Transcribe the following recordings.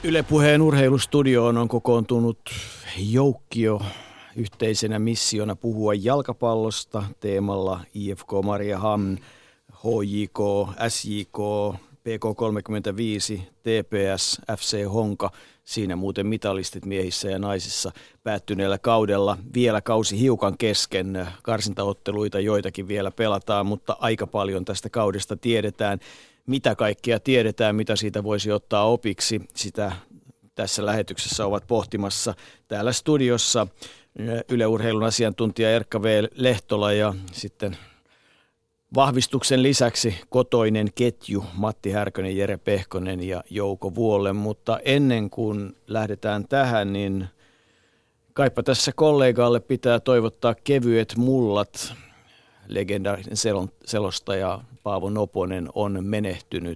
Yle Puheen urheilustudioon on kokoontunut joukkio yhteisenä missiona puhua jalkapallosta teemalla IFK Mariehamn, HJK, SJK, PK35, TPS, FC Honka. Siinä muuten mitalistit miehissä ja naisissa päättyneellä kaudella. Vielä kausi hiukan kesken, karsintaotteluita joitakin vielä pelataan, mutta aika paljon tästä kaudesta tiedetään. Mitä kaikkea tiedetään, mitä siitä voisi ottaa opiksi, sitä tässä lähetyksessä ovat pohtimassa täällä studiossa Yle Urheilun asiantuntija Erkka V. Lehtola ja sitten vahvistuksen lisäksi kotoinen ketju Matti Härkönen, Jere Pehkonen ja Jouko Vuolle. Mutta ennen kuin lähdetään tähän, niin kaipa tässä kollegalle pitää toivottaa kevyet mullat. Legendaarinen selostaja Paavo Noponen on menehtynyt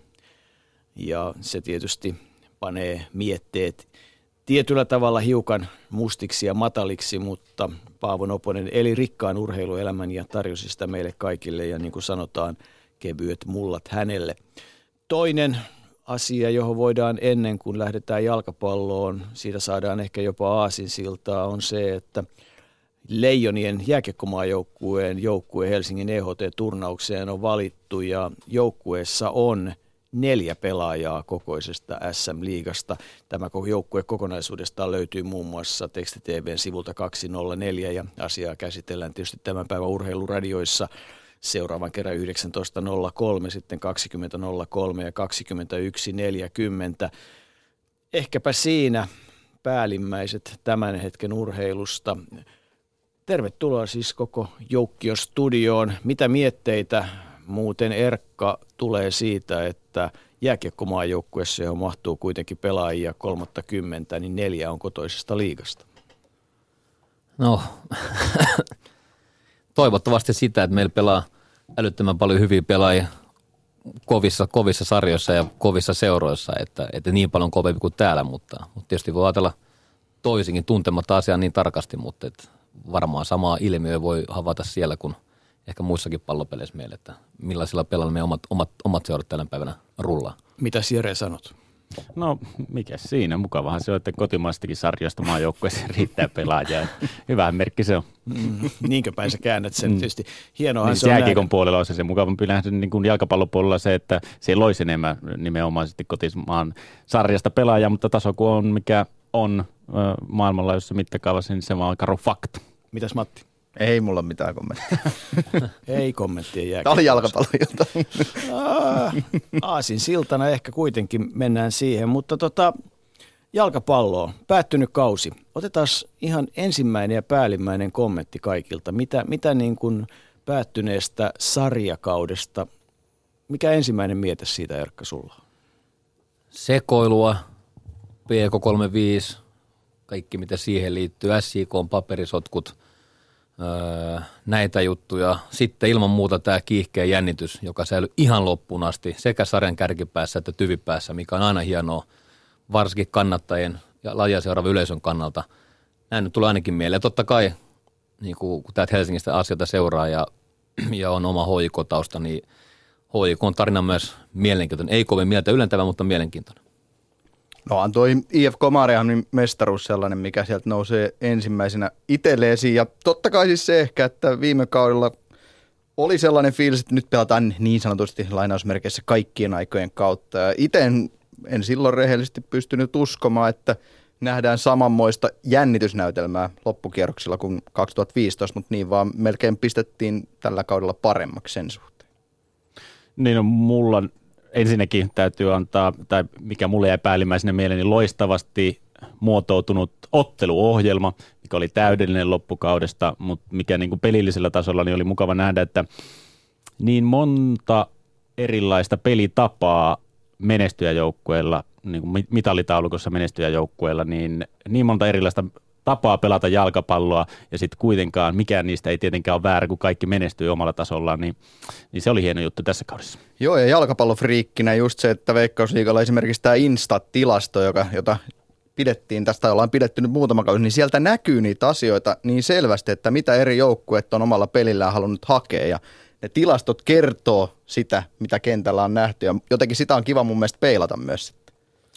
ja se tietysti panee mietteet tietyllä tavalla hiukan mustiksi ja mataliksi, mutta Paavo Noponen eli rikkaan urheiluelämän ja tarjosi sitä meille kaikille ja niin kuin sanotaan, kevyet mullat hänelle. Toinen asia, johon voidaan ennen kuin lähdetään jalkapalloon, siitä saadaan ehkä jopa aasinsiltaa, on se, että Leijonien jääkiekkomaajoukkueen joukkue Helsingin EHT-turnaukseen on valittu ja joukkueessa on 4 pelaajaa kokoisesta SM-liigasta. Tämä joukkue kokonaisuudestaan löytyy muun muassa Teksti-TV:n sivulta 204 ja asiaa käsitellään tietysti tämän päivän urheiluradioissa seuraavan kerran 19.03, sitten 20.03 ja 21.40. Ehkäpä siinä päällimmäiset tämän hetken urheilusta. Tervetuloa siis koko joukkio studioon. Mitä mietteitä muuten Erkka tulee siitä, että jääkiekkomaajoukkueessa, johon mahtuu kuitenkin pelaajia 30, niin 4 on kotoisesta liigasta? No, toivottavasti sitä, että meillä pelaa älyttömän paljon hyviä pelaajia kovissa sarjoissa ja kovissa seuroissa, että niin paljon kovempi kuin täällä, mutta tietysti voi ajatella toisinkin tuntematta asiaa niin tarkasti, mutta varmaan sama ilmiö voi havaita siellä kuin ehkä muissakin pallopeleissä meille, että millaisilla pelailla me omat seurat tällä päivänä rullaa. Mitäs Jere sanot? No, mikä siinä? Mukavahan se on, että kotimaistakin sarjasta maajoukkueeseen riittää pelaajia. Hyvähän merkki se on. Niinkö päin sä käännät sen tietysti. Hienoahan niin, se on jääkiekon puolella on se mukavampi nähdä niin kuin jalkapallopuolella se, että se loisi enemmän nimenomaisesti kotimaan sarjasta pelaajaa, mutta taso kun on mikä on maailmanlaajuisessa mittakaavassa, niin se on karu fakta. Mitäs Matti? Ei mulla mitään kommenttia. Ei kommenttia jääkiekkoa. Tämä oli jalkapalloilta. Aasin siltana ehkä kuitenkin mennään siihen, mutta jalkapalloa, päättynyt kausi. Otetaan ihan ensimmäinen ja päällimmäinen kommentti kaikilta. Mitä niin kuin päättyneestä sarjakaudesta, mikä ensimmäinen miete siitä Erkka sulla? Sekoilua, PK35, kaikki mitä siihen liittyy, SJK:n paperisotkut, näitä juttuja. Sitten ilman muuta tämä kiihkeä jännitys, joka säilyi ihan loppuun asti sekä sarjan kärkipäässä että tyvipäässä, mikä on aina hienoa, varsinkin kannattajien ja lajia seuraavan yleisön kannalta. Näin nyt tulee ainakin mieleen. Totta kai, niin kun täältä Helsingistä asioita seuraa ja on oma HJK-tausta, niin HJK on tarina myös mielenkiintoinen. Ei kovin mieltä ylentävä, mutta mielenkiintoinen. No on toi IFK Mariehamnin mestaruus sellainen, mikä sieltä nousee ensimmäisenä itselle esiin. Ja totta kai siis se ehkä, että viime kaudella oli sellainen fiilis, että nyt pelataan niin sanotusti lainausmerkeissä kaikkien aikojen kautta. Ja itse en silloin rehellisesti pystynyt uskomaan, että nähdään samanmoista jännitysnäytelmää loppukierroksilla kuin 2015, mutta niin vaan melkein pistettiin tällä kaudella paremmaksi sen suhteen. Niin on mulla ensinnäkin täytyy antaa, tai mikä mulle jäi päällimmäisenä mieleen, niin loistavasti muotoutunut otteluohjelma, mikä oli täydellinen loppukaudesta, mutta mikä niin kuin pelillisellä tasolla niin oli mukava nähdä, että niin monta erilaista pelitapaa menestyjäjoukkueella, niin kuin mitalitaulukossa menestyjäjoukkueella, niin monta erilaista tapaa pelata jalkapalloa ja sitten kuitenkaan mikään niistä ei tietenkään ole väärä, kun kaikki menestyy omalla tasollaan, niin se oli hieno juttu tässä kaudessa. Joo, ja jalkapallofriikkinä just se, että Veikkausliigalla esimerkiksi tämä Instat-tilasto, jota pidettiin, tästä ollaan pidetty nyt muutama kausi, niin sieltä näkyy niitä asioita niin selvästi, että mitä eri joukkueet on omalla pelillään halunnut hakea, ja ne tilastot kertoo sitä, mitä kentällä on nähty, ja jotenkin sitä on kiva mun mielestä peilata myös sitten.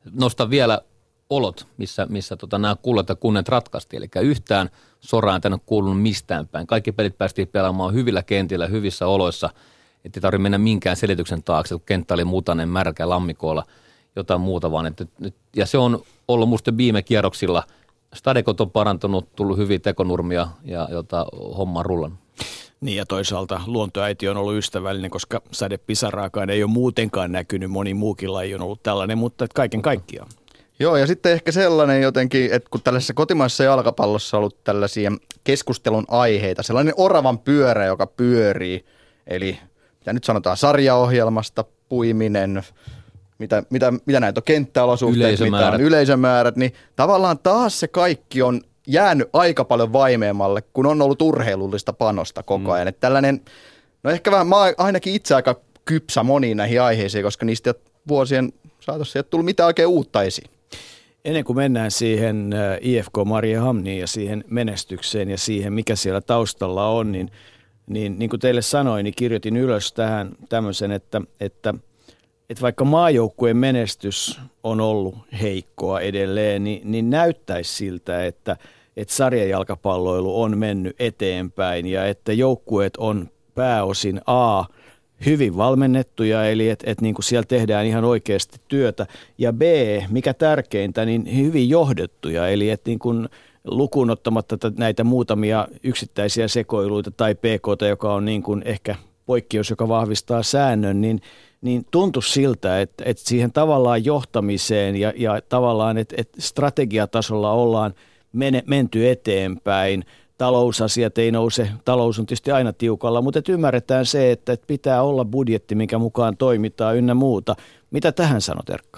nostan vielä olot, missä nämä kullat ja kunnet ratkaistiin. Eli yhtään soraa ei tänne kuulunut mistään päin. Kaikki pelit päästiin pelaamaan hyvillä kentillä, hyvissä oloissa. Ettei tarvitse mennä minkään selityksen taakse, kun kenttä oli mutainen, märkä, lammikoilla, jotain muuta vaan. Ja se on ollut musta viime kierroksilla. Stadekot on parantunut, tullut hyviä tekonurmia ja homma on rullannut. Niin ja toisaalta luontoäiti on ollut ystävällinen, koska sadepisaraakaan ei ole muutenkaan näkynyt. Moni muukin laji on ollut tällainen, mutta kaiken kaikkiaan. Joo, ja sitten ehkä sellainen jotenkin, että kun tällaisessa kotimaisessa jalkapallossa on ollut tällaisia keskustelun aiheita, sellainen oravan pyörä, joka pyörii, eli mitä nyt sanotaan sarjaohjelmasta, puiminen, mitä näitä on, kenttäolosuhteet, mitä on yleisömäärät, niin tavallaan taas se kaikki on jäänyt aika paljon vaimeammalle, kun on ollut urheilullista panosta koko ajan. Että tällainen, no ehkä vähän, mä oon ainakin itse aika kypsä moniin näihin aiheisiin, koska niistä vuosien saatossa ei ole tullut mitään oikein uutta esiin. Ennen kuin mennään siihen IFK Mariehamniin ja siihen menestykseen ja siihen, mikä siellä taustalla on, niin kuin teille sanoin, niin kirjoitin ylös tähän tämmöisen, että vaikka maajoukkueen menestys on ollut heikkoa edelleen, niin näyttäisi siltä, että sarjajalkapalloilu on mennyt eteenpäin ja että joukkueet on pääosin hyvin valmennettuja, eli että niin kuin siellä tehdään ihan oikeasti työtä, ja B, mikä tärkeintä, niin hyvin johdettuja, eli että niin kuin lukuun ottamatta näitä muutamia yksittäisiä sekoiluita tai PK:ta, joka on niin kuin ehkä poikkeus, joka vahvistaa säännön, niin tuntuisi siltä, että siihen tavallaan johtamiseen ja tavallaan, että strategiatasolla ollaan menty eteenpäin. Talousasiat ei nouse, talous on tietysti aina tiukalla, mutta ymmärretään se, että pitää olla budjetti, minkä mukaan toimitaan ynnä muuta. Mitä tähän sanot, Erkka?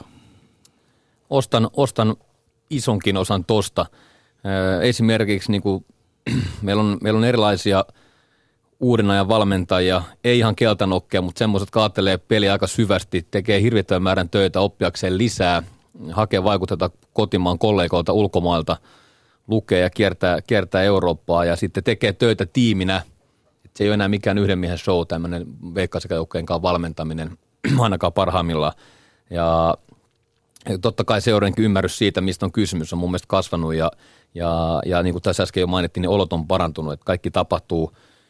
Ostan isonkin osan tosta. Esimerkiksi niin kuin, meillä on erilaisia uuden ajan valmentajia, ei ihan keltanokkeja, mutta semmoiset kaattelee peliä aika syvästi, tekee hirvittävän määrän töitä oppiakseen lisää, hakee vaikutetta kotimaan kollegoilta ulkomailta, lukee ja kiertää Eurooppaa ja sitten tekee töitä tiiminä. Et se ei ole enää mikään yhden miehen show, tämmöinen veikkausjoukkueen kanssa valmentaminen, ainakaan parhaimmillaan. Ja totta kai seurankin ymmärrys siitä, mistä on kysymys, on mun mielestä kasvanut ja niin kuin tässä äsken jo mainittiin, niin olot on parantunut, että kaikki tapahtuu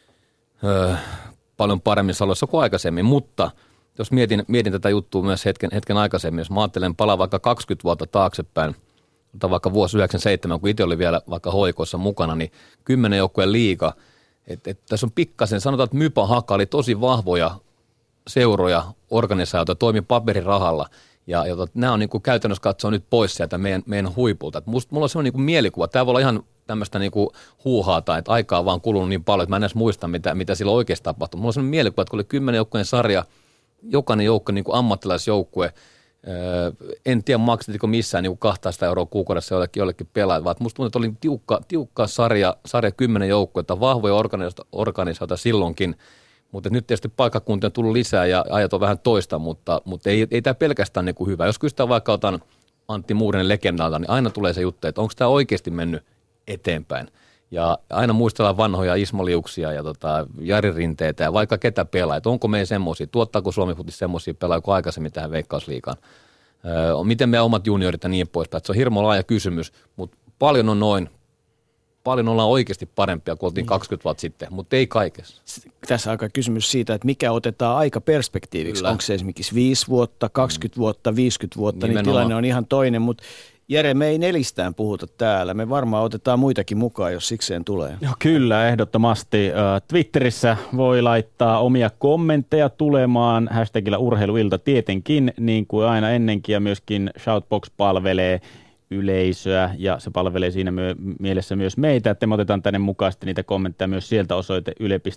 paljon paremmissa oloissa kuin aikaisemmin, mutta jos mietin tätä juttua myös hetken aikaisemmin, jos mä ajattelen palaa vaikka 20 vuotta taaksepäin, tai vaikka vuosi 97, kun itse oli vielä vaikka HIK:ssa mukana, niin 10 joukkueen liiga, että tässä on pikkasen, sanotaan, että Mypa Haka oli tosi vahvoja seuroja, organisaatioita, toimi paperirahalla, ja nämä on niin kuin käytännössä katsoa nyt pois sieltä meidän huipulta. Mulla on sellainen niin kuin mielikuva, tämä voi olla ihan tämmöistä niin kuin huuhaata, että aikaa on vaan kulunut niin paljon, että mä en edes muista, mitä silloin oikeasti tapahtui. Mulla on sellainen mielikuva, että kun oli 10 joukkueen sarja, jokainen joukko niin kuin ammattilaisjoukkue, en tiedä maksetiko missään niin 200 € kuukaudessa jollekin pelaajat, vaan musta tuntuu, että oli tiukka sarja 10 joukkuetta, vahvoja organisaatioita silloinkin, mutta nyt tietysti paikkakuntia on tullut lisää ja ajat on vähän toista, mutta ei tämä pelkästään niin kuin hyvä. Jos kysytään vaikka otan Antti Muurinen legendalta, niin aina tulee se juttu, että onko tämä oikeasti mennyt eteenpäin. Ja aina muistellaan vanhoja Ismo Liuksia ja Jari Rinteitä ja vaikka ketä pelaa, että onko meidän semmoisia, tuottaako Suomi Futis semmoisia pelaajia kuin aikaisemmin tähän Veikkausliigaan. Miten meidän omat juniorit ja niin poispäin. Se on hirmo laaja kysymys, mutta paljon on noin. Paljon ollaan oikeasti parempia kuin oltiin 20 vuotta sitten, mutta ei kaikessa. Tässä on aika kysymys siitä, että mikä otetaan aikaperspektiiviksi. Kyllä. Onko se esimerkiksi 5 vuotta, 20 vuotta, 50 vuotta, nimenomaan. Niin tilanne on ihan toinen, mutta Jere, me ei nelistään puhuta täällä. Me varmaan otetaan muitakin mukaan, jos sikseen tulee. No, kyllä, ehdottomasti. Twitterissä voi laittaa omia kommentteja tulemaan hashtagillä urheiluilta tietenkin, niin kuin aina ennenkin, ja myöskin Shoutbox palvelee yleisöä, ja se palvelee siinä mielessä myös meitä, että me otetaan tänne mukaan niitä kommentteja myös sieltä osoite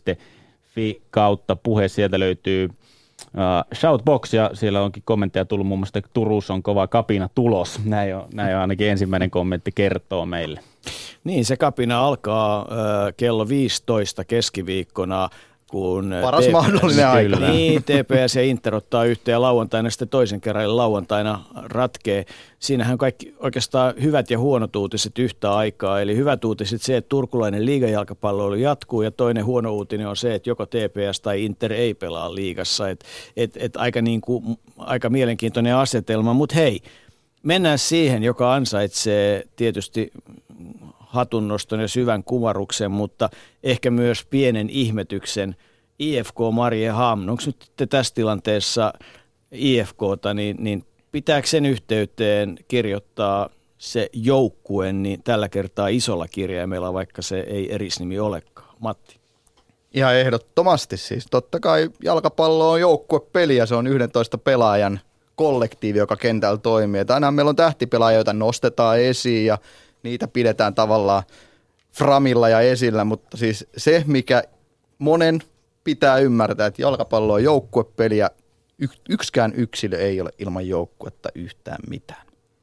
yle.fi/puhe. Sieltä löytyy Shoutbox, ja siellä onkin kommentteja tullut muun muassa, että Turussa on kova kapina tulos. Näin on ainakin ensimmäinen kommentti kertoo meille. Niin, se kapina alkaa kello 15 keskiviikkona, kun paras mahdollinen aika. Niin, TPS ja Inter ottaa yhteen ja lauantaina sitten toisen kerran lauantaina ratkee. Siinähän kaikki oikeastaan hyvät ja huonot uutiset yhtä aikaa. Eli hyvät uutiset se, että turkulainen liigajalkapalloilu jatkuu, ja toinen huono uutinen on se, että joko TPS tai Inter ei pelaa liigassa. Aika mielenkiintoinen asetelma, mutta hei, Mennään siihen, joka ansaitsee tietysti hatunnoston ja syvän kumaruksen, mutta ehkä myös pienen ihmetyksen. IFK Mariehamn, onko nyt tässä tilanteessa IFK:ta, niin pitääkö sen yhteyteen kirjoittaa se joukkue niin tällä kertaa isolla kirjaimella, vaikka se ei erisnimi olekaan? Matti. Ihan ehdottomasti siis. Totta kai jalkapallo on joukkuepeli ja se on 11 pelaajan kollektiivi, joka kentällä toimii. Et aina meillä on tähtipelaajia, joita nostetaan esiin ja niitä pidetään tavallaan framilla ja esillä, mutta siis se, mikä monen pitää ymmärtää, että jalkapallo on joukkuepeli ja yksikään yksilö ei ole ilman joukkuetta yhtään mitään.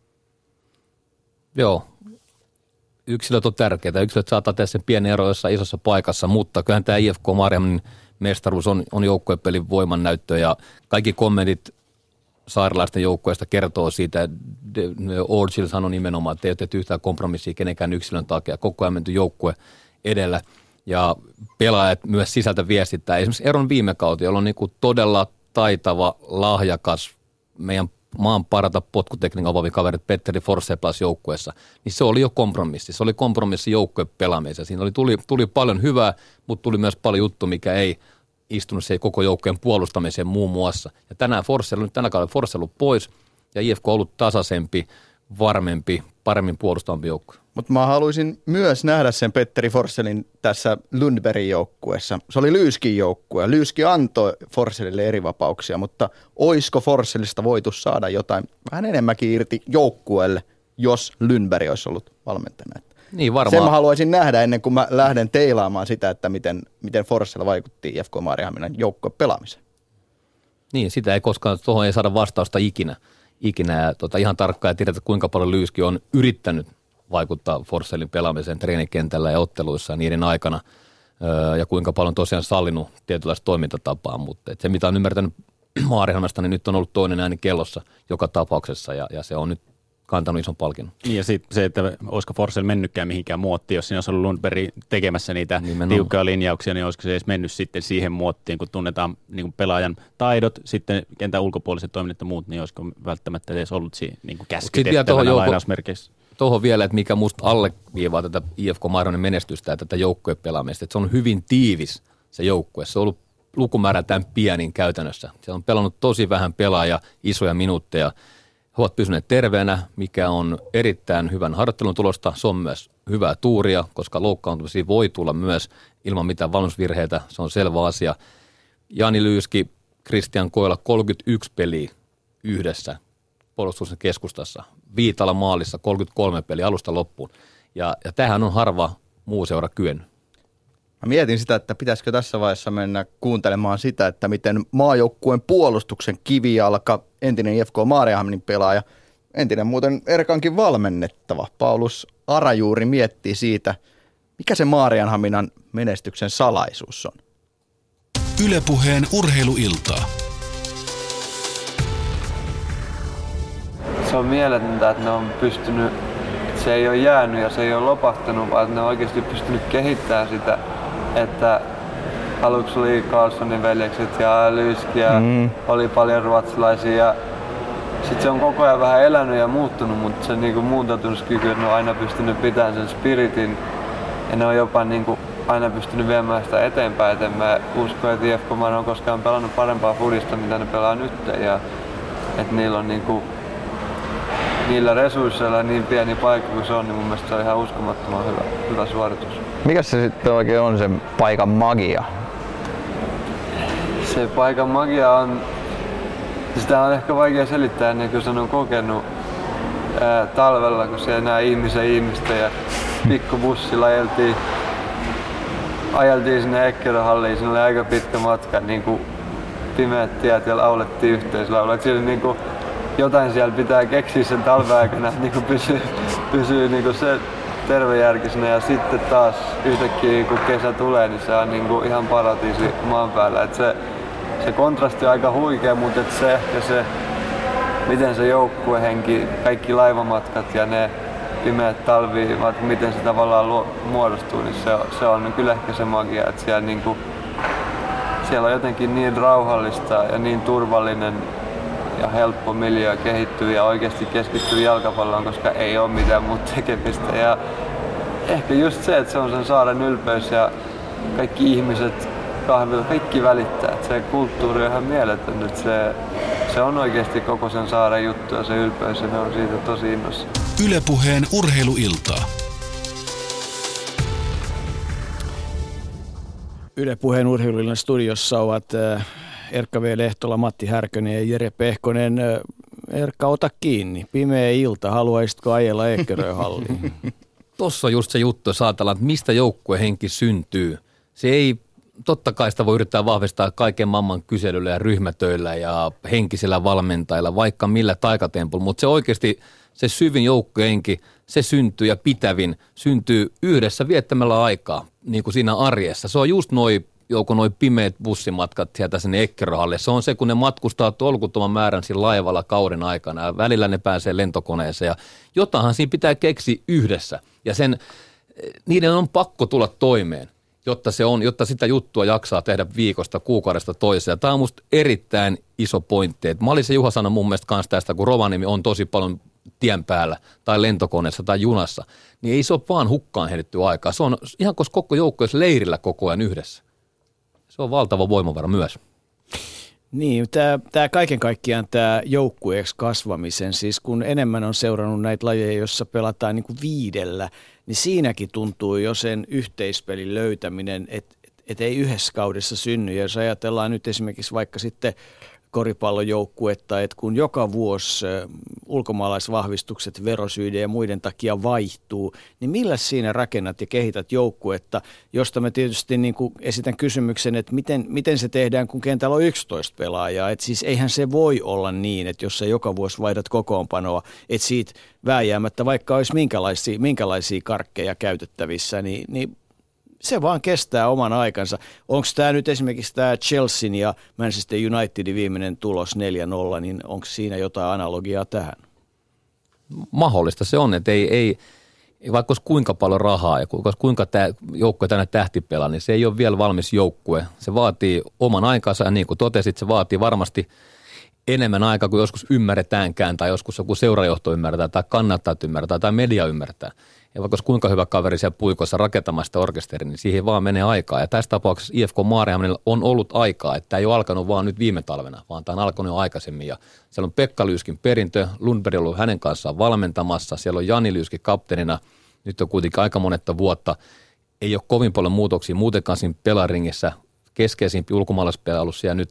Joo. Yksilöt on tärkeitä. Yksilöt saattaa tehdä sen pienen ero jossain isossa paikassa, mutta kyllähän tämä IFK Mariehamnin mestaruus on joukkuepelin voimannäyttö ja kaikki kommentit saarilaisten joukkueesta kertoo siitä. Orgil sanoi nimenomaan, että ei ole tehty yhtään kompromissia kenenkään yksilön takia. Koko ajan menty joukkue edellä ja pelaajat myös sisältä viestittää. Esimerkiksi Eron viime kautta, jolla on niin kuin todella taitava, lahjakas, meidän maan parata potkutekniikan omaavia kaverit Petteri Forsse pelasi joukkueessa, niin se oli jo kompromissi. Se oli kompromissi joukkueen pelaamiseen. Siinä tuli paljon hyvää, mutta tuli myös paljon juttu, mikä ei istunut se koko joukkueen puolustamiseen muun muassa. Ja tänä kaudella Forsse ollut pois ja IFK on ollut tasaisempi, varmempi, paremmin puolustavampi joukkue. Mutta mä haluaisin myös nähdä sen Petteri Forsellin tässä Lundbergin joukkueessa. Se oli Lyyskin joukkue. Lyyski antoi Forsellille eri vapauksia, mutta oisko Forsellista voitu saada jotain vähän enemmänkin irti joukkueelle, jos Lundberg olisi ollut valmentajana? Niin varmaan. Sen mä haluaisin nähdä ennen kuin mä lähden teilaamaan sitä, että miten Forsell vaikutti IFK Mariehamnin joukkueen pelaamiseen. Niin, sitä ei koskaan, tuohon ei saada vastausta ikinä ja ihan tarkkaan ja tiedetä, kuinka paljon Lyyski on yrittänyt vaikuttaa Forsellin pelaamiseen treenikentällä ja otteluissa ja niiden aikana ja kuinka paljon tosiaan sallinut tietynlaista toimintatapaa, mutta se mitä on ymmärtänyt Mariehamnasta, niin nyt on ollut toinen ääni kellossa joka tapauksessa ja se on nyt kantanut ison palkinnon. Niin ja sitten se, että olisiko Forsell mennytkään mihinkään muottiin, jos siinä olisi ollut Lundberg tekemässä niitä tiukkoja linjauksia, niin olisiko se edes mennyt sitten siihen muottiin, kun tunnetaan niin kuin pelaajan taidot, sitten kentän ulkopuoliset toiminnat ja muut, niin olisiko välttämättä edes ollut siinä niin kuin käskytettävänä lainausmerkeissä. Tuohon vielä, että mikä musta alleviivaa tätä IFK Mariehamnin menestystä ja tätä joukkueen pelaamista, että se on hyvin tiivis se joukkue. Se on ollut lukumäärältään pienin käytännössä. Se on pelannut tosi vähän pelaajia, isoja minuutteja. He ovat pysyneet terveenä, mikä on erittäin hyvän harjoittelun tulosta. Se on myös hyvää tuuria, koska loukkaantumisia voi tulla myös ilman mitään valmennusvirheitä. Se on selvä asia. Jani Lyyski, Kristian Koila, 31 peliä yhdessä puolustuksen keskustassa. Viitala maalissa 33 peliä alusta loppuun. Ja tähän on harva muu seura kyennyt. Mä mietin sitä, että pitäisikö tässä vaiheessa mennä kuuntelemaan sitä, että miten maajoukkueen puolustuksen kivijalka, entinen IFK Mariehamnin pelaaja, entinen muuten Erkankin valmennettava Paulus Arajuuri miettii siitä, mikä se Mariehamnin menestyksen salaisuus on. Yle Puheen urheiluiltaa. Se on mieletöntä, että ne on pystynyt, se ei ole jäänyt ja se ei ole lopahtanut, vaan ne on oikeasti pystynyt kehittämään sitä, että aluksi oli Karlssonin veljekset ja Lyyski ja oli paljon ruotsalaisia ja sitten se on koko ajan vähän elänyt ja muuttunut, mutta se niinku muuntautumiskyky, että ne on aina pystynyt pitämään sen spiritin ja ne on jopa niinku aina pystynyt viemään sitä eteenpäin, et en mä usko, että IFK Mariehamn on koskaan pelannut parempaa fudista, mitä ne pelaa nyt ja että niillä on niinku niillä resursseilla niin pieni paikka kuin se on, niin mun mielestä se on ihan uskomattoman hyvä suoritus. Mikä se sitten oikein on sen paikan magia? Se paikan magia on, sitä on ehkä vaikea selittää ennen kuin sen on kokenut talvella, kun siellä nää ihmistä ja pikkubussilla ajeltiin sinne Eckeröhalliin, siinä oli aika pitkä matka, niin kuin pimeät tiet ja laulettiin yhteislauluja. Niin jotain siellä pitää keksiä sen talven aikana, että niin pysyy niin se tervejärkisenä ja sitten taas yhtäkkiä kun kesä tulee, niin se on niin ihan paratiisi maan päällä. Et se kontrasti on aika huikea, mutta se miten se joukkuehenki, kaikki laivamatkat ja ne pimeät talvivat, miten se tavallaan muodostuu, niin se on kyllä ehkä se magia, että siellä on jotenkin niin rauhallista ja niin turvallinen ja helppo miljöö kehittyä ja oikeasti keskittyä jalkapalloon, koska ei ole mitään muuta tekemistä. Ja ehkä just se, että se on sen saaren ylpeys ja kaikki ihmiset kahvilla, kaikki välittää. Että se kulttuuri on ihan mieletön. Että se on oikeasti koko sen saaren juttu ja se ylpeys ja ne on siitä tosi innossa. Yle Puheen urheiluiltaa. Yle Puheen urheiluillan studiossa ovat Erkka V. Lehtola, Matti Härkönen ja Jere Pehkonen. Erkka, ota kiinni. Pimeä ilta. Haluaisitko ajella Eckeröhalliin? Tuossa on just se juttu, jos ajatellaan, että mistä joukkuehenki syntyy. Se ei, totta kai sitä voi yrittää vahvistaa kaiken maailman kyselyllä ja ryhmätöillä ja henkisillä valmentajilla, vaikka millä taikatempulla, mutta se oikeasti se syvin joukkuehenki, se syntyy ja pitävin syntyy yhdessä viettämällä aikaa, niin kuin siinä arjessa. Se on just noi pimeät bussimatkat sieltä sinne Eckeröhallille. Se on se, kun ne matkustaa tolkuttoman määrän siinä laivalla kauden aikana ja välillä ne pääsee lentokoneeseen ja jotainhan siinä pitää keksiä yhdessä ja niiden on pakko tulla toimeen, jotta sitä juttua jaksaa tehdä viikosta, kuukaudesta toiseen. Tämä on musta erittäin iso pointti. Malisen Juha sanoi mun mielestä kanssa tästä, kun Rovaniemi on tosi paljon tien päällä tai lentokoneessa tai junassa, niin ei se ole vaan hukkaan heitetty aikaa. Se on ihan koska koko joukko olisi leirillä koko ajan yhdessä. Se on valtava voimavara myös. Niin, tämä kaiken kaikkiaan tämä joukkueeksi kasvamisen, siis kun enemmän on seurannut näitä lajeja, joissa pelataan niin kuin 5, niin siinäkin tuntuu jo sen yhteispelin löytäminen, että ei yhdessä kaudessa synny. Ja jos ajatellaan nyt esimerkiksi vaikka sitten koripallojoukkuetta, että kun joka vuosi ulkomaalaisvahvistukset verosyiden ja muiden takia vaihtuu, niin millä siinä rakennat ja kehität joukkuetta, josta mä tietysti niin kuin esitän kysymyksen, että miten se tehdään, kun kentällä on 11 pelaajaa. Että siis eihän se voi olla niin, että jos sä joka vuosi vaihdat kokoonpanoa, että siitä vääjäämättä, vaikka olisi minkälaisia karkkeja käytettävissä, niin se vaan kestää oman aikansa. Onko tämä nyt esimerkiksi tämä Chelsean ja Manchester Unitedin viimeinen tulos 4-0, niin onko siinä jotain analogiaa tähän? Mahdollista se on, että ei vaikka olisi kuinka paljon rahaa ja kuinka tämä joukkue tänne tähtipelaa, niin se ei ole vielä valmis joukkue. Se vaatii oman aikansa ja niin kuin totesit, se vaatii varmasti enemmän aikaa kuin joskus ymmärretäänkään tai joskus joku seurajohto ymmärretään tai kannattaa ymmärtää tai media ymmärtää. Ja vaikka kuinka hyvä kaveri siellä puikossa rakentamaan sitä orkesteria, niin siihen vaan menee aikaa. Ja tässä tapauksessa IFK Maarianhaminalla on ollut aikaa, että tämä ei ole alkanut vaan nyt viime talvena, vaan tämä on alkanut jo aikaisemmin. Ja siellä on Pekka Lyyskin perintö, Lundberg on ollut hänen kanssaan valmentamassa, siellä on Jani Lyyski kapteenina, nyt on kuitenkin aika monetta vuotta. Ei ole kovin paljon muutoksia muutenkaan siinä pelaringissä, keskeisimpi ulkomaalaispelailussa ja nyt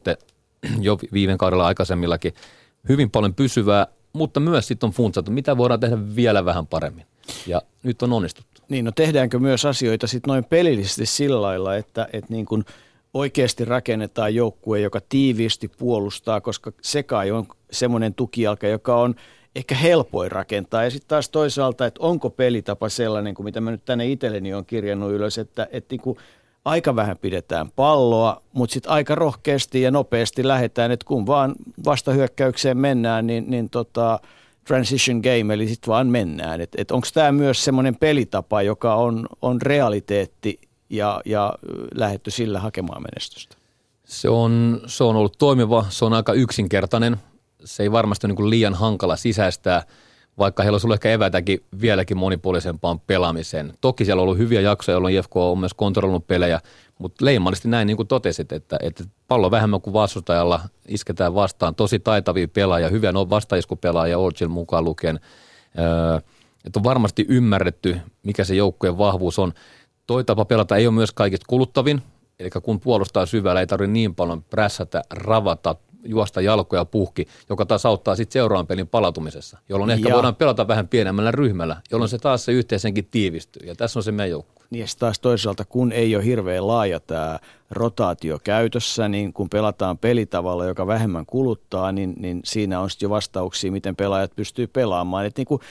jo viime kaudella aikaisemmillakin hyvin paljon pysyvää, mutta myös sitten on funtsattu, mitä voidaan tehdä vielä vähän paremmin. Ja nyt on onnistuttu. Niin, no tehdäänkö myös asioita sitten noin pelillisesti sillä lailla, että niin kuin oikeasti rakennetaan joukkue, joka tiiviisti puolustaa, koska se kai on semmoinen tukijalka, joka on ehkä helpoin rakentaa. Ja sitten taas toisaalta, että onko pelitapa sellainen, kuin mitä mä nyt tänne itselleni olen kirjannut ylös, että niin kuin aika vähän pidetään palloa, mutta sitten aika rohkeasti ja nopeasti lähdetään, että kun vaan vastahyökkäykseen mennään, niin transition game, eli sitten vaan mennään. Et onko tämä myös semmoinen pelitapa, joka on realiteetti ja lähdetty sillä hakemaan menestystä? Se on ollut toimiva, se on aika yksinkertainen. Se ei varmasti ole niin kuin liian hankala sisäistää, vaikka heillä olisi ollut ehkä evätäkin vieläkin monipuolisempaan pelaamiseen. Toki siellä on ollut hyviä jaksoja, jolloin IFK on myös kontrolloinut pelejä, mutta leimallisesti näin niin kuin totesit, että pallo vähemmän kuin vastustajalla isketään vastaan. Tosi taitavia pelaajia, hyviä vastaiskupelaajia, Orchil mukaan lukien. Että on varmasti ymmärretty, mikä se joukkueen vahvuus on. Toi tapa pelata ei ole myös kaikista kuluttavin, eli kun puolustaa syvällä, ei tarvitse niin paljon prässätä, ravata, juosta jalkoja puhki, joka taas auttaa sitten seuraavan pelin palautumisessa, jolloin ehkä voidaan pelata vähän pienemmällä ryhmällä, jolloin se taas se yhteisenkin tiivistyy. Ja tässä on se meidän joukkue. Niin ja taas toisaalta, kun ei ole hirveän laaja tämä rotaatio käytössä, niin kun pelataan pelitavalla, joka vähemmän kuluttaa, niin siinä on sitten jo vastauksia, miten pelaajat pystyy pelaamaan. Että niinku,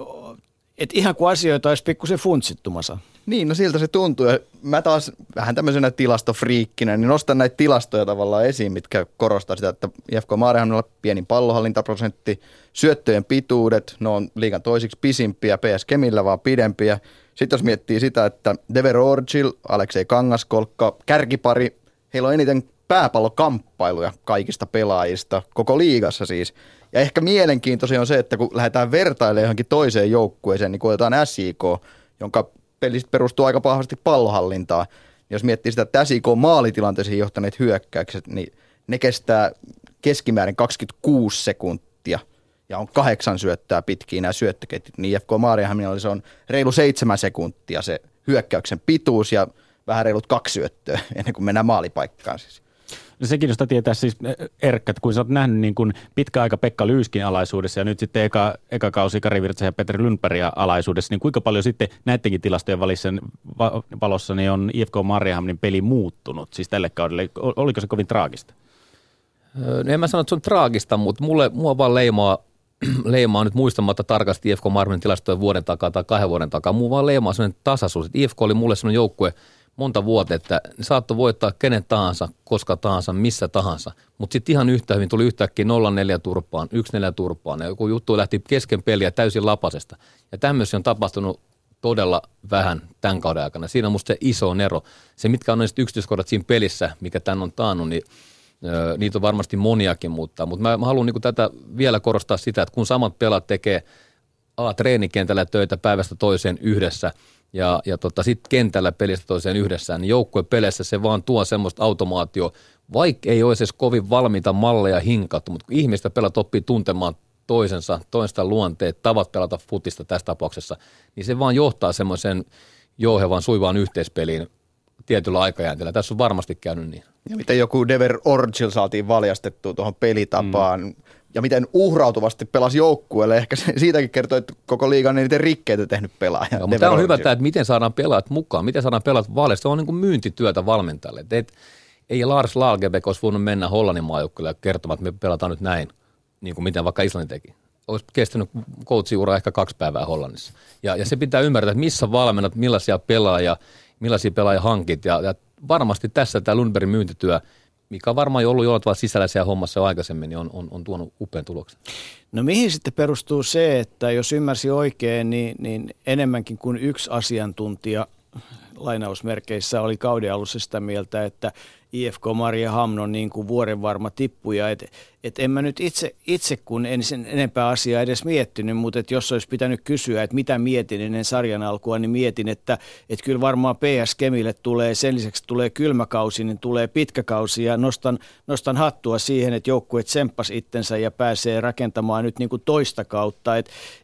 ihan kuin asioita olisi pikkusen funtsittumassa. Niin, no siltä se tuntuu. Ja mä taas vähän tämmöisenä tilastofriikkinä, niin nostan näitä tilastoja tavallaan esiin, mitkä korostaa sitä, että IFK Maarianhaminalla pienin pallohallintaprosentti, syöttöjen pituudet, ne on liigan toisiksi pisimpiä, PS Kemillä vaan pidempiä. Sitten jos miettii sitä, että Dever Orchil, Aleksei Kangaskolkka, kärkipari, heillä on eniten pääpallokamppailuja kaikista pelaajista, koko liigassa siis. Ja ehkä mielenkiintoisia on se, että kun lähdetään vertailemaan johonkin toiseen joukkueeseen, niin kun otetaan SJK, jonka peli perustuu aika pahasti pallohallintaan. Jos miettii sitä, että SJK maalitilanteisiin johtaneet hyökkäykset, niin ne kestää keskimäärin 26 sekuntia ja on 8 syöttää pitkiä nämä syöttöketjut. Niin IFK Maarianhaminalla se on reilu 7 sekuntia se hyökkäyksen pituus ja vähän reilut 2 syöttöä ennen kuin mennään maalipaikkaan siis. No se kiinnostaa tietää siis, Erkka, että kun sä oot nähnyt niin kuin pitkä aika Pekka Lyyskin alaisuudessa ja nyt sitten eka kausi Kari Virtsa ja Petri Lundbergin alaisuudessa, niin kuinka paljon sitten näidenkin tilastojen valossa niin on IFK Maarianhaminan peli muuttunut siis tälle kaudelle? Oliko se kovin traagista? En mä sano, että se on traagista, mutta mua vaan leimaa nyt muistamatta tarkasti IFK Maarianhaminan tilastoja vuoden takaa tai 2 vuoden takaa. Mua vaan leimaa sellainen tasaisuus, että IFK oli mulle sellainen joukkue monta vuotta, että ne saattoi voittaa kenen tahansa, koska tahansa, missä tahansa. Mutta sitten ihan yhtä hyvin tuli yhtäkkiä 0-4 turpaan, 1-4 turpaan. Ja joku juttu lähti kesken peliä täysin lapasesta. Ja tämmöisiä on tapahtunut todella vähän tämän kauden aikana. Siinä on musta se iso ero. Se, mitkä on ne yksityiskohdat siinä pelissä, mikä tämän on taannut, niin niitä on varmasti moniakin, mutta mä haluan niin tätä vielä korostaa sitä, että kun samat pelaat tekee treenikentällä töitä päivästä toiseen yhdessä, ja sitten kentällä pelistä toiseen yhdessä, niin joukkuepeleissä se vaan tuo semmoista automaatio, vaikka ei ole edes kovin valmiita malleja hinkattu, mutta kun ihmistä pelat oppii tuntemaan toista luonteet, tavat pelata futista tässä tapauksessa, niin se vaan johtaa semmoisen jouhevaan, suivaan yhteispeliin tietyllä aikajänteellä. Tässä on varmasti käynyt niin. Ja miten joku Dever Orgil saatiin valjastettua tuohon pelitapaan, ja miten uhrautuvasti pelasi joukkueelle. Ehkä siitäkin kertoo, että koko liigan eniten rikkeitä tehnyt pelaaja. Mutta tämä on hyvä, että miten saadaan pelaat mukaan, miten saadaan pelaat valjastettua. Se on niin kuin myyntityötä valmentajalle. Ei Lars Lagerbäck olisi voinut mennä Hollannin maajoukkueelle kertomaan, että me pelataan nyt näin, niin kuin miten vaikka Islanti teki. Olisi kestänyt coachiura ehkä 2 päivää Hollannissa. Ja se pitää ymmärtää, että missä valmennat, millaisia pelaajia hankit. Ja varmasti tässä tämä Lundbergin myyntityö, mikä on varmaan jo ollut jollain tavalla sisällä siellä hommassa jo aikaisemmin, niin on tuonut upean tuloksen. No mihin sitten perustuu se, että jos ymmärsi oikein, niin enemmänkin kuin yksi asiantuntija lainausmerkeissä oli kauden alussa sitä mieltä, että IFK Mariehamn on niin kuin vuorenvarma tippuja. Et en mä nyt itse kun en sen enempää asiaa edes miettinyt, mutta et jos olisi pitänyt kysyä, että mitä mietin ennen sarjan alkua, niin mietin, että kyllä varmaan PS Kemille tulee, sen lisäksi tulee kylmäkausi, niin tulee pitkä kausi ja nostan hattua siihen, että joukkue tsemppasi itsensä ja pääsee rakentamaan nyt niin kuin toista kautta.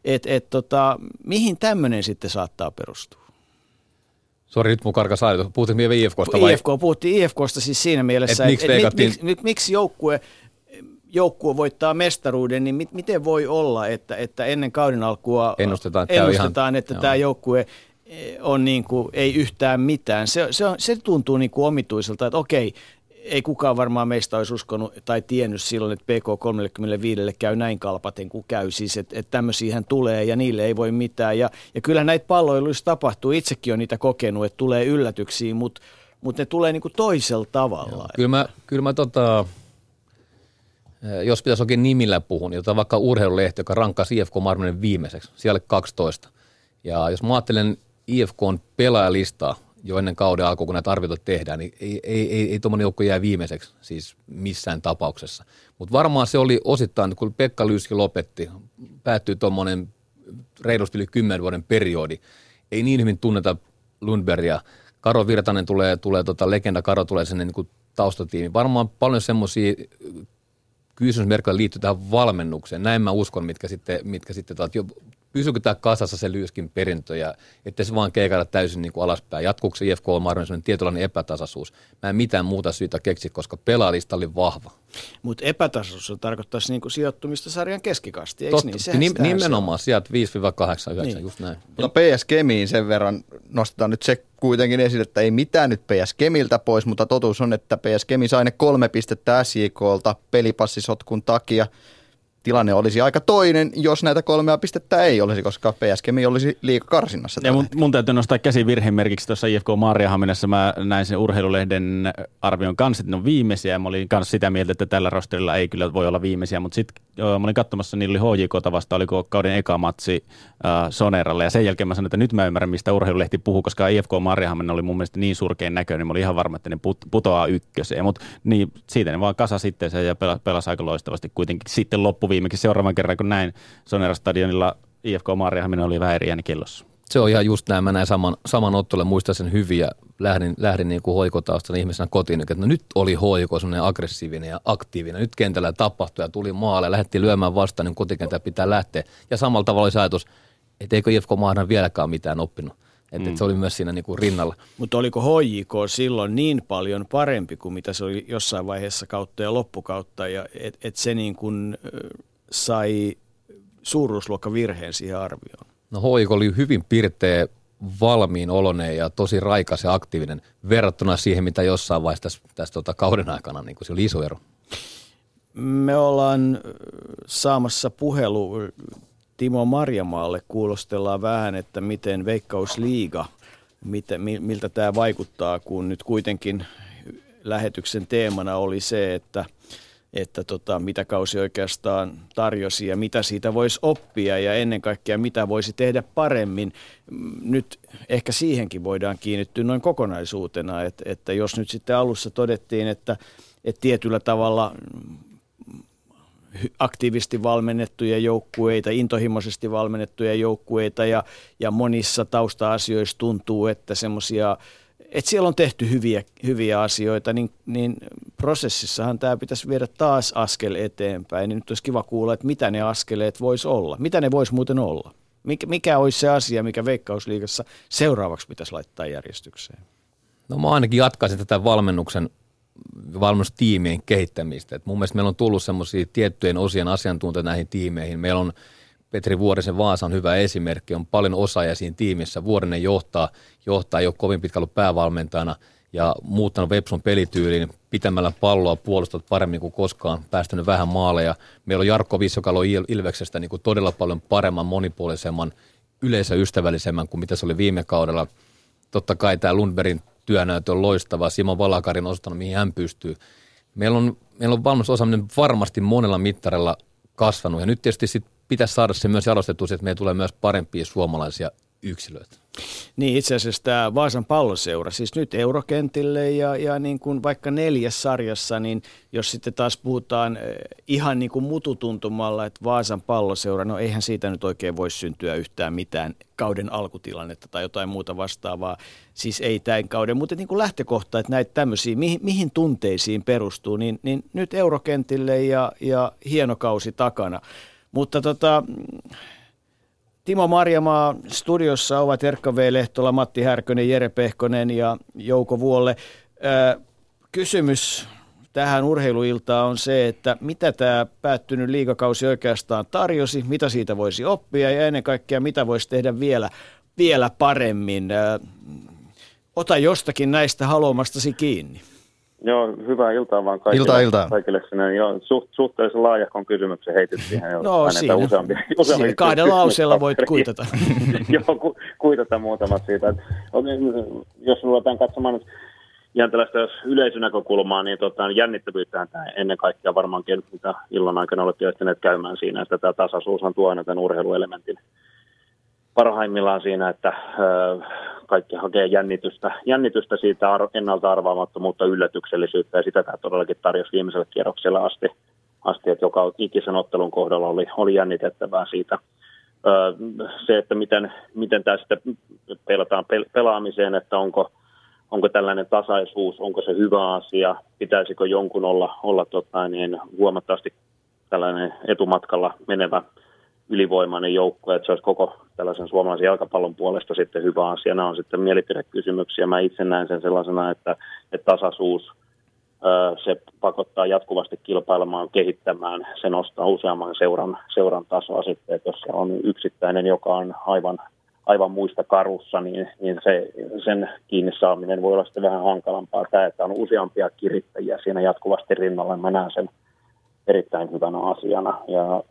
Mihin tämmöinen sitten saattaa perustua? Sori, nyt mun karkas ajatus. Puhuttiin IFK:sta vai? Puhuttiin IFK:sta siis siinä mielessä, että miksi joukkue voittaa mestaruuden, niin miten voi olla, että ennen kauden alkua ennustetaan että tämä joukkue on niin kuin, ei yhtään mitään. Se tuntuu niin kuin omituiselta, että okei, ei kukaan varmaan meistä olisi uskonut tai tiennyt silloin, että PK35 käy näin kalpaten kuin käy. Siis, että tämmöisiähän tulee ja niille ei voi mitään. Ja kyllä näitä palloiluissa tapahtuu. Itsekin on niitä kokenut, että tulee yllätyksiä, mutta ne tulee niinku toisella tavalla. Kyllä mä jos pitäisi oikein nimillä puhua, niin vaikka urheilulehti, joka rankkasi IFK Mariehamnin viimeiseksi, siellä 12. Ja jos mä ajattelen IFK:n pelaajalistaa, jo ennen kauden alkua, kun näitä arvioita tehdään, niin ei tuommoinen joukko jää viimeiseksi siis missään tapauksessa. Mutta varmaan se oli osittain, kun Pekka Lyyski lopetti, päättyi tuommoinen reilusti yli 10 vuoden periodi. Ei niin hyvin tunneta Lundbergia. Karo Virtanen tulee legenda Karo tulee sinne niin kuin taustatiimiin. Varmaan paljon semmoisia kysymysmerkkejä liittyy tähän valmennukseen. Näin mä uskon, mitkä sitten pysyykö tämä kasassa se Lyyskin perintö ja ettei se vaan keikata täysin niin kuin alaspäin. Jatkuuko se IFK on mahdollinen tietynlainen epätasaisuus? Mä en mitään muuta syytä keksi, koska pelaalista oli vahva. Mutta epätasaisuus tarkoittaisi niin kuin sijoittumista sarjan keskikastiin, eikö niin? Nimenomaan sieltä 5-8-9, niin. Just näin. Mutta PS Kemiin sen verran nostetaan nyt se kuitenkin esille, että ei mitään nyt PS Kemiltä pois, mutta totuus on, että PS Kemi sai ne 3 pistettä SJK:lta pelipassisotkun takia. tilanne olisi aika toinen, jos näitä 3 pistettä ei olisi, koska PSG olisi liigakarsinnassa. Ja mun täytyy nostaa käsi virhemerkiksi tuossa IFK Maarianhaminassa. Mä näin sen urheilulehden arvion kanssa, että ne on viimeisiä. Ja mä olin kanssa sitä mieltä, että tällä rosterilla ei kyllä voi olla viimeisiä, mutta sitten mä olin katsomassa, niillä oli HJK:ta vasta, oliko kauden eka matsi Soneralle. Ja sen jälkeen mä sanoin, että nyt mä ymmärrän, mistä urheilulehti puhuu, koska IFK Maarianhamina oli mun mielestä niin surkein näköinen, niin mä olin ihan varma, että ne putoaa ykköseen. Mutta niin, siitä ne vaan kasa sitten se ja pelasi aika loistavasti kuitenkin. Sitten loppuviimeksi seuraavan kerran, kun näin Sonera-stadionilla IFK Maarianhamina oli vähän eri kellossa. Se on ihan just näin. Mä näin saman ottelun, muistan sen hyvin ja lähdin niin kuin hoikotaustan ihmisenä kotiin, että no nyt oli hoiko semmoinen aggressiivinen ja aktiivinen. Nyt kentällä tapahtui ja tuli maalle ja lähdettiin lyömään vastaan, niin kotikentällä pitää lähteä. Ja samalla tavalla oli ajatus, että eikö IFK Maarianhamina vieläkään mitään oppinut. Että se oli myös siinä niin kuin rinnalla. Mutta oliko HJK silloin niin paljon parempi kuin mitä se oli jossain vaiheessa kautta ja loppukautta, ja että se niin kuin sai suuruusluokkavirheen siihen arvioon? No HJK oli hyvin pirteä, valmiin oloinen ja tosi raikas ja aktiivinen verrattuna siihen, mitä jossain vaiheessa tässä kauden aikana, niin kuin se oli iso ero. Me ollaan saamassa puhelu Timo Marjamaalle, kuulostellaan vähän, että miten Veikkausliiga, miltä tämä vaikuttaa, kun nyt kuitenkin lähetyksen teemana oli se, että mitä kausi oikeastaan tarjosi ja mitä siitä voisi oppia ja ennen kaikkea mitä voisi tehdä paremmin. Nyt ehkä siihenkin voidaan kiinnittyä noin kokonaisuutena, että jos nyt sitten alussa todettiin, että tietyllä tavalla aktiivisesti valmennettuja joukkueita, intohimoisesti valmennettuja joukkueita ja monissa tausta-asioissa tuntuu, että semmoisia, että siellä on tehty hyviä asioita, niin prosessissahan tämä pitäisi viedä taas askel eteenpäin. Niin nyt olisi kiva kuulla, että mitä ne askeleet voisi olla. Mitä ne voisi muuten olla? Mikä olisi se asia, mikä Veikkausliigassa seuraavaksi pitäisi laittaa järjestykseen? No mä ainakin jatkaisin tätä valmennustiimien kehittämistä. Et mun mielestä meillä on tullut semmoisia tiettyjen osien asiantuntijoita näihin tiimeihin. Meillä on Petri Vuorisen Vaasan hyvä esimerkki, on paljon osaajia siinä tiimissä. Vuorinen johtaa ei ole kovin pitkä ollut päävalmentajana ja muuttanut Vepsun pelityyliin pitämällä palloa, puolustat paremmin kuin koskaan, päästänyt vähän maaleja. Meillä on Jarkko Viss, joka oli Ilveksestä niin kuin todella paljon paremman, monipuolisemman, yleisöystävällisemmän kuin mitä se oli viime kaudella. Totta kai tämä Lundbergin työnäytö on loistava, Simon Valakarin on osoittanut, mihin hän pystyy. Meillä on valmennusosaaminen varmasti monella mittarilla kasvanut ja nyt tietysti pitäisi saada se myös jalostettua, että meillä tulee myös parempia suomalaisia yksilöitä. Niin, itse asiassa tämä Vaasan Palloseura, siis nyt eurokentille ja niin kuin vaikka 4 sarjassa, niin jos sitten taas puhutaan ihan niin kuin mututuntumalla, että Vaasan Palloseura, no eihän siitä nyt oikein voi syntyä yhtään mitään kauden alkutilannetta tai jotain muuta vastaavaa, siis ei tämän kauden, mutta niin kuin lähtökohta, että näitä tämmöisiä, mihin tunteisiin perustuu, niin nyt eurokentille ja hieno kausi takana. Mutta Timo Marjamaa studiossa ovat Erkka V. Lehtola, Matti Härkönen, Jere Pehkonen ja Jouko Vuolle. Kysymys tähän urheiluiltaan on se, että mitä tämä päättynyt liigakausi oikeastaan tarjosi, mitä siitä voisi oppia ja ennen kaikkea mitä voisi tehdä vielä paremmin. Ota jostakin näistä haluamastasi kiinni. Joo, hyvää iltaa vaan kaikille. Iltaa. Kaikille sinne. Joo, suhteellisen laajahkon kysymyksen heitit siihen. No siinä 2 lauseella voit kuitata. Joo, kuitata muutamat siitä. Jos ruvetaan katsomaan ihan tällaista yleisönäkökulmaa, niin jännittävyyttähän tämä ennen kaikkea varmaankin, mitä illan aikana olette ehtineet käymään siinä, että tämä tasaisuushan tuo aina tämän urheiluelementin parhaimmillaan siinä, että kaikki hakee jännitystä siitä ennalta arvaamattomuutta, yllätyksellisyyttä, ja sitä tämä todellakin tarjosi viimeiselle kierrokselle asti, että joka ikisen ottelun kohdalla oli jännitettävää siitä. Se, että miten tämä sitten pelataan pelaamiseen, että onko tällainen tasaisuus, onko se hyvä asia, pitäisikö jonkun olla huomattavasti tällainen etumatkalla menevä ylivoimainen joukko, että se olisi koko tällaisen suomalaisen jalkapallon puolesta sitten hyvä asia. Nämä on sitten mielipidekysymyksiä. Mä itse näen sen sellaisena, että tasaisuus, se pakottaa jatkuvasti kilpailemaan, kehittämään. Se nostaa useamman seuran tasoa sitten, että jos se on yksittäinen, joka on aivan muista karussa, niin sen kiinni saaminen voi olla sitten vähän hankalampaa. Tämä, että on useampia kirittäjiä siinä jatkuvasti rinnalla, mä näen sen erittäin hyvänä asiana. Ja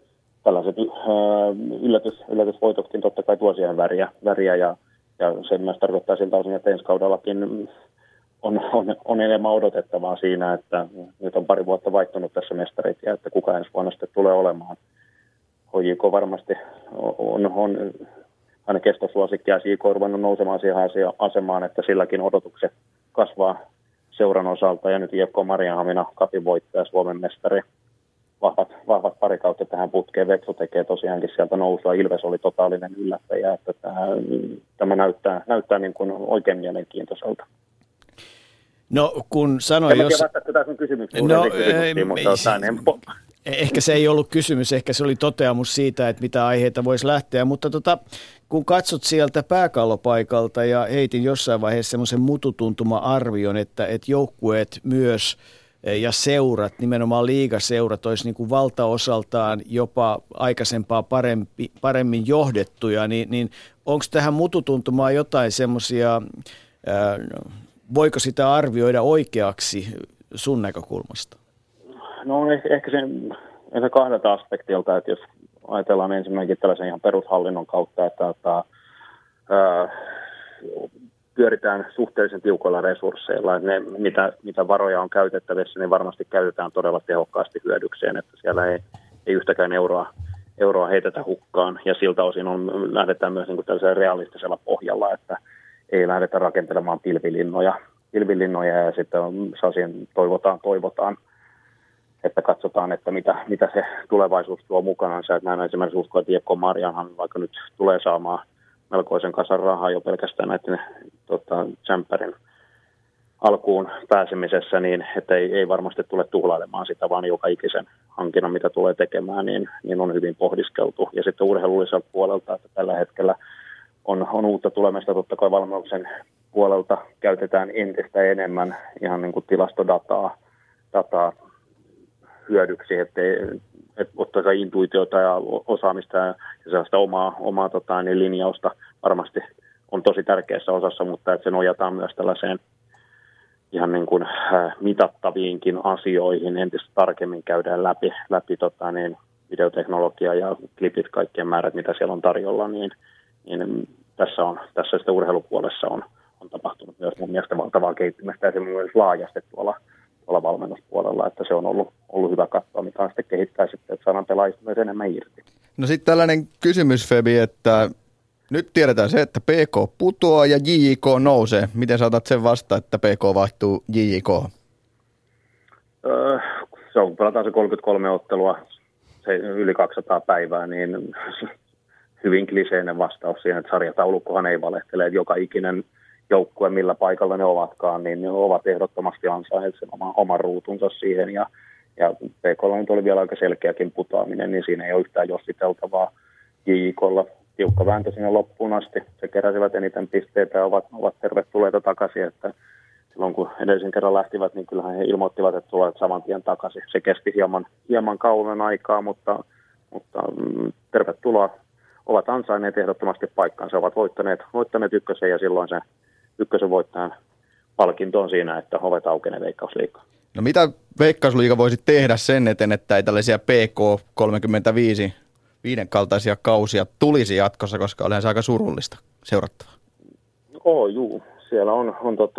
tällaiset yllätysvoitotkin totta kai tuo siihen väriä ja se myös tarkoittaa siltä osin, että ensi kaudellakin on enemmän odotettavaa siinä, että nyt on pari vuotta vaihtunut tässä mestarit ja että kuka ensi vuonna sitten tulee olemaan. HJK varmasti on aina kestosuosikki ja JK on ruvennut nousemaan siihen asemaan, että silläkin odotukset kasvaa seuran osalta ja nyt IFK Marianhamina Cupin voittaja, Suomen mestari. Vahvat pari kautta tähän putkeen. Vetsu tekee tosiaankin sieltä nousua. Ilves oli totaalinen yllättäjä, että tämä näyttää niin kuin oikein mielenkiintoiselta. No kun sanoin, jos... Vastaatko sun kysymyksiin, mutta ehkä se ei ollut kysymys, ehkä se oli toteamus siitä, että mitä aiheita voisi lähteä, mutta kun katsot sieltä pääkallopaikalta ja heitin jossain vaiheessa semmoisen mututuntuma-arvion, että joukkueet myös ja seurat, nimenomaan liigaseurat, olisi niin kuin valtaosaltaan jopa aikaisempaa paremmin johdettuja, niin onko tähän mututuntumaan jotain semmoisia, voiko sitä arvioida oikeaksi sun näkökulmasta? No ehkä se kahdelta aspektilta, että jos ajatellaan ensimmäisenkin tällaisen ihan perushallinnon kautta, että pyöritään suhteellisen tiukoilla resursseilla, että ne, mitä varoja on käytettävissä, niin varmasti käytetään todella tehokkaasti hyödykseen, että siellä ei yhtäkään euroa heitetä hukkaan, ja siltä osin lähdetään myös niin kuin tällaisella realistisella pohjalla, että ei lähdetä rakentelemaan pilvilinnoja ja sitten siihen toivotaan, että katsotaan, että mitä se tulevaisuus tuo mukanaan. Että näin esimerkiksi uskon, että IFK Marianhan vaikka nyt tulee saamaan melkoisen kasan rahaa jo pelkästään näiden tsemppärin alkuun pääsemisessä, niin että ei varmasti tule tuhlailemaan sitä, vaan joka ikisen hankinnan, mitä tulee tekemään, niin on hyvin pohdiskeltu. Ja sitten urheilulliselta puolelta, että tällä hetkellä on uutta tulemista, totta kai valmennuksen puolelta käytetään entistä enemmän ihan niin kuin tilastodataa hyödyksi, että ottaa intuitiota ja osaamista ja sellaista omaa linjausta varmasti on tosi tärkeässä osassa, mutta että se nojataan myös tällaiseen ihan niin kuin mitattaviinkin asioihin, entistä tarkemmin käydään läpi videoteknologia ja klipit, kaikkien määrät, mitä siellä on tarjolla, niin tässä sitä urheilupuolessa on tapahtunut myös mun mielestä valtavaa kehittymistä ja se myös laajasti tuolla valmennuspuolella, että se on ollut hyvä katsoa, mitä on sitten kehittää sitten, että saadaan pelaajista myös enemmän irti. No sitten tällainen kysymys, Febi, että nyt tiedetään se, että PK putoaa ja JJK nousee. Miten saatat sen vastaan, että PK vaihtuu JJK? Se on, pelataan se 33 ottelua, se yli 200 päivää, niin hyvin kliseinen vastaus siihen, että sarjataulukkohan ei valehtele, että joka ikinen joukkue, millä paikalla ne ovatkaan, niin ne ovat ehdottomasti ansainneet sen oman ruutunsa siihen. Ja PK:lla nyt oli vielä aika selkeäkin putoaminen, niin siinä ei ole yhtään jossiteltavaa. JJK:lla tiukka vääntö sinne loppuun asti. Se keräsivät eniten pisteitä ja ovat tervetulleita takaisin. Että silloin kun edellisen kerran lähtivät, niin kyllähän he ilmoittivat, että tulevat saman tien takaisin. Se kesti hieman kauan aikaa, mutta tervetuloa. Ovat ansainneet ehdottomasti paikkansa. Ovat voittaneet ykkösen ja silloin se ykkösen voittajan palkinto on siinä, että ovet aukenee Veikkausliigaan. No mitä Veikkausliiga voisi tehdä sen eteen, että ei tällaisia PK-35 kaltaisia kausia tulisi jatkossa, koska olen se aika surullista seurattavaa? Juu. Siellä on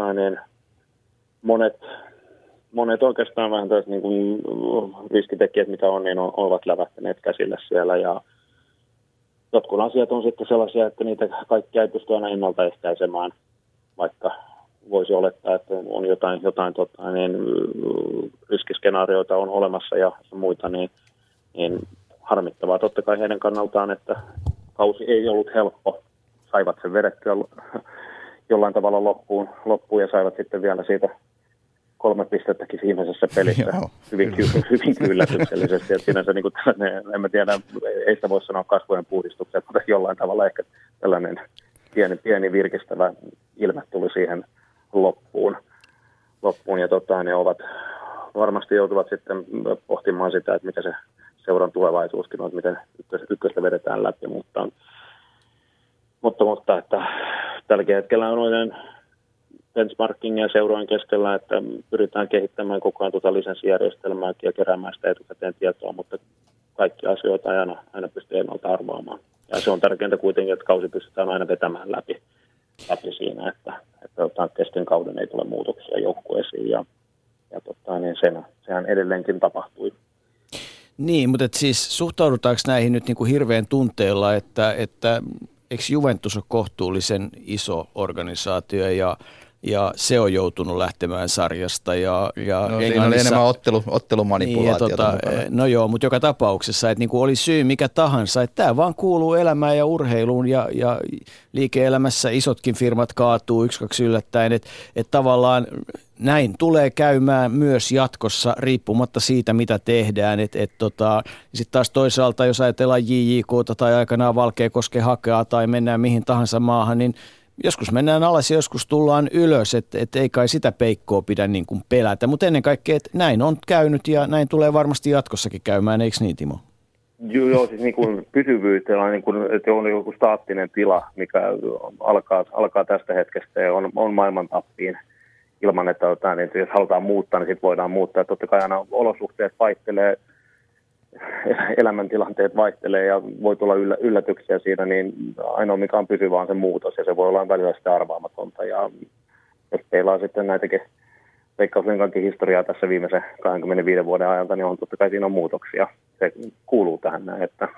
monet oikeastaan vähän tällaiset niin kuin riskitekijät, mitä on, niin ovat lävähtäneet käsille siellä ja jotkut asiat on sitten sellaisia, että niitä kaikkia ei pysty aina ennaltaehkäisemään, vaikka voisi olettaa, että on jotain riskiskenaarioita on olemassa ja muita, niin harmittavaa totta kai heidän kannaltaan, että kausi ei ollut helppo. Saivat sen vedettyä jollain tavalla loppuun ja saivat sitten vielä siitä 3 pistettäkin viimeisessä pelissä hyvin yllätyksellisesti. Että sinänsä niin kuin en mä tiedä, ei sitä voi sanoa kasvojen puhdistuksia, mutta jollain tavalla ehkä tällainen pieni virkistävä ilme tuli siihen loppuun ja ne ovat varmasti joutuvat sitten pohtimaan sitä, että mikä se seuran tulevaisuuskin on, että miten ykköstä vedetään läpi, mutta että tälläkin hetkellä on noiden benchmarkingia seurojen keskellä, että pyritään kehittämään koko ajan lisenssijärjestelmää ja keräämään sitä etukäteen tietoa, mutta kaikki asioita ei aina pysty ennalta arvaamaan. Ja se on tärkeintä kuitenkin, että kausi pystytään aina vetämään läpi siinä, että kesken kauden ei tule muutoksia joukkueisiin ja niin sehän edelleenkin tapahtui. Niin, mutta siis suhtaudutaanko näihin nyt niin kuin hirveän tunteella, että eikö Juventus ole kohtuullisen iso organisaatio ja se on joutunut lähtemään sarjasta. Siinä oli enemmän ottelumanipulaatiota. No joo, mutta joka tapauksessa, että niin kuin oli syy mikä tahansa, että tämä vaan kuuluu elämään ja urheiluun ja liike-elämässä isotkin firmat kaatuu 1-2 yllättäen, että tavallaan näin tulee käymään myös jatkossa riippumatta siitä, mitä tehdään. Sitten taas toisaalta, jos ajatellaan JJK:ta tai aikanaan Valkeakosken Hakea tai mennään mihin tahansa maahan, niin joskus mennään alas ja joskus tullaan ylös, että ei kai sitä peikkoa pidä niin kuin pelätä. Mutta ennen kaikkea, että näin on käynyt ja näin tulee varmasti jatkossakin käymään, eikö niin, Timo? Joo, siis niin kuin pysyvyyttä, niin kuin, että on joku staattinen tila, mikä alkaa tästä hetkestä ja on maailman tappiin ilman, että jos halutaan muuttaa, niin sitten voidaan muuttaa. Totta kai aina olosuhteet vaihtelee, elämäntilanteet vaihtelee ja voi tulla yllätyksiä siinä, niin ainoa mikä on pysyvä on se muutos ja se voi olla välillä sitä arvaamatonta. Ja jos peilaa sitten näitäkin Veikkausliigankin historiaa tässä viimeisen 25 vuoden ajalta, niin on totta kai siinä on muutoksia. Se kuuluu tähän näin, että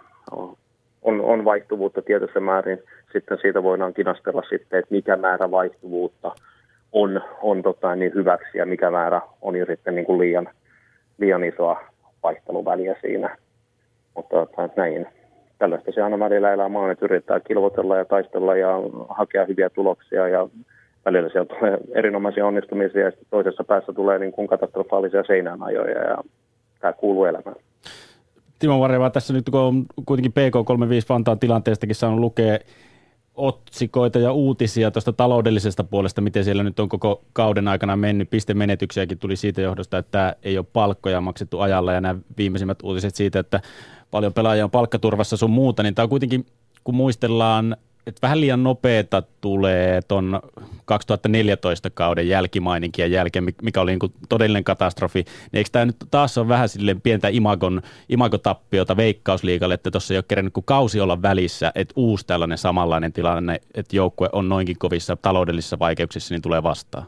on vaihtuvuutta tietyssä määrin. Sitten siitä voidaan kinastella sitten, että mikä määrä vaihtuvuutta on niin hyväksi ja mikä määrä on jo sitten niin kuin liian isoa vaihteluväliä siinä. Mutta näin. Tällaista se aina välillä elämä on, että yrittää kilvotella ja taistella ja hakea hyviä tuloksia ja välillä sieltä tulee erinomaisia onnistumisia ja toisessa päässä tulee niin kuin katastrofaalisia seinäänajoja ja tämä kuuluu elämään. Timo Vareva, tässä nyt kun on kuitenkin PK35 Vantaan tilanteestakin saanut lukea otsikoita ja uutisia tuosta taloudellisesta puolesta, miten siellä nyt on koko kauden aikana mennyt. Pistemenetyksiäkin tuli siitä johdosta, että tämä ei ole palkkoja maksettu ajalla ja nämä viimeisimmät uutiset siitä, että paljon pelaajia on palkkaturvassa sun muuta, niin tämä on kuitenkin, kun muistellaan, että vähän liian nopeata tulee ton 2014 kauden jälkimaininkin jälkeen, mikä oli niin kuin todellinen katastrofi. Niin eikö tämä nyt taas ole vähän silleen pientä imagotappiota Veikkausliigalle, että tuossa ei ole kerennyt kuin kausi olla välissä, että uusi tällainen samanlainen tilanne, että joukkue on noinkin kovissa taloudellisissa vaikeuksissa, niin tulee vastaan?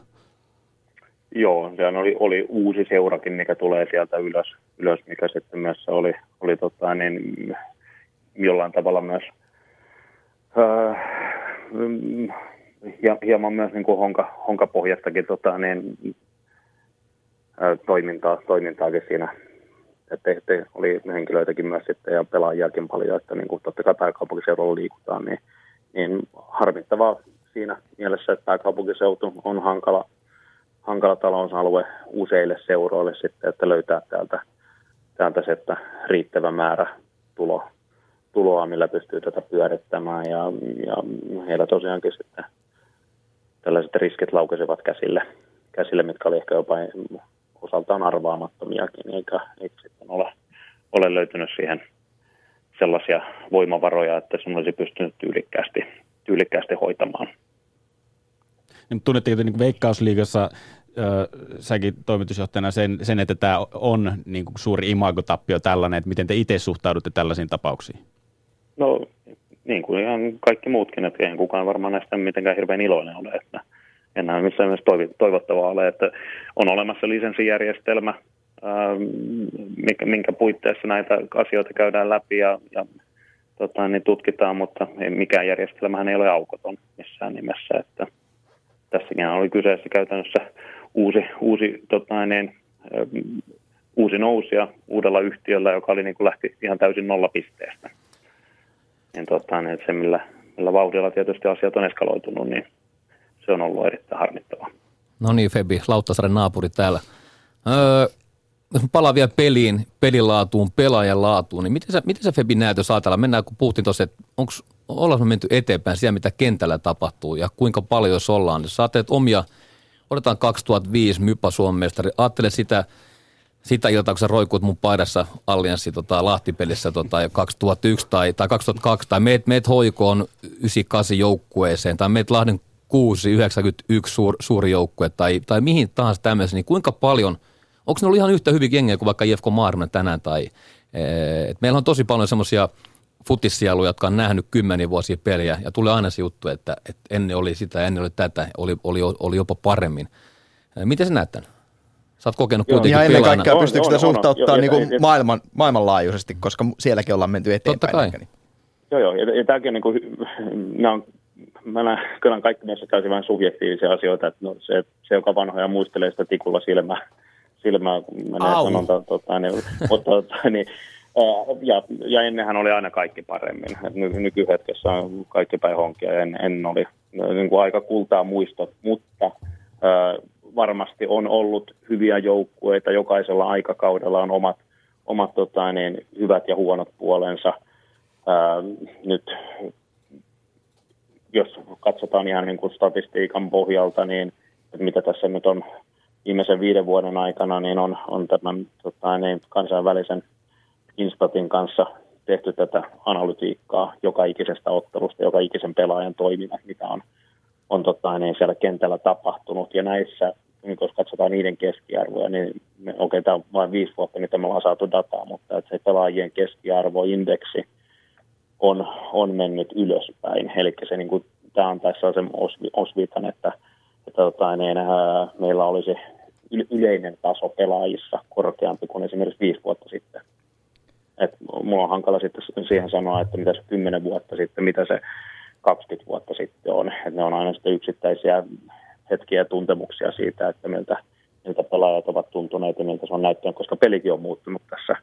Joo, sehän oli uusi seurakin, mikä tulee sieltä ylös mikä sitten myös oli jollain tavalla myös ja hieman myös niin kuin honkapohjastakin toimintaakin siinä, että oli henkilöitäkin myös sitten ja pelaajiakin paljon, että niin kuin totta kai pääkaupunkiseudulla liikutaan, niin harmittavaa siinä mielessä, että pääkaupunkiseutu on hankala talousalue useille seuroille sitten, että löytää täältä se, että riittävä määrä tuloa, millä pystyy tätä pyörittämään ja heillä tosiaankin sitten tällaiset riskit laukesivat käsille, mitkä oli ehkä jopa osaltaan arvaamattomiakin, eikä sitten ole löytynyt siihen sellaisia voimavaroja, että se olisi pystynyt tyylikkäästi hoitamaan. Tunnetteko niin Veikkausliigassa säkin toimitusjohtajana sen, että tämä on niin kuin suuri imagotappio tällainen, että miten te itse suhtaudutte tällaisiin tapauksiin? No niin kuin ihan kaikki muutkin, että eihän kukaan varmaan näistä mitenkään hirveän iloinen ole, että enää missään myös toivottavaa ole, että on olemassa lisenssijärjestelmä, minkä puitteissa näitä asioita käydään läpi ja niin tutkitaan, mutta mikään järjestelmähän ei ole aukoton missään nimessä, että tässäkin oli kyseessä käytännössä uusi nousija uudella yhtiöllä, joka oli niin kuin lähti ihan täysin nollapisteestä. Niin se, millä vauhdilla tietysti asiat on eskaloitunut, niin se on ollut erittäin harmittavaa. No niin, Febi, Lauttasaaren naapuri täällä. Jos palaan vielä pelilaatuun, pelaajan laatuun, niin miten sä Febi näet, jos ajatellaan, mennään kun puhuttiin tuossa, että ollaanko menty eteenpäin siellä, mitä kentällä tapahtuu ja kuinka paljon jos ollaan. Jos sä ajattelet omia, odotetaan 2005 Mypa Suomen mestari, ajattele sitä iltaa, kun sä roikuit mun paidassa Allianssi Lahtipelissä 2001 tai 2002, tai meet hoikoon 98 joukkueeseen, tai meet Lahden 691 suuri joukkue, tai mihin tahansa tämmöisen, niin kuinka paljon, onko ne ollut ihan yhtä hyvin jengejä kuin vaikka IFK Maarinen tänään, tai Meillä on tosi paljon semmoisia futissieluja, jotka on nähnyt 10 vuosia peliä ja tulee aina se juttu, että ennen oli sitä, ennen oli tätä, oli jopa paremmin. Miten sä näet tämän? Sä oot kokenut kuitenkin ja ennen pelaajana. kaikkea pystyykö sitä suhtauttaa niin kuin maailmanlaajuisesti, koska sielläkin ollaan menty eteenpäin. Totta kai. Joo, ja tämäkin on niin kuin, kyllä kaikki näissä täysin vähän subjektiivisia asioita, että no, se joka vanhoja muistelee sitä tikulla silmää kun menee sanonta, niin, ja ennenhän oli aina kaikki paremmin. Nykyhetkessä on kaikki päin honkia ja ennen oli niin kuin aika kultaa muistot, mutta varmasti on ollut hyviä joukkueita. Jokaisella aikakaudella on omat hyvät ja huonot puolensa. Nyt jos katsotaan ihan niin kuin statistiikan pohjalta, niin mitä tässä nyt on viimeisen 5 vuoden aikana, niin on tämän kansainvälisen Instatin kanssa tehty tätä analytiikkaa joka ikisestä ottelusta, joka ikisen pelaajan toiminnasta, mitä on siellä kentällä tapahtunut. Ja näissä, jos katsotaan niiden keskiarvoja, niin tämä on vain 5 vuotta, mitä me ollaan saatu dataa, mutta että se pelaajien keskiarvoindeksi on mennyt ylöspäin. Eli se, niin kuin, tämä on tässä sen osviitan, että meillä olisi yleinen taso pelaajissa korkeampi kuin esimerkiksi 5 vuotta sitten. Mulla on hankala sitten siihen sanoa, että mitä se 10 vuotta sitten, mitä se 20 vuotta sitten on. Et ne on aina sitten yksittäisiä hetkiä ja tuntemuksia siitä, että miltä pelaajat ovat tuntuneet ja miltä se on näyttänyt, koska pelikin on muuttunut tässä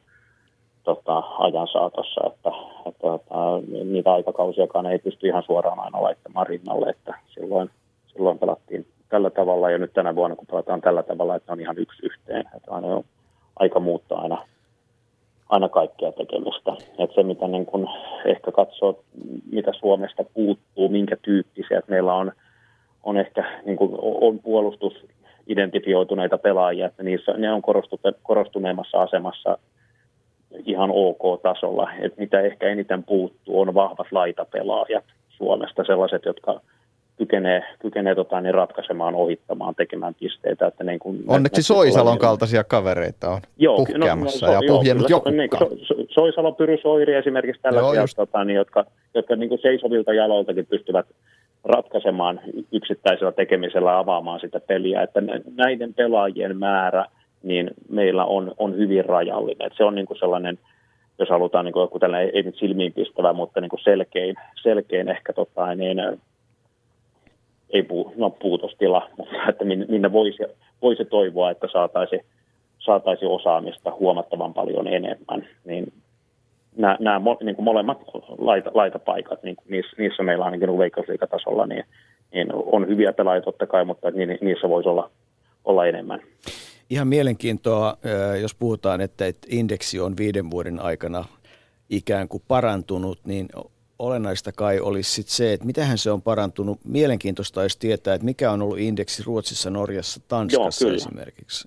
ajan saatossa, että niitä aikakausiakaan ei pysty ihan suoraan aina laittamaan rinnalle, että silloin pelattiin tällä tavalla ja nyt tänä vuonna kun pelataan tällä tavalla, että on ihan yksi yhteen, että aina on aika muuttaa aina kaikkea tekemistä. Että se, mitä niin kun ehkä katsoo, mitä Suomesta puuttuu, minkä tyyppisiä, että meillä on ehkä niin kun on puolustusidentifioituneita pelaajia, että ne on korostuneemmassa asemassa ihan OK-tasolla. Että mitä ehkä eniten puuttuu, on vahvat laitapelaajat Suomesta, sellaiset, jotka kykenee ratkaisemaan, ohittamaan, tekemään pisteitä. Että niin kun onneksi Soisalon kaltaisia kavereita on puhkeamassa ja puhjennut jokkaan. Soisalo, Pyry, Soiri esimerkiksi tällaisia, jotka niin kuin seisovilta jaloiltakin pystyvät ratkaisemaan yksittäisellä tekemisellä avaamaan sitä peliä. Että näiden pelaajien määrä niin meillä on hyvin rajallinen. Että se on niin kuin sellainen, jos halutaan, niin kuin tällainen, ei nyt silmiinpistävä, mutta niin kuin selkein ehkä ei puutostila, mutta että minne voisi toivoa, että saataisiin osaamista huomattavan paljon enemmän. Niin nämä niin kuin molemmat laitapaikat, niin niissä meillä ainakin Veikkausliigatasolla, niin on hyviä pelaajia totta kai, mutta niissä voisi olla enemmän. Ihan mielenkiintoa, jos puhutaan, että indeksi on 5 vuoden aikana ikään kuin parantunut, niin olennaista kai olisi sit se, että mitähän se on parantunut. Mielenkiintoista olisi tietää, että mikä on ollut indeksi Ruotsissa, Norjassa, Tanskassa esimerkiksi.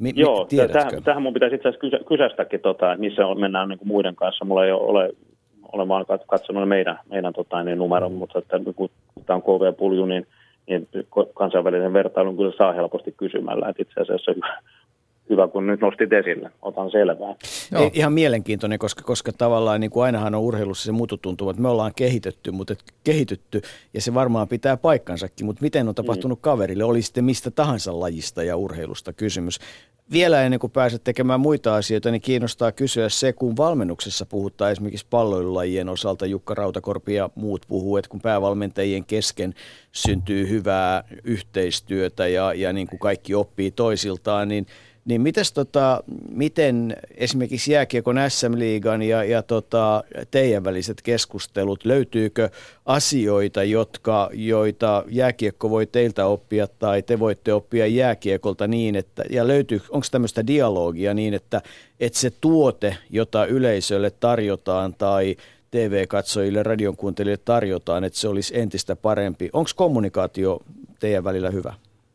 Tähän mun pitäisi itse asiassa kysästäkin, missä mennään niin kuin muiden kanssa. Mulla ei ole vaan katsonut meidän numeron, mutta että kun tämä on KV Pulju, niin kansainvälinen vertailu kyllä saa helposti kysymällä. Että itse asiassa hyvä, kun nyt nostit esille. Otan selvää. Ihan mielenkiintoinen, koska tavallaan niin kuin ainahan on urheilussa se mututuntuma, että me ollaan kehitytty ja se varmaan pitää paikkansakin, mutta miten on tapahtunut kaverille? Oli sitten mistä tahansa lajista ja urheilusta kysymys. Vielä ennen kuin pääset tekemään muita asioita, niin kiinnostaa kysyä se, kun valmennuksessa puhutaan esimerkiksi palloilulajien osalta, Jukka Rautakorpi ja muut puhuu, että kun päävalmentajien kesken syntyy hyvää yhteistyötä ja niin kuin kaikki oppii toisiltaan, niin miten esimerkiksi jääkiekon SM-liigan ja teidän väliset keskustelut, löytyykö asioita, joita jääkiekko voi teiltä oppia tai te voitte oppia jääkiekolta niin, että, ja onko tämmöistä dialogia niin, että se tuote, jota yleisölle tarjotaan tai TV-katsojille, radionkuuntelijoille tarjotaan, että se olisi entistä parempi. Onko kommunikaatio teidän välillä hyvä?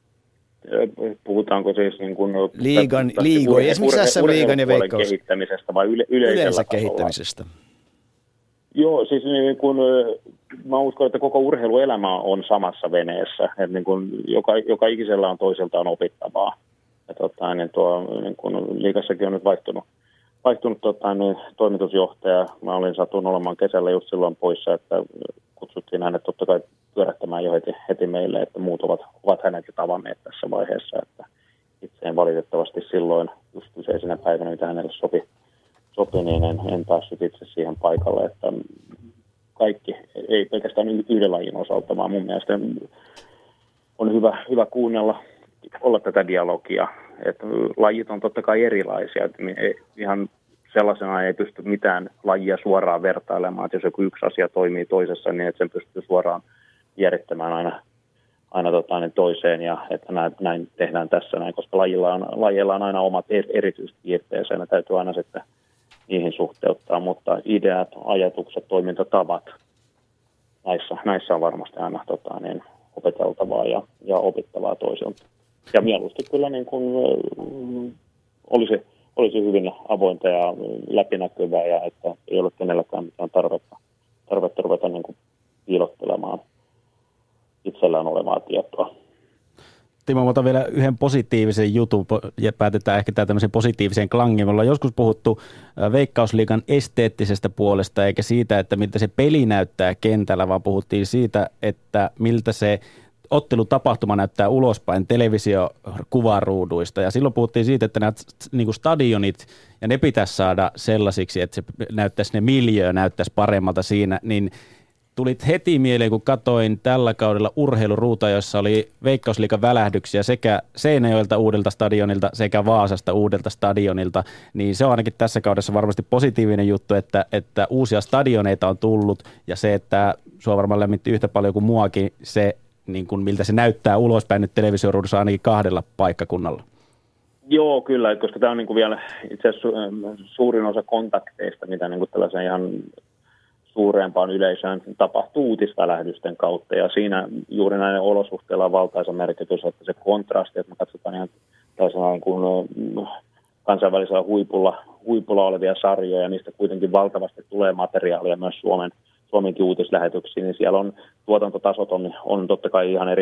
Puhutaanko siis niin kuin liigoja, esimerkiksi SM-liigan ja Veikkaus kehittämisestä vai yleensä kehittämisestä? Joo, siis niin kuin, mä uskon, että koko urheiluelämä on samassa veneessä, että niin kuin joka ikisellä on toiseltaan opittavaa. Ja niin kuin liigassakin on nyt toimitusjohtaja. Mä satun olemaan kesällä just silloin poissa, että kutsuttiin hänet totta kai pyörättämään jo heti meille, että muut ovat hänet jo tavanneet tässä vaiheessa. Että itse en valitettavasti silloin just kyseisenä päivänä, mitä hänelle sopi, niin en päässyt itse siihen paikalle. Että kaikki, ei pelkästään yhden lajin osalta, vaan mun mielestä on hyvä kuunnella, olla tätä dialogia. Että lajit on totta kai erilaisia. Että ihan sellaisena ei pysty mitään lajia suoraan vertailemaan. Että jos joku yksi asia toimii toisessa, niin että sen pystyy suoraan järjettämään aina toiseen. Ja että näin tehdään tässä näin, koska lajilla on aina omat erityispiirteensä. Ja täytyy aina sitten niihin suhteuttaa. Mutta ideat, ajatukset, toimintatavat, näissä on varmasti aina opeteltavaa ja opittavaa toisilta. Ja mieluusti kyllä niin kuin, olisi hyvin avointa ja läpinäkyvää ja että ei ole kenelläkään mitään tarvetta ruveta niin kuin piilottelemaan itsellään olevaa tietoa. Timo, mä otan vielä yhden positiivisen jutun ja päätetään ehkä tämä tämmöisen positiivisen klangin. Me ollaan joskus puhuttu Veikkausliigan esteettisestä puolesta eikä siitä, että miltä se peli näyttää kentällä, vaan puhuttiin siitä, että miltä se ottelutapahtuma näyttää ulospäin televisiokuvaruuduista. Ja silloin puhuttiin siitä, että nämä niin kuin stadionit, ja ne pitäisi saada sellaisiksi, että se näyttäisi, ne miljöö näyttäisi paremmalta siinä, niin tulit heti mieleen, kun katoin tällä kaudella urheiluruuta, jossa oli Veikkausliigan välähdyksiä sekä Seinäjoelta uudelta stadionilta sekä Vaasasta uudelta stadionilta, niin se on ainakin tässä kaudessa varmasti positiivinen juttu, että uusia stadioneita on tullut ja se, että sua varmaan lämmitti yhtä paljon kuin muakin se, niin kuin miltä se näyttää ulospäin nyt televisioruudussa ainakin 2 paikkakunnalla. Joo, kyllä, koska tämä on niin kuin vielä itse asiassa suurin osa kontakteista, mitä niin kuin tällaisen ihan suurempaan yleisöön tapahtuu uutisvälähdysten kautta. Ja siinä juuri näiden olosuhteilla on valtaisa merkitys, että se kontrasti, että me katsotaan ihan tällaisena niin kuin kansainvälisellä huipulla olevia sarjoja, ja niistä kuitenkin valtavasti tulee materiaalia myös Suomenkin uutislähetyksiin, niin siellä on tuotantotasot on totta kai ihan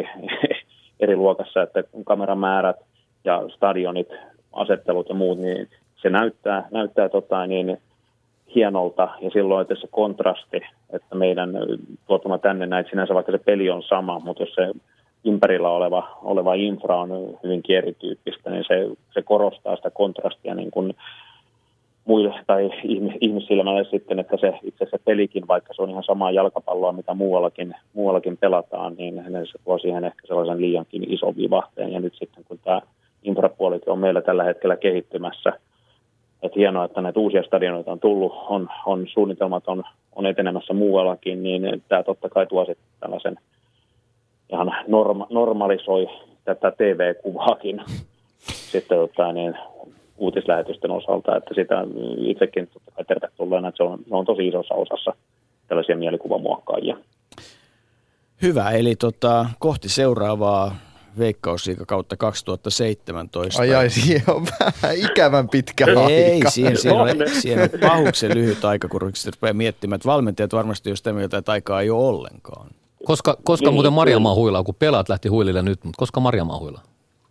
eri luokassa, että kameramäärät ja stadionit, asettelut ja muut, niin se näyttää niin hienolta ja silloin, että se kontrasti, että meidän tuotama tänne näin, sinänsä vaikka se peli on sama, mutta jos se ympärillä oleva infra on hyvinkin erityyppistä, niin se korostaa sitä kontrastia niin kuin muille tai ihmissilmälle sitten, että se itse asiassa pelikin, vaikka se on ihan samaa jalkapalloa, mitä muuallakin pelataan, niin se tuo siihen ehkä sellaisen liiankin ison vivahteen. Ja nyt sitten, kun tämä infrapuolikin on meillä tällä hetkellä kehittymässä, että hienoa, että näitä uusia stadioneita on tullut, on suunnitelmat on etenemässä muuallakin, niin tämä totta kai tuo sitten tällaisen ihan normalisoi tätä TV-kuvaakin sitten niin uutislähetysten osalta, että sitä itsekin totta kai tervetulleena, että se on tosi isossa osassa tällaisia mielikuvamuokkaajia. Hyvä, eli kohti seuraavaa Veikkausliiga kautta 2017. Ai, siihen on vähän ikävän pitkä aika. Ei, siihen on pahuksen lyhyt aika, kun rupeaa miettimään, että valmentajat varmasti jo sitä mieltä, että aikaa ei ole ollenkaan. Koska muuten Marjamaa huilaa, kun pelaat lähti huilille nyt, mutta koska Marjamaa huilaa?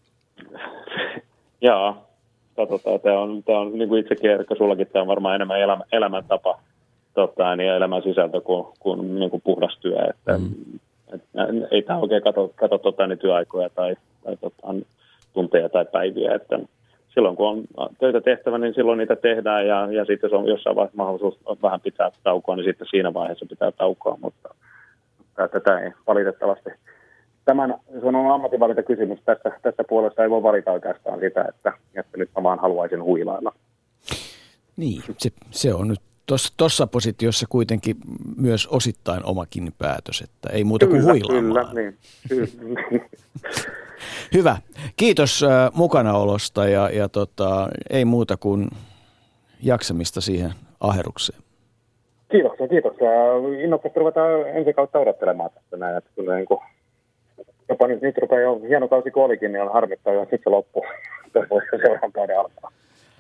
Jaa, katsotaan. Tämä on niin kuin itsekin, Erkka, sullakin tämä on varmaan enemmän elämäntapa ja elämän sisältö kuin puhdas työ. Että, ei tämä oikein katso työaikoja tai tunteja tai päiviä. Että silloin kun on töitä tehtävä, niin silloin niitä tehdään ja sitten jos on jossain vaiheessa mahdollisuus vähän pitää taukoa, niin sitten siinä vaiheessa pitää taukoa, mutta tätä ei valitettavasti. Se on ammatinvalintakysymys. Tässä puolessa ei voi valita oikeastaan sitä, että nyt mä vaan haluaisin huilailla. Niin, se on nyt tuossa positiossa kuitenkin myös osittain omakin päätös, että ei muuta kuin huilaamaan. Kyllä, niin. Hyvä. Kiitos mukanaolosta ja ei muuta kuin jaksamista siihen aherrukseen. Kiitoksia. Innokkaasti ruvetaan ensi kautta odottelemaan tästä näin, että kyllä niin kuin jopa nyt rupeaa jo hieno kausi kun olikin, niin on harmittaa jo sitten se loppu. Tässä voisi seuraavan kauden alkaa.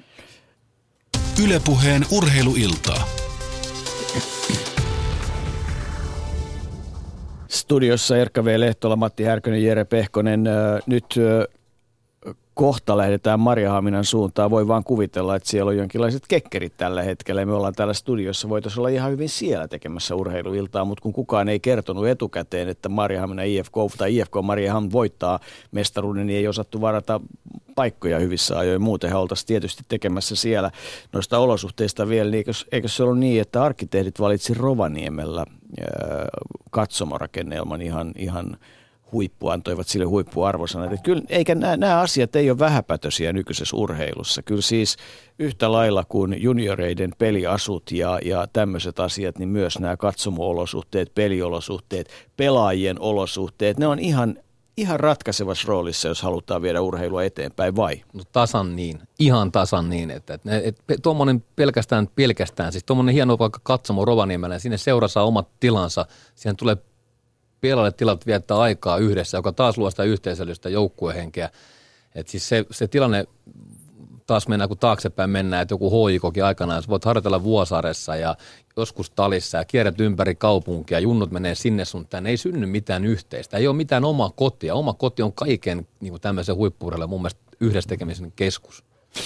Yle Puheen urheiluiltaa. Studiossa Erkka V. Lehtola, Matti Härkönen, Jere Pehkonen. Nyt kohta lähdetään Marjahaminan suuntaan. Voi vaan kuvitella, että siellä on jonkinlaiset kekkerit tällä hetkellä. Me ollaan täällä studiossa, voitaisiin olla ihan hyvin siellä tekemässä urheiluiltaa, mutta kun kukaan ei kertonut etukäteen, että Marjahamina IFK tai IFK Mariehamn voittaa mestaruuden, niin ei osattu varata paikkoja hyvissä ajoin. Muutenhan oltaisiin tietysti tekemässä siellä noista olosuhteista vielä. Eikö se ollut niin, että arkkitehdit valitsi Rovaniemellä katsomorakennelman ihan antoivat sille huippuarvosanat. Että kyllä, eikä nämä asiat ei ole vähäpätöisiä nykyisessä urheilussa. Kyllä siis yhtä lailla kuin junioreiden peliasut ja tämmöiset asiat, niin myös nämä katsomo-olosuhteet, peliolosuhteet, pelaajien olosuhteet, ne on ihan ratkaisevassa roolissa, jos halutaan viedä urheilua eteenpäin, vai? No tasan niin, ihan tasan niin, että tuommoinen pelkästään, siis tuommoinen hieno vaikka katsomo Rovaniemellä, ja sinne seura saa omat tilansa, siihen tulee pelaajalle tilat viettää aikaa yhdessä, joka taas luo sitä yhteisöllistä joukkuehenkeä. Että siis se tilanne taas mennään, kun taaksepäin mennään, että joku HJK:kin aikanaan, voit harjoitella Vuosaaressa ja joskus Talissa ja kierrät ympäri kaupunkia, junnut menee sinne sun tänne, ei synny mitään yhteistä, ei ole mitään omaa kotia. Oma koti on kaiken niin kuin tämmöisen huippu-urheilun mun mielestä yhdessä tekemisen keskus.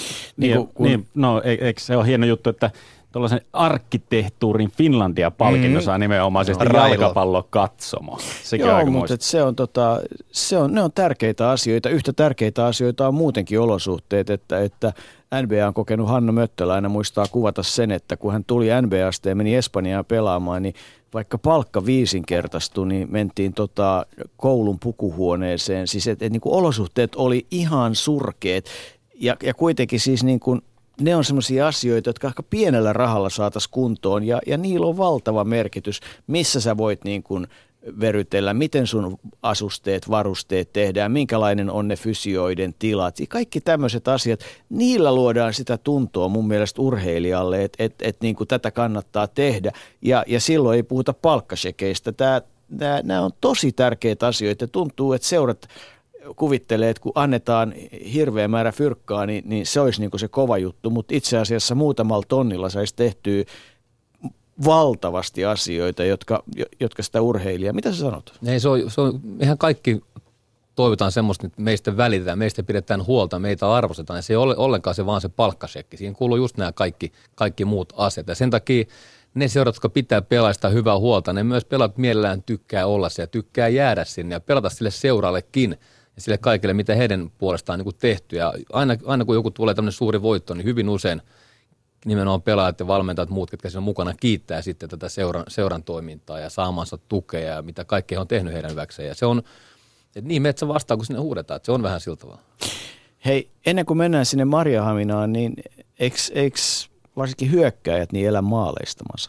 Eikö se ole hieno juttu, että tuollaisen arkkitehtuurin Finlandia-palkinto saa nimenomaisesti jalkapallokatsomo. Sekin on aika mutta ne on tärkeitä asioita. Yhtä tärkeitä asioita on muutenkin olosuhteet, että NBA on kokenut Hanno Möttölä aina muistaa kuvata sen, että kun hän tuli NBAsta ja meni Espanjaan pelaamaan, niin vaikka palkka viisinkertaistui, niin mentiin koulun pukuhuoneeseen. Siis niin kuin olosuhteet oli ihan surkeet ja kuitenkin siis niin kuin ne on sellaisia asioita, jotka aika pienellä rahalla saataisiin kuntoon ja niillä on valtava merkitys, missä sä voit niin kuin verytellä, miten sun asusteet, varusteet tehdään, minkälainen on ne fysioiden tilat. Kaikki tämmöiset asiat, niillä luodaan sitä tuntoa mun mielestä urheilijalle, että niin kuin tätä kannattaa tehdä ja silloin ei puhuta palkkashekeistä. Nämä on tosi tärkeitä asioita. Tuntuu, että seurat kuvittelee, että kun annetaan hirveä määrä fyrkkaa, niin se olisi niin kuin se kova juttu, mutta itse asiassa muutamalla tonnilla saisi tehtyä valtavasti asioita, jotka sitä urheilijaa. Mitä sä sanot? Ei, se on ihan kaikki toivotaan semmoista, että meistä välitetään, meistä pidetään huolta, meitä arvostetaan. Ja se ei ole ollenkaan se vaan se palkkasekki. Siihen kuuluu just nämä kaikki muut asiat. Ja sen takia ne seurat, jotka pitää pelaista hyvää huolta, ne myös pelaat mielellään tykkää olla se ja tykkää jäädä sinne ja pelata sille seurallekin ja sille kaikille, mitä heidän puolestaan on niin kuin tehty. Ja aina kun joku tulee tämmöinen suuri voitto, niin hyvin usein nimenomaan pelaajat ja valmentajat, muut, ketkä siinä on mukana, kiittää sitten tätä seuran toimintaa ja saamansa tukea ja mitä kaikkea on tehnyt heidän hyväkseen. Ja se on, että niin metsä vastaan, kun sinne huudetaan, että se on vähän siltavaa. Hei, ennen kuin mennään sinne Marjahaminaan, niin eikö varsinkin hyökkäjät niin elä maaleistamansa?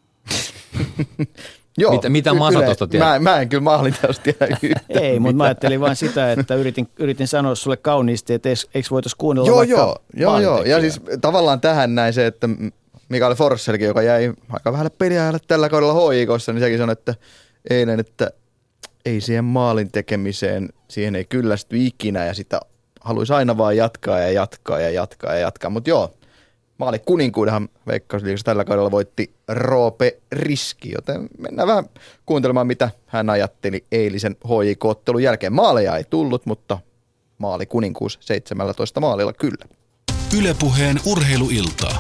Joo, mitä Masa tuosta tiedät? Mä en kyllä maalintausta tiedä yhtään. Ei, mutta mä ajattelin vain sitä, että yritin sanoa sulle kauniisti, että eikö voitaisiin kuunnella Joo. Ja siis tavallaan tähän näin se, että Mikael Forsellkin, joka jäi aika vähän peliä tällä kaudella HJK:ssa, niin sekin sanoi, että eilen, että ei siihen maalin tekemiseen, siihen ei kyllästy ikinä ja sitä haluaisi aina vaan jatkaa. Mutta joo, maali kuninkuudenhan Veikkausliigassa tällä kaudella voitti Roope Riski, joten mennään vähän kuuntelemaan, mitä hän ajatteli eilisen HJK-ottelun jälkeen. Maaleja ei tullut, mutta maali kuninkuus 17 maalilla kyllä. Yle Puheen urheiluiltaa.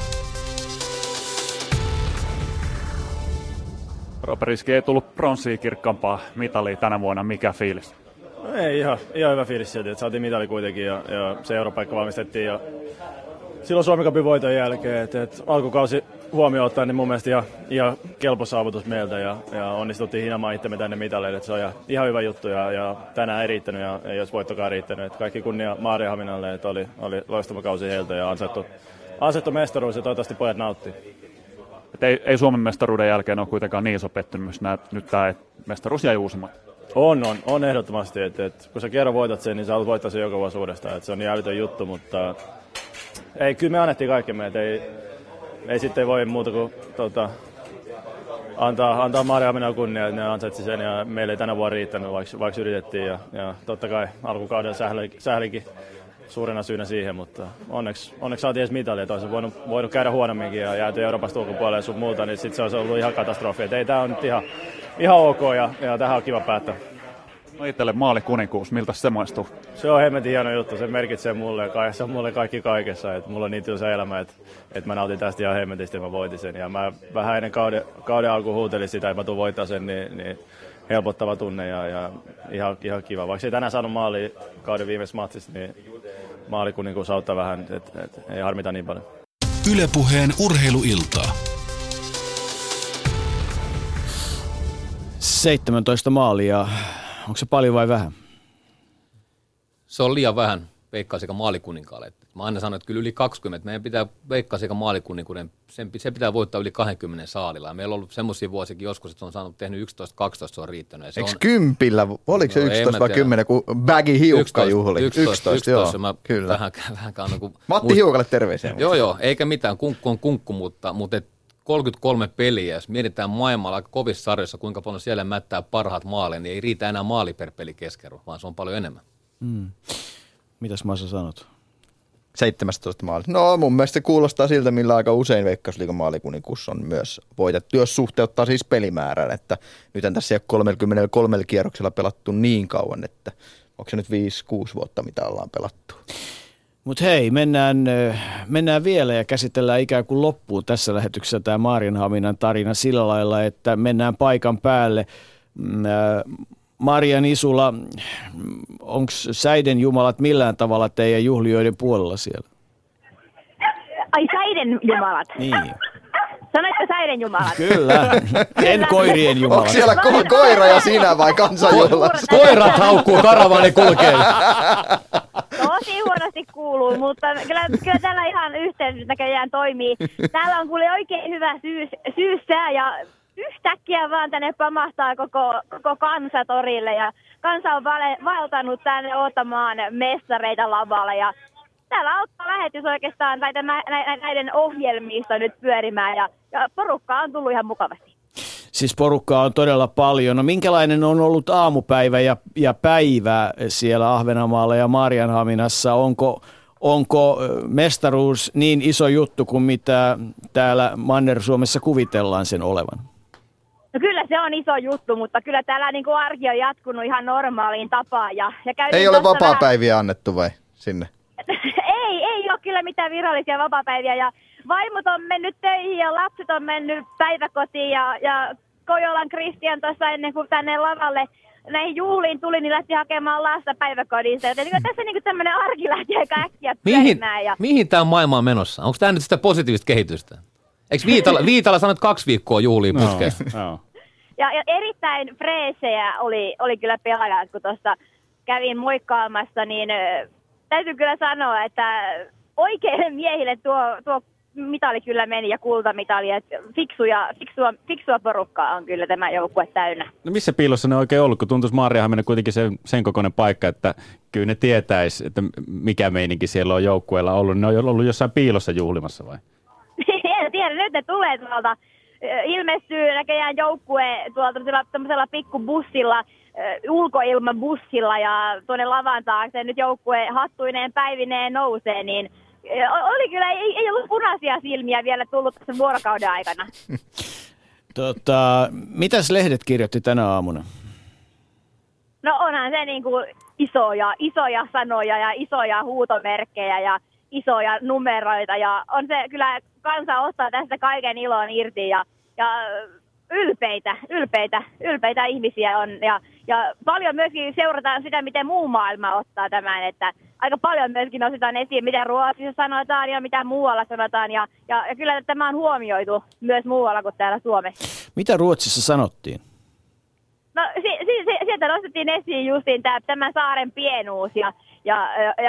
Roope Riski ei tullut pronssiin kirkkaampaa mitalia tänä vuonna. Mikä fiilis? Ei, ihan hyvä fiilis silti, että saatiin mitali kuitenkin ja se europaikka valmistettiin ja silloin Suomi Cupin voiton jälkeen, että alkukausi huomioon ottaen, niin mun mielestä ihan kelpo saavutus meiltä ja onnistuttiin hinamaan itsemme tänne mitaleille. Se on ihan hyvä juttu ja tänään ei riittänyt ja ei olisi voittokaan riittänyt. Että kaikki kunnia Marjahaminalle, että oli loistava kausi heiltä ja ansaittu mestaruus ja toivottavasti pojat nauttii. Ei Suomen mestaruuden jälkeen ole kuitenkaan niin iso pettymys. Nyt tämä mestaruus jäi uusimatta. On ehdottomasti, että kun sä kerran voitat sen, niin sä haluat voittaa sen joka vuosi uudestaan. Että se on niin älytön juttu, mutta ei, kyllä me annettiin kaikkemme, että ei sitten voi muuta kuin antaa Marjahaminaan kunnia, että ne ansaitsi sen ja meillä ei tänä vuonna riittänyt, vaikka yritettiin ja totta kai alkukauden sählikin suurena syynä siihen, mutta onneksi saatiin edes mitali, että olisi voinut käydä huonomminkin ja jääty Euroopasta ulkopuolelle ja sun muuta, niin sitten se olisi ollut ihan katastrofi, että ei, tämä on nyt ihan ok ja tähän on kiva päättää. No itselle maalikuninkuus, miltä se maistuu? Se on hemmetin hieno juttu, se merkitsee mulle, se on mulle kaikki kaikessa, että mulla on niin tylsä elämä, että mä nautin tästä ihan hemmetisti ja mä voitin sen. Ja mä vähän ennen kauden alkuun huutelin sitä, että mä tuun voittaa sen, niin helpottava tunne ja ihan kiva. Vaikka ei tänään saanut maalia kauden viimeisessä matsissa, niin maalikuninkuus auttaa vähän, että ei harmita niin paljon. Yle Puheen urheiluiltaa. 17 maalia. Onko se paljon vai vähän? Se on liian vähän Veikkaus eikä maalikuninkalle. Mä aina sanon, että kyllä yli 20. Meidän pitää Veikkaus eikä maalikuninkuuden, se pitää voittaa yli 20 saalilla. Meillä on ollut semmoisia vuosikin joskus, että se on saanut tehnyt 11-12, se on riittänyt. Eikö 10? Oliko se 11 vai 10, kun Baggy Hiukka juhli? 11 joo. Mä kyllä. vähän Matti Hiukalle terveisiä. Joo, eikä mitään. Kunkku on kunkku, mutta 33 peliä, jos mietitään maailmalla aika kovissa sarjoissa, kuinka paljon siellä mättää parhaat maaleja, niin ei riitä enää maali per peli keskerro, vaan se on paljon enemmän. Mitäs Masa sanot? 17 maalia. No mun mielestä se kuulostaa siltä, millä aika usein Veikkausliigan maalikuninkuus on myös voitettu, jos suhteuttaa siis pelimäärän, että nythän tässä ei ole 33 kierroksella pelattu niin kauan, että onko se nyt 5-6 vuotta, mitä ollaan pelattu. Mutta hei, mennään vielä ja käsitellään ikään kuin loppuun tässä lähetyksessä tämä Maarianhaminan tarina sillä lailla, että mennään paikan päälle. Marian Isula, onko säiden jumalat millään tavalla teidän juhlijoiden puolella siellä? Ai säiden jumalat? Niin. Sanoitko säiden jumalat? Kyllä, en koirien jumalat. Onko siellä koira ja sinä vai kansanjuhlat? Koirat haukkuu, karavaani kulkee. Tosi huonosti kuuluu, mutta kyllä täällä ihan yhteys näköjään toimii. Täällä on kuule oikein hyvä syyssää ja yhtäkkiä vaan tänne pamahtaa koko kansa torille ja kansa on valtanut tänne ottamaan mestareita lavalle ja täällä auttaa lähetys oikeastaan näiden ohjelmista nyt pyörimään ja porukkaa on tullut ihan mukavasti. Siis porukkaa on todella paljon. No minkälainen on ollut aamupäivä ja päivä siellä Ahvenanmaalla ja Maarianhaminassa? Onko mestaruus niin iso juttu kuin mitä täällä Manner-Suomessa kuvitellaan sen olevan? No kyllä se on iso juttu, mutta kyllä täällä niin kuin arki on jatkunut ihan normaaliin tapaan. Ei ole vapaapäiviä annettu vai sinne? ei ole kyllä mitään virallisia vapaapäiviä ja vaimot on mennyt töihin ja lapset on mennyt päiväkotiin ja Kojolan Kristian tuossa ennen kuin tänne lavalle näihin juhliin tuli, niin lähti hakemaan lasta päiväkodista. Joten tässä niin tämmöinen arki lähti aika äkkiä pyörimään. Mihin tämä maailma on menossa? Onko tämä nyt sitä positiivista kehitystä? Eikö Viitala sanonut 2 viikkoa juhliin putkeen? No. Ja erittäin freesejä oli kyllä pelaajat, kun tuossa kävin moikkaamassa, niin täytyy kyllä sanoa, että oikeille miehille tuo mitali kyllä meni ja kultamitali, että fiksua porukkaa on kyllä tämä joukkue täynnä. No missä piilossa ne oikein ollut, kun tuntuisi Maarianhamina kuitenkin sen kokoinen paikka, että kyllä ne tietäisi, että mikä meininki siellä on joukkueella ollut. Ne on ollut jossain piilossa juhlimassa vai? En tiedä, nyt ne tulee tuolta. Ilmestyy näköjään joukkue tuolta tämmöisellä pikkubussilla, ulkoilmabussilla ja tuonne lavan taakse nyt joukkue hattuineen päivineen nousee, niin oli kyllä, ei ollut punaisia silmiä vielä tullut tässä vuorokauden aikana. Mitäs lehdet kirjoitti tänä aamuna? No onhan se niin kuin isoja sanoja ja isoja huutomerkkejä ja isoja numeroita ja on se kyllä kansa ottaa tästä kaiken ilon irti ja ylpeitä ihmisiä on ja paljon myöskin seurataan sitä, miten muu maailma ottaa tämän, että aika paljon myöskin nostetaan esiin, miten Ruotsissa sanotaan ja mitä muualla sanotaan ja kyllä tämä on huomioitu myös muualla kuin täällä Suomessa. Mitä Ruotsissa sanottiin? No sieltä nostettiin esiin justiin tämä saaren pienuus ja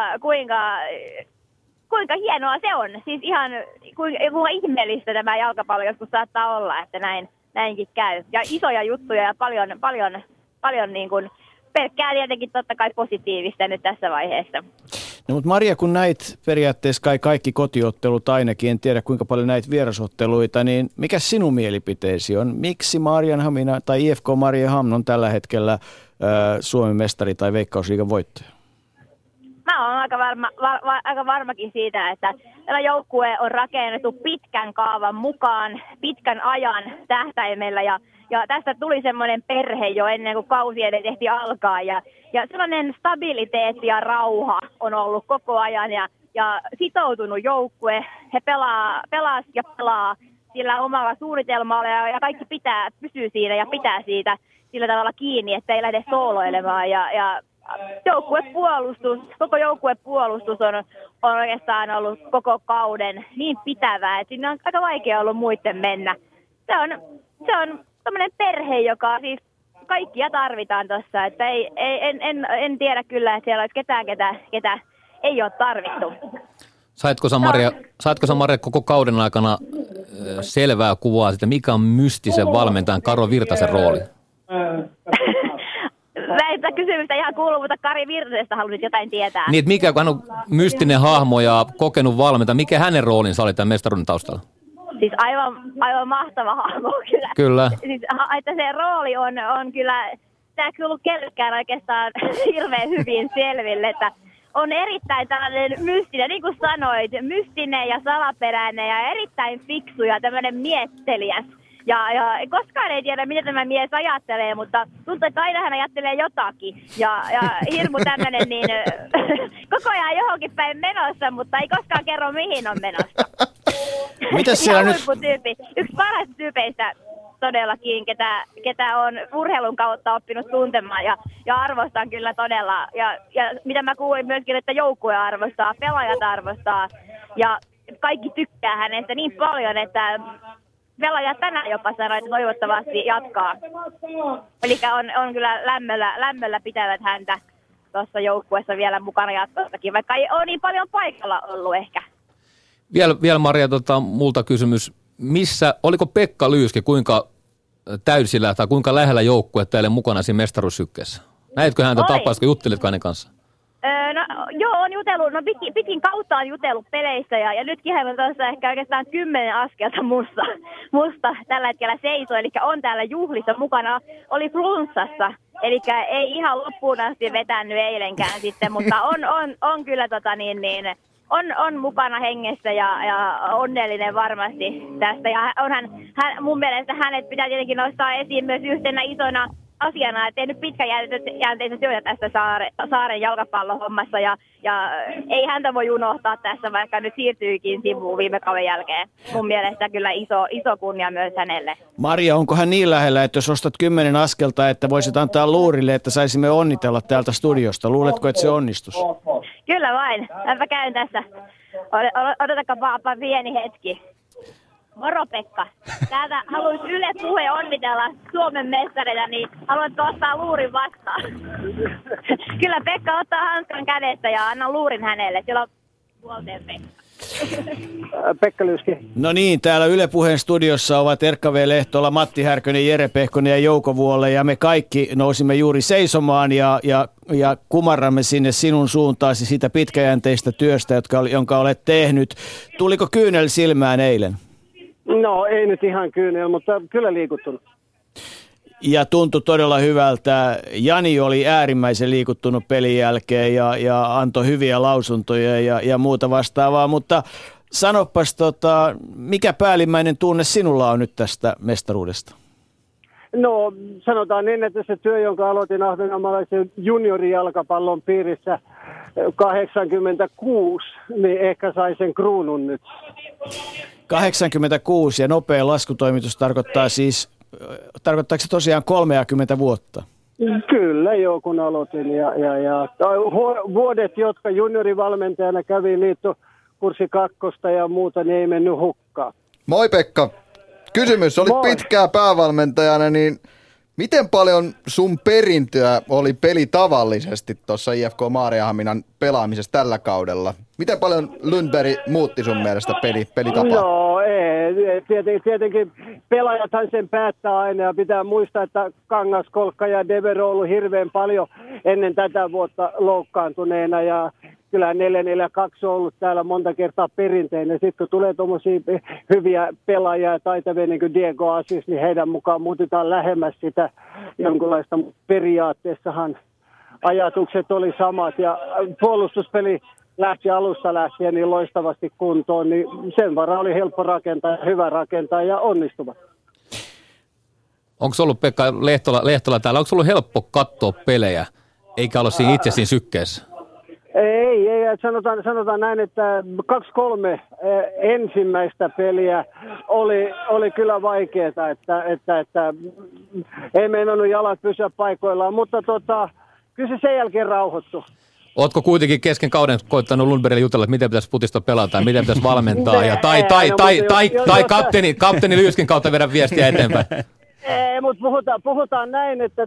kuinka hienoa se on. Siis ihan kuinka ihmeellistä tämä jalkapallo joskus saattaa olla, että näinkin käy. Ja isoja juttuja ja paljon niin kuin pelkkää tietenkin totta kai positiivista nyt tässä vaiheessa. No mutta Maria, kun näit periaatteessa kaikki kotiottelut ainakin, en tiedä kuinka paljon näit vierasotteluita, niin mikä sinun mielipiteesi on? Miksi Maarianhamina tai IFK Maarianhamn on tällä hetkellä Suomen mestari tai Veikkausliigan voittaja? Mä mä oon aika varmakin siitä, että tällä joukkue on rakennettu pitkän kaavan mukaan, pitkän ajan tähtäimellä ja tästä tuli semmoinen perhe jo ennen kuin kausi edes ehti alkaa ja sellainen stabiliteetti ja rauha on ollut koko ajan ja sitoutunut joukkue. He pelaa sillä omalla suunnitelmalla ja kaikki pysyy siinä ja pitää siitä sillä tavalla kiinni, että ei lähde sooloilemaan ja koko joukkuepuolustus on oikeastaan ollut koko kauden niin pitävää, että siinä on aika vaikea ollut muiden mennä. Se on tämmöinen perhe, joka siis kaikkia tarvitaan tuossa, että en tiedä kyllä, että siellä olisi ketään, ketä ei ole tarvittu. Saitko sä Maria koko kauden aikana selvää kuvaa siitä, mikä on mystisen valmentajan Karo Virtasen rooli? Näitä kysymystä ihan kuuluu, mutta Kari Virtasesta haluaisit jotain tietää. Niin, että mikä, kun hän on mystinen hahmo ja kokenut valmentaja, mikä hänen roolinsa oli tämän mestaruuden taustalla? Siis aivan mahtava hahmo kyllä. Kyllä. Siis, että se rooli on kyllä, tämä ei ollut kellekään oikeastaan hirveän hyvin selville, että on erittäin tällainen mystinen, niin kuin sanoit, mystinen ja salaperäinen ja erittäin fiksu ja tämmöinen miettelijäs. Ja koskaan ei tiedä, mitä tämä mies ajattelee, mutta tuntuu, että aina hän ajattelee jotakin. Ja hirmu tämmöinen, niin koko ajan johonkin päin menossa, mutta ei koskaan kerro, mihin on menossa. Mitäs siellä nyt? Yksi parhaista tyypeistä todellakin, ketä on urheilun kautta oppinut tuntemaan ja arvostan kyllä todella. Ja mitä mä kuulin myöskin, että joukkue arvostaa, pelaajat arvostaa ja kaikki tykkää hänestä niin paljon, että pelaajat tänään jopa sanoi, että toivottavasti jatkaa. Eli on kyllä lämmöllä pitävät häntä tuossa joukkueessa vielä mukana jatkossakin, vaikka ei ole niin paljon paikalla ollut ehkä. Vielä Maria, multa kysymys. Oliko Pekka Lyyski kuinka täysillä tai kuinka lähellä joukkue teille mukana siinä mestaruussykkeessä? Näitkö häntä tapaista, kun juttelitko hänen kanssa? Joo, on jutellut. Pitkin kautta on jutellut peleissä ja nytkin hän on tuossa ehkä oikeastaan 10 askelta musta tällä hetkellä seisoo. Eli on täällä juhlissa mukana. Oli flunssassa, eli ei ihan loppuun asti vetänyt eilenkään sitten, mutta on kyllä on mukana hengessä ja onnellinen varmasti tästä. Ja mun mielestä hänet pitää tietenkin nostaa esiin myös yhtenä isona asiana, että tehnyt pitkäjänteistä työtä tässä Saaren jalkapallohommassa ja ei häntä voi unohtaa tässä, vaikka nyt siirtyykin sivuun viime kauden jälkeen. Mun mielestä kyllä iso kunnia myös hänelle. Maria, onko hän niin lähellä, että jos ostat 10 askelta, että voisit antaa luurille, että saisimme onnitella täältä studiosta? Luuletko, että se onnistus? Kyllä vain. Mäpä käyn tässä. Odotakaa pieni hetki. Moro Pekka. Täältä haluaisi Yle Puhe onnitella Suomen mestareita, niin haluatko ottaa luurin vastaan? Kyllä Pekka ottaa hanskan kädestä ja anna luurin hänelle. Siellä on puolteen Pekka. Pekka Lyyski. No niin, täällä Yle Puheen studiossa ovat Erkka V. Lehtola, Matti Härkönen, Jere Pehkonen ja Jouko Vuolle. Ja me kaikki nousimme juuri seisomaan ja kumarramme sinne sinun suuntaasi siitä pitkäjänteistä työstä, jonka olet tehnyt. Tuliko kyynel silmään eilen? No ei nyt ihan kyynel, mutta kyllä liikuttunut. Ja tuntui todella hyvältä. Jani oli äärimmäisen liikuttunut pelin jälkeen ja antoi hyviä lausuntoja ja muuta vastaavaa. Mutta sanopas, mikä päällimmäinen tunne sinulla on nyt tästä mestaruudesta? No sanotaan niin, että se työ, jonka aloitin ahvenanmaalaisen juniorijalkapallon piirissä 86, niin ehkä sai sen kruunun nyt. 86 ja nopea laskutoimitus tarkoittaako se tosiaan 30 vuotta? Kyllä joo, kun aloitin. Ja vuodet, jotka juniorivalmentajana kävi liittokurssi 2 ja muuta, niin ei mennyt hukkaan. Moi Pekka. Kysymys, olit pitkää päävalmentajana, niin miten paljon sun perintöä oli pelitavallisesti tuossa IFK Maarianhaminan pelaamisessa tällä kaudella? Miten paljon Lundberg muutti sun mielestä pelitapaa? No tietenkin pelaajathan sen päättää aina ja pitää muistaa, että Kangaskolkka ja Devero on ollut hirveän paljon ennen tätä vuotta loukkaantuneena ja kyllä 4-4-2 on ollut täällä monta kertaa perinteinen. Sitten kun tulee tuommoisia hyviä pelaajia ja taitavia niin kuin Diego Asis, niin heidän mukaan muutetaan lähemmäs sitä jonkunlaista. Periaatteessahan ajatukset oli samat ja puolustuspeli lähti alusta lähtien niin loistavasti kuntoon, niin sen varaa oli helppo rakentaa, hyvä rakentaa ja onnistuva. Onko ollut Pekka Lehtola täällä, onko ollut helppo katsoa pelejä, eikä olla siinä itse siinä sykkeessä? Ei, sanotaan näin, että 2-3 ensimmäistä peliä oli kyllä vaikeaa, että ei meinannut jalat pysyä paikoillaan, mutta kyllä se sen jälkeen rauhoittui. Ootko kuitenkin kesken kauden koittanut Lundbergille jutella, että miten pitäisi putista pelata ja miten pitäisi valmentaa tai kapteeni Lyyskin kautta vedä viestiä eteenpäin? Ei, mutta puhutaan näin, että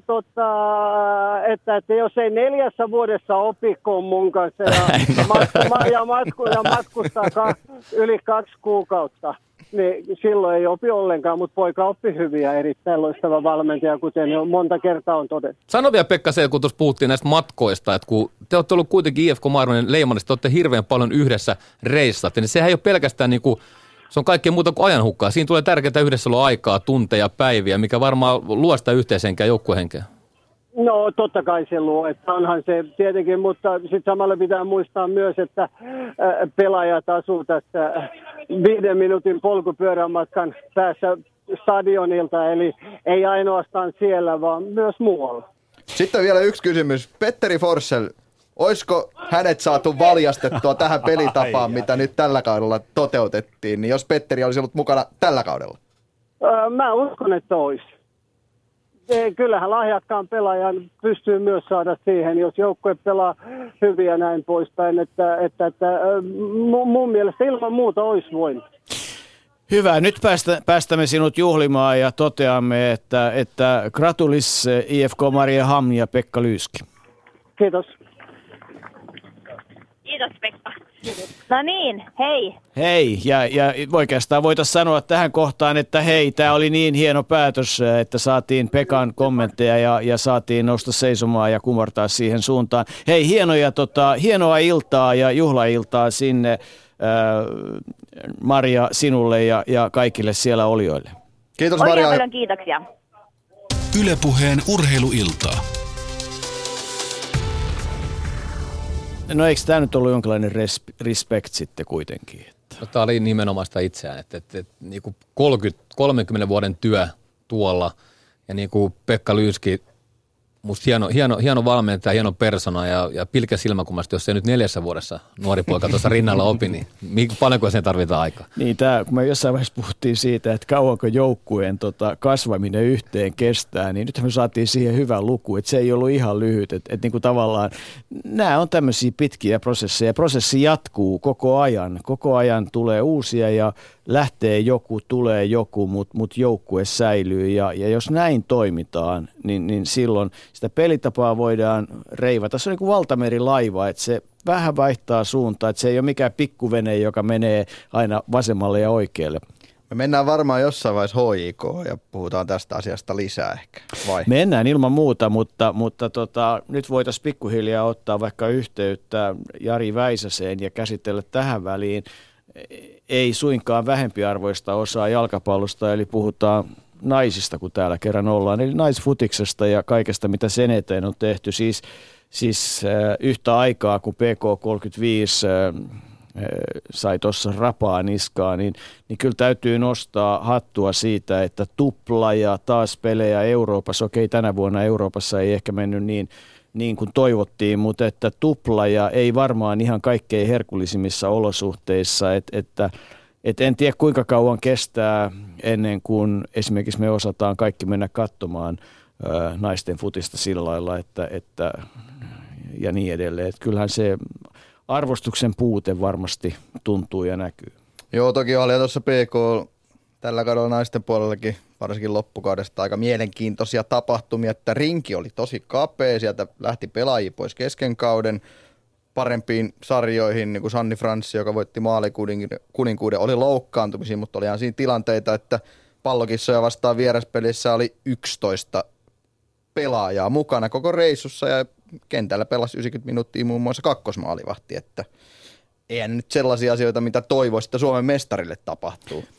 jos ei 4 vuodessa opikkoon mun kanssa ja matkustaa yli 2 kuukautta, niin silloin ei opi ollenkaan, mutta poika oppi hyviä, erittäin loistava valmentaja, kuten jo monta kertaa on todettu. Sano vielä Pekka se, kun tuossa puhuttiin näistä matkoista, että kun te olette ollut kuitenkin IFK Marmanin Leijonista, te olette hirveän paljon yhdessä reissaatte, niin sehän ei ole pelkästään niinku, se on kaikkea muuta kuin ajanhukkaa. Siinä tulee tärkeää yhdessäoloaikaa, tunteja, päiviä, mikä varmaan luo sitä yhteishenkeä, joukkuehenkeä. No totta kai se luo, että onhan se tietenkin, mutta sitten samalla pitää muistaa myös, että pelaajat asuu tässä 5 minuutin polkupyörän matkan päässä stadionilta, eli ei ainoastaan siellä, vaan myös muualla. Sitten vielä yksi kysymys. Petteri Forsell, olisiko hänet saatu valjastettua tähän pelitapaan, mitä nyt tällä kaudella toteutettiin, niin jos Petteri olisi ollut mukana tällä kaudella? Mä uskon, että olisi. Kyllähän lahjakkaan pelaajan pystyy myös saada siihen, jos joukkue pelaa hyvin ja näin poispäin, että mun mielestä ilman muuta olisi voinut. Hyvä, nyt päästämme sinut juhlimaan ja toteamme, että gratulis IFK Mariehamn ja Pekka Lyyski. Kiitos. Kiitos Pekka. No niin, hei. Hei, ja oikeastaan voitaisiin sanoa tähän kohtaan, että hei, tämä oli niin hieno päätös, että saatiin Pekan kommentteja ja saatiin nousta seisomaan ja kumartaa siihen suuntaan. Hei, hienoa iltaa ja juhlailtaa sinne, Maria, sinulle ja kaikille siellä olijoille. Kiitos Maria. Oikein paljon kiitoksia. Yle Puheen urheiluiltaa. No eikö tämä nyt ollut jonkinlainen respect sitten kuitenkin? No, tämä oli nimenomaan sitä itseään, että niin kuin 30 vuoden työ tuolla ja niin kuin Pekka Lyyski, musta hieno valmentaja, hieno persona ja pilkä silmä, kun jos se nyt 4 vuodessa nuori poika tuossa rinnalla opi, niin paljonko sen tarvitaan aikaa? Niin, kun me jossain vaiheessa puhuttiin siitä, että kauanko joukkueen kasvaminen yhteen kestää, niin nythän me saatiin siihen hyvä luku, että se ei ollut ihan lyhyt, että niin kuin tavallaan nämä on tämmöisiä pitkiä prosesseja, prosessi jatkuu koko ajan tulee uusia ja lähtee joku, tulee joku, mutta joukkue säilyy ja jos näin toimitaan, niin silloin sitä pelitapaa voidaan reivata. Se on niin kuin valtamerilaiva, että se vähän vaihtaa suuntaa, että se ei ole mikään pikkuvene, joka menee aina vasemmalle ja oikealle. Me mennään varmaan jossain vaiheessa HJK ja puhutaan tästä asiasta lisää ehkä, vai? Mennään ilman muuta, mutta nyt voitaisiin pikkuhiljaa ottaa vaikka yhteyttä Jari Väisäseen ja käsitellä tähän väliin ei suinkaan vähempiarvoista osaa jalkapallosta, eli puhutaan naisista, kun täällä kerran ollaan, eli naisfutiksesta ja kaikesta, mitä sen eteen on tehty. Siis yhtä aikaa, kun PK35 sai tuossa rapaa niskaan, niin kyllä täytyy nostaa hattua siitä, että tupla ja taas pelejä Euroopassa. Okei, tänä vuonna Euroopassa ei ehkä mennyt niin kuin toivottiin, mutta että tupla ja ei varmaan ihan kaikkein herkullisimmissa olosuhteissa, että en tiedä kuinka kauan kestää ennen kuin esimerkiksi me osataan kaikki mennä katsomaan naisten futista sillä lailla, että ja niin edelleen. Että kyllähän se arvostuksen puute varmasti tuntuu ja näkyy. Joo, toki oli tuossa PK tällä kaudella naisten puolellakin, varsinkin loppukaudesta, aika mielenkiintoisia tapahtumia, että rinki oli tosi kapea, sieltä lähti pelaajia pois kesken kauden parempiin sarjoihin, niin kuin Sanni Franssi, joka voitti maalikuninkuuden, oli loukkaantumisia, mutta olihan siinä tilanteita, että Pallokissoja vastaan vieraspelissä oli 11 pelaajaa mukana koko reissussa ja kentällä pelasi 90 minuuttia muun muassa kakkosmaalivahti, että eihän nyt sellaisia asioita, mitä toivoisi, että Suomen mestarille tapahtuu.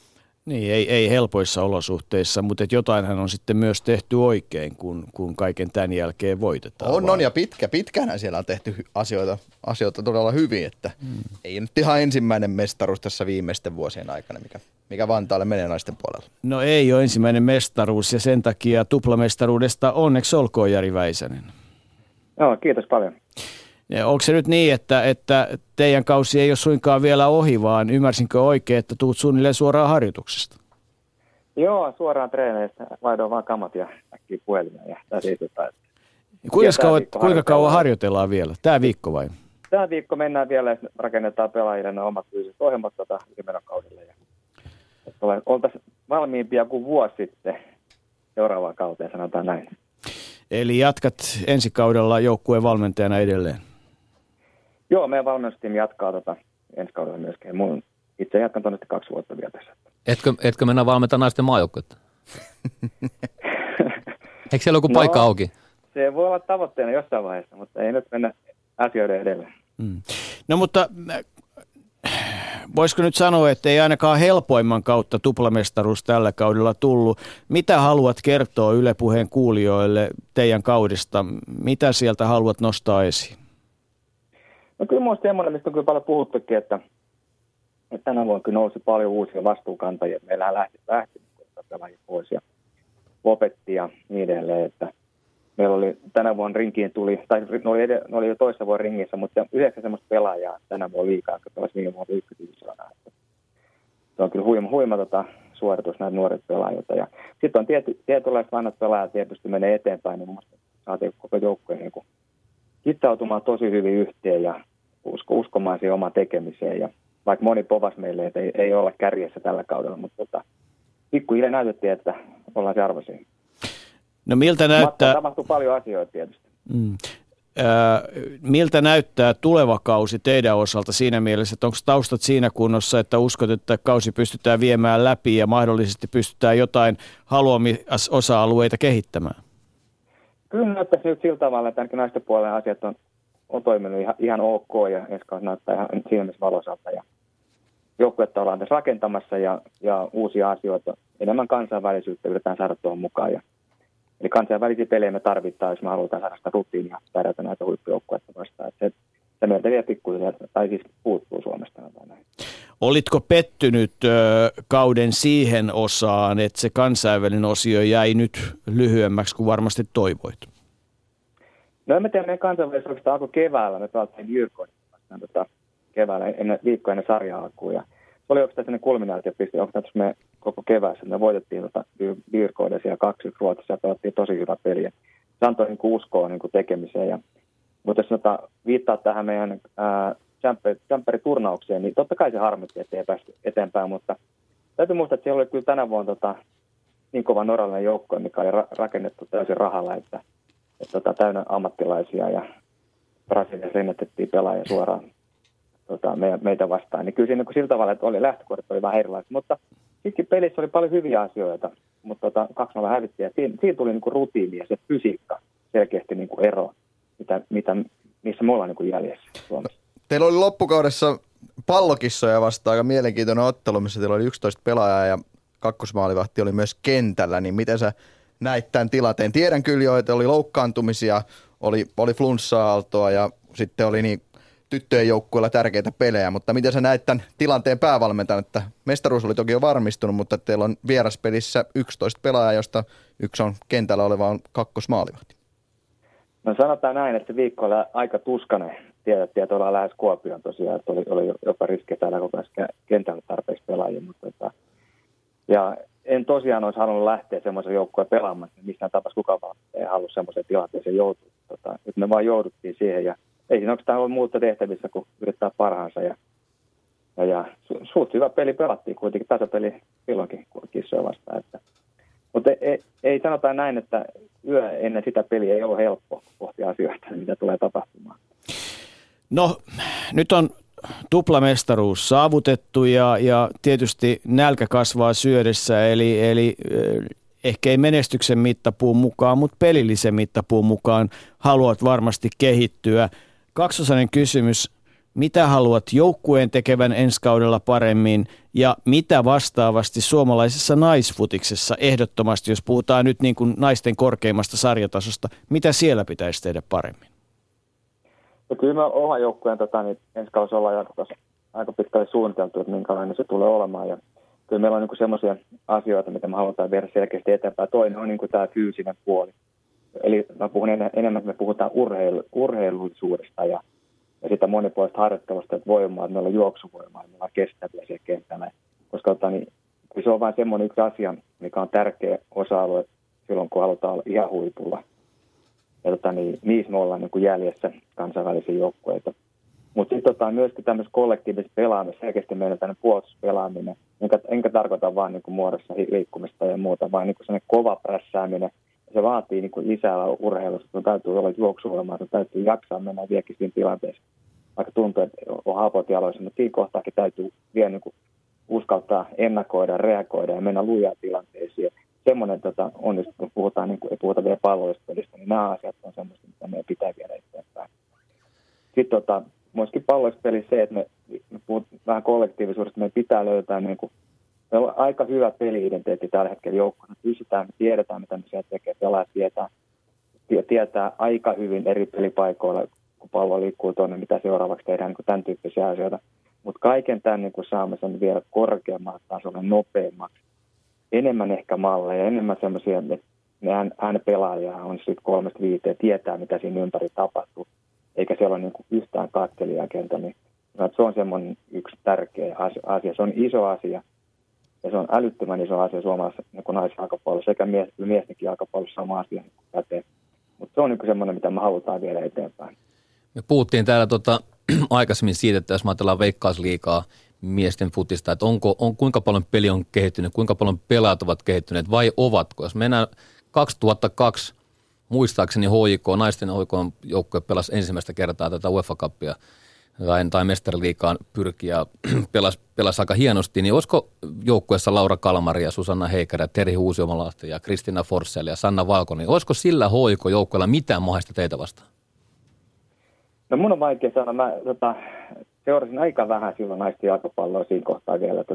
Niin, ei helpoissa olosuhteissa, mutta jotainhan on sitten myös tehty oikein, kun kaiken tämän jälkeen voitetaan. On ja pitkään siellä on tehty asioita todella hyvin, että ei nyt ihan ensimmäinen mestaruus tässä viimeisten vuosien aikana, mikä Vantaalle menee naisten puolella. No ei ole ensimmäinen mestaruus ja sen takia tuplamestaruudesta onneksi olkoon Jari Väisänen. Joo, kiitos paljon. Ja onko se nyt niin, että teidän kausi ei ole suinkaan vielä ohi, vaan ymmärsinkö oikein, että tuut suunnilleen suoraan harjoituksesta? Joo, suoraan treeneistä. Vaihdoin vaan kamat ja äkkiä puhelimeen ja tässä istutaan. Kuinka kauan harjoitellaan vielä? Tämä viikko vai? Tämä viikko mennään vielä ja rakennetaan pelaajille ne omat fyysiset ohjelmat ylimenokaudelle. Oltaisiin valmiimpia kuin vuosi sitten seuraavaan kauteen, sanotaan näin. Eli jatkat ensi kaudella joukkueen valmentajana edelleen? Joo, meidän valmennustiimi jatkaa ensi kaudella myöskin. Mun itse jatkan tuonne 2 vuotta vielä tässä. Etkö mennä valmentaa naisten maajoukkuetta? Eikö siellä joku paikka auki? Se voi olla tavoitteena jossain vaiheessa, mutta ei nyt mennä asioiden edelleen. No mutta voisiko nyt sanoa, että ei ainakaan helpoimman kautta tuplamestaruus tällä kaudella tullut. Mitä haluat kertoa Yle Puheen kuulijoille teidän kaudesta? Mitä sieltä haluat nostaa esiin? No kyllä minusta semmoinen, mistä on kyllä paljon puhuttukin, että tänä vuonna kyllä nousi paljon uusia vastuunkantajia. Meillähän lähti pelaajia pois ja lopetti ja niin edelleen, että meillä oli tänä vuonna rinkiin ne oli jo toissa vuonna ringissä, mutta 9 semmoista pelaajaa tänä vuonna liikaa, jotka pelasi viime vuonna 51 sanaa. Se on kyllä huima suoritus näitä nuoret pelaajilta. Ja sitten on tietynlaiset vanhat pelaajat tietysti menee eteenpäin, niin mun mielestä saatiin koko joukkueen niin hittautumaan tosi hyvin yhteen ja uskomaan siihen omaan tekemiseen. Ja vaikka moni povasi meille, että ei olla kärjessä tällä kaudella, mutta pikkuhiljaa näytettiin, että ollaan se arvoisia. No miltä näyttää... Tapahtuu paljon asioita tietysti. Miltä näyttää tuleva kausi teidän osalta siinä mielessä, että onko taustat siinä kunnossa, että uskot, että kausi pystytään viemään läpi ja mahdollisesti pystytään jotain osa-alueita kehittämään? Kyllä näyttäisi nyt sillä tavalla, että ainakin naisten puolen asiat on toiminut ihan ok ja Eskaus näyttää ihan siinä mielessä valoisalta. Ja joukkuetta ollaan tässä rakentamassa ja uusia asioita, enemmän kansainvälisyyttä yritetään saada tuohon mukaan. Eli kansainvälisiä pelejä me tarvitaan, jos me halutaan saada sitä rutiinia pärjätä näitä huippujoukkuetta vastaan. Se meiltä vielä pikkuhiljaa, tai siis puuttuu Suomesta. Olitko pettynyt kauden siihen osaan, että se kansainvälinen osio jäi nyt lyhyemmäksi kuin varmasti toivoit? No en tiedä, meidän kansainväliset oikeastaan alkoi keväällä. Me pelattiin Jyrkoissa vastaan keväällä, viikkoa ennen sarjaa alkuun. Se oli oikeastaan sellainen kulminaatiopiste, oikeastaan me koko keväässä. Me voitettiin Jyrkoidessa ja 2 Ruotsissa ja pelattiin tosi hyvä peliä. Se antoi uskoa tekemiseen. Mutta jos viittaa tähän meidän Jämppäri-turnaukseen, niin totta kai se harmitti, ettei ei päästy eteenpäin. Mutta täytyy muistaa, että siellä oli kyllä tänä vuonna niin kova norjalainen joukko, mikä oli rakennettu täysin rahalla, että täynnä ammattilaisia ja Brasiliassa lennätettiin pelaajia suoraan meitä vastaan. Niin kyllä siinä sillä tavalla, että lähtökohdat oli vähän erilaiset, mutta sittenkin pelissä oli paljon hyviä asioita, mutta 2-0 hävittiin ja siinä tuli rutiini ja se fysiikka selkeästi ero, missä me ollaan jäljessä Suomessa. Teillä oli loppukaudessa Pallokissoja vastaan aika mielenkiintoinen ottelu, missä teillä oli 11 pelaajaa ja kakkosmaalivahti oli myös kentällä, niin miten sä näit tämän tilanteen? Tiedän kyllä jo, että oli loukkaantumisia, oli flunssa-aaltoa ja sitten oli tyttöjen joukkueella tärkeitä pelejä, mutta miten sä näit tämän tilanteen päävalmentajana, että mestaruus oli toki jo varmistunut, mutta teillä on vieraspelissä 11 pelaajaa, josta yksi on kentällä oleva on kakkosmaalivahti. No sanotaan näin, että viikko oli aika tuskainen. Tiedettiin, että ollaan lähes Kuopioon tosiaan, että oli jopa riski täällä koko ajan kentällä tarpeeksi pelaajia. Ja en tosiaan olisi halunnut lähteä semmoisen joukkueen pelaamaan, että missään tapauksessa kukaan vaan ei halua semmoiseen tilanteeseen joutua. Nyt me vaan jouduttiin siihen ja ei siinä oikeastaan ollut muuta tehtävissä kuin yrittää parhaansa. Ja suht hyvä peli pelattiin kuitenkin, tasapeli silloinkin Kissoja vastaan. Mutta ei sanotaan näin, että yö ennen sitä peliä ei ollut helppo pohtia asioita, mitä tulee tapahtumaan. No nyt on tuplamestaruus saavutettu ja tietysti nälkä kasvaa syödessä, eli ehkä ei menestyksen mittapuun mukaan, mutta pelillisen mittapuun mukaan haluat varmasti kehittyä. Kaksosainen kysymys, mitä haluat joukkueen tekevän ensi kaudella paremmin ja mitä vastaavasti suomalaisessa naisfutiksessa ehdottomasti, jos puhutaan nyt niin kuin naisten korkeimmasta sarjatasosta, mitä siellä pitäisi tehdä paremmin? No kyllä me oman joukkueen niin ensi kaudella ollaan aika pitkälle suunniteltu, että minkälainen se tulee olemaan. Ja kyllä meillä on niin semmoisia asioita, mitä me halutaan viedä selkeästi eteenpäin. Toinen on niin tämä fyysinen puoli. Eli mä puhun enemmän, että me puhutaan urheilullisuudesta ja sitä monipuolista harjoittelusta, että voimaa, että meillä on juoksuvoimaa, että meillä on kestäviä siellä kentällä. Koska se on vain semmoinen yksi asia, mikä on tärkeä osa-alue silloin, kun halutaan olla ihan huipulla. Ja niissä me ollaan niin kuin jäljessä kansainvälisiä joukkueita. Mutta sitten myöskin tämmöisessä kollektiivisessa pelaamisessa, selkeästi meidän tämmöinen puolustuspelaaminen, enkä tarkoita vaan niin kuin muodossa liikkumista ja muuta, vaan niin kuin sellainen kova prässääminen. Se vaatii niin kuin lisää urheilusta, sun täytyy olla juoksuvoimaa, sun täytyy jaksaa mennä vieläkin siinä tilanteessa. Vaikka tuntuu, että on hapot jaloissa, mutta siinä kohtaakin täytyy vielä niin kuin uskaltaa ennakoida, reagoida ja mennä lujaa tilanteisiin. Semmoinen on, kun puhutaan, niin kuin ei puhuta vielä palloispelistä, niin nämä asiat on semmoista, mitä meidän pitää viedä eteenpäin. Sitten myöskin palloispelissä se, että me puhutaan vähän kollektiivisuudesta, meidän pitää löytää niin kuin, meillä on aika hyvä peli-identiteetti tällä hetkellä joukkueessa. Me tiedetään, mitä me siellä tekee. Pelaajat tietää aika hyvin eri pelipaikoilla, kun pallo liikkuu tuonne, mitä seuraavaksi tehdään, niin kuin tämän tyyppisiä asioita. Mutta kaiken tämän niin kuin saamme sen vielä korkeammalle tasolle, nopeammaksi. Enemmän ehkä malleja, enemmän semmoisia, että ne pelaajia on sitten 3-5 tietää, mitä siinä ympäri tapahtuu. Eikä siellä ole niin kuin yhtään katselijaa kentä. Niin, se on semmoinen yksi tärkeä asia. Se on iso asia. Ja se on älyttömän iso asia suomalaisessa niin naisjalkapallossa sekä miestenkin jalkapallossa sama asia pätee. Mutta se on niin semmoinen, mitä me halutaan viedä eteenpäin. Me puhuttiin täällä aikaisemmin siitä, että jos me ajatellaan Veikkausliigaa miesten futista, että kuinka paljon peli on kehittynyt, kuinka paljon pelaat ovat kehittyneet vai ovatko. Jos mennään 2002, muistaakseni HJK, naisten HJK joukkue pelasi ensimmäistä kertaa tätä UEFA Cupia tai mestariliigaan pyrki ja pelasi aika hienosti, niin olisiko joukkueessa Laura Kalmari ja Susanna Heikkärä, Terhi Uusiomalahti ja Kristina Forssell ja Sanna Valkonen, olisiko sillä HJK-joukkueella mitään mahdollista teitä vastaan? No mun on vaikea sanoa. Mä seurasin aika vähän silloin naisten jalkapalloa siinä kohtaa vielä.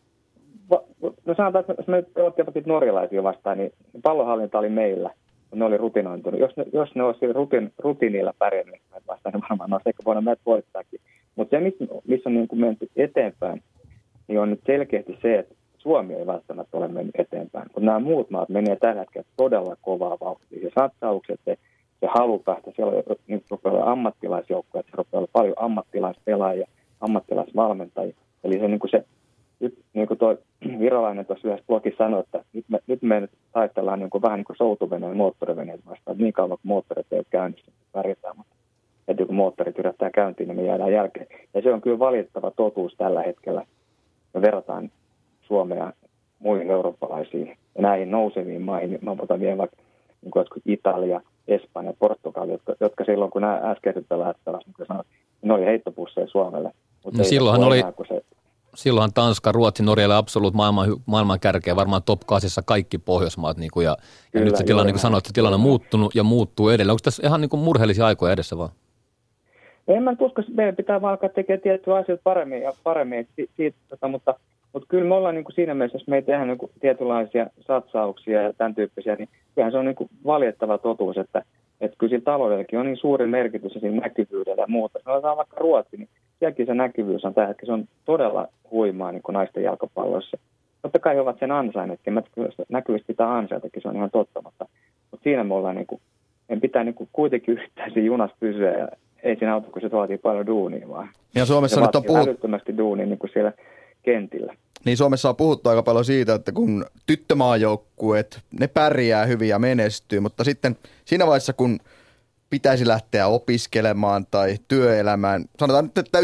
No sanotaan, että jos me pelattiin norjalaisia vastaan, niin pallonhallinta oli meillä. Ne oli rutinointunut. Jos ne olisi rutiinilla pärjännyt vastaan, niin varmaan olisi ehkä voinut meidät voittaakin. Mutta se, missä on niin kuin menty eteenpäin, niin on nyt selkeästi se, että Suomi ei välttämättä ole mennyt eteenpäin. Mutta nämä muut maat menee tällä hetkellä todella kovaa vauhtia. Se satsaukset, se halu päästä, siellä on niin rupeaa ammattilaisjoukkoja, se rupeaa olla paljon ammattilaispelaajia, ammattilaisvalmentajia. Eli se niin kuin se, niin kuin tuo Virolainen tuossa yhdessä blogissa sanoi, että nyt me taistellaan niin kuin vähän niin kuin soutuveneen moottoriveneet vastaan. Niin kauan kuin moottorit ei ole käynnissä, pärjätään, mutta heti kun moottorit yrittää käyntiin, niin me jäädään jälkeen. Ja se on kyllä valitettava totuus tällä hetkellä. Me verrataan Suomea muihin eurooppalaisiin ja näihin nouseviin maihin. Mä otan vielä vaikka niin kuin Italia, Espanja, Portugali, jotka silloin kun nämä äskeiset pelaajat pelasivat, niin sanoin, ne oli heittopusseja Suomelle. No silloinhan Tanska, Ruotsi, Norjalle absoluut maailman kärkeä, varmaan top 8 kaikki Pohjoismaat. Niin kuin, ja nyt se tilanne, niin kuin sanoit, se tilanne on muuttunut ja muuttuu edelleen. Onko tässä ihan niin kuin murheellisia aikoja edessä vaan? En mä usko, että meidän pitää vaan alkaa tekemään tiettyjä asioita paremmin mutta kyllä me ollaan niin kuin siinä mielessä, jos me ei tehdä niin kuin tietynlaisia satsauksia ja tämän tyyppisiä, niin kyllähän se on niin kuin valitettava totuus, että kyllä sillä taloudellakin on niin suuri merkitys ja siinä näkyvyydellä ja muuta. Sanotaan vaikka Ruotsi, niin sielläkin se näkyvyys on tällä hetkellä, se on todella huimaa niin kuin naisten jalkapalloissa. Totta kai he ovat sen ansainneetkin, näkyvyys pitää ansaitakin, se on ihan totta, mutta siinä me ollaan, niin kuin, en pitää niin kuin kuitenkin yhtään siinä junassa pysyä ja ei siinä auta, kun se vaatii paljon duunia vaan. Ja Suomessa nyt on älyttömästi duunia niin kuin siellä kentillä. Niin Suomessa on puhuttu aika paljon siitä, että kun tyttömaajoukkueet, ne pärjää hyvin ja menestyy, mutta sitten siinä vaiheessa, kun pitäisi lähteä opiskelemaan tai työelämään, sanotaan nyt, että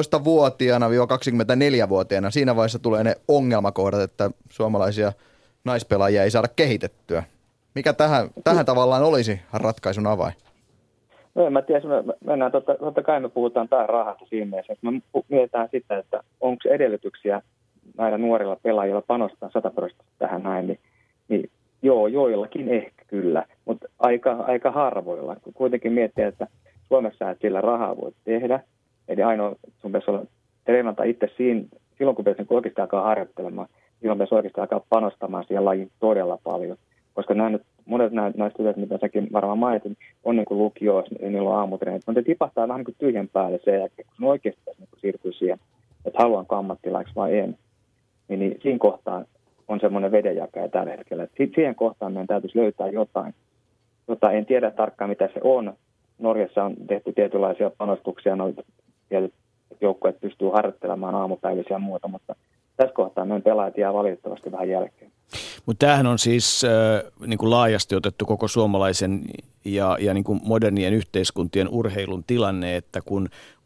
19-vuotiaana-24-vuotiaana, siinä vaiheessa tulee ne ongelmakohdat, että suomalaisia naispelaajia ei saada kehitettyä. Mikä tähän tavallaan olisi ratkaisun avain? No en mä tiedä, mennään, totta kai me puhutaan tää rahasta siinä mielessä, että me mietitään sitä, että onko edellytyksiä näillä nuorilla pelaajilla panostaa 100% tähän näin, niin joo, joillakin ehkä kyllä, mutta aika harvoilla. Kuitenkin miettiä, että Suomessa et sillä rahaa voi tehdä, Eli ainoa, sun pitäisi olla treenata itse silloin, kun pitäisi oikeasti alkaa harjoittelemaan, silloin pitäisi oikeasti alkaa panostamaan siihen lajiin todella paljon. Koska monet näistä tytöt, mitä säkin varmaan mainitin, on niin kuin lukio, niillä on aamutreenit, mutta ne tipahtaa vähän niin kuin tyhjän päälle sen jälkeen, kun ne oikeasti niin siirtyy siihen, että haluanko ammattilaiseksi vai en. Niin siinä kohtaa on semmoinen vedenjakaja tällä hetkellä. Siihen kohtaan meidän täytyisi löytää jotain. En tiedä tarkkaan, mitä se on. Norjassa on tehty tietynlaisia panostuksia, noita tietyt joukkueet pystyy harjoittelemaan aamupäivissä ja muuta, mutta tässä kohtaa meidän pelaajat jää valitettavasti vähän jälkeen. Mutta tämähän on siis niin kuin laajasti otettu koko suomalaisen ja niin kuin modernien yhteiskuntien urheilun tilanne, että kun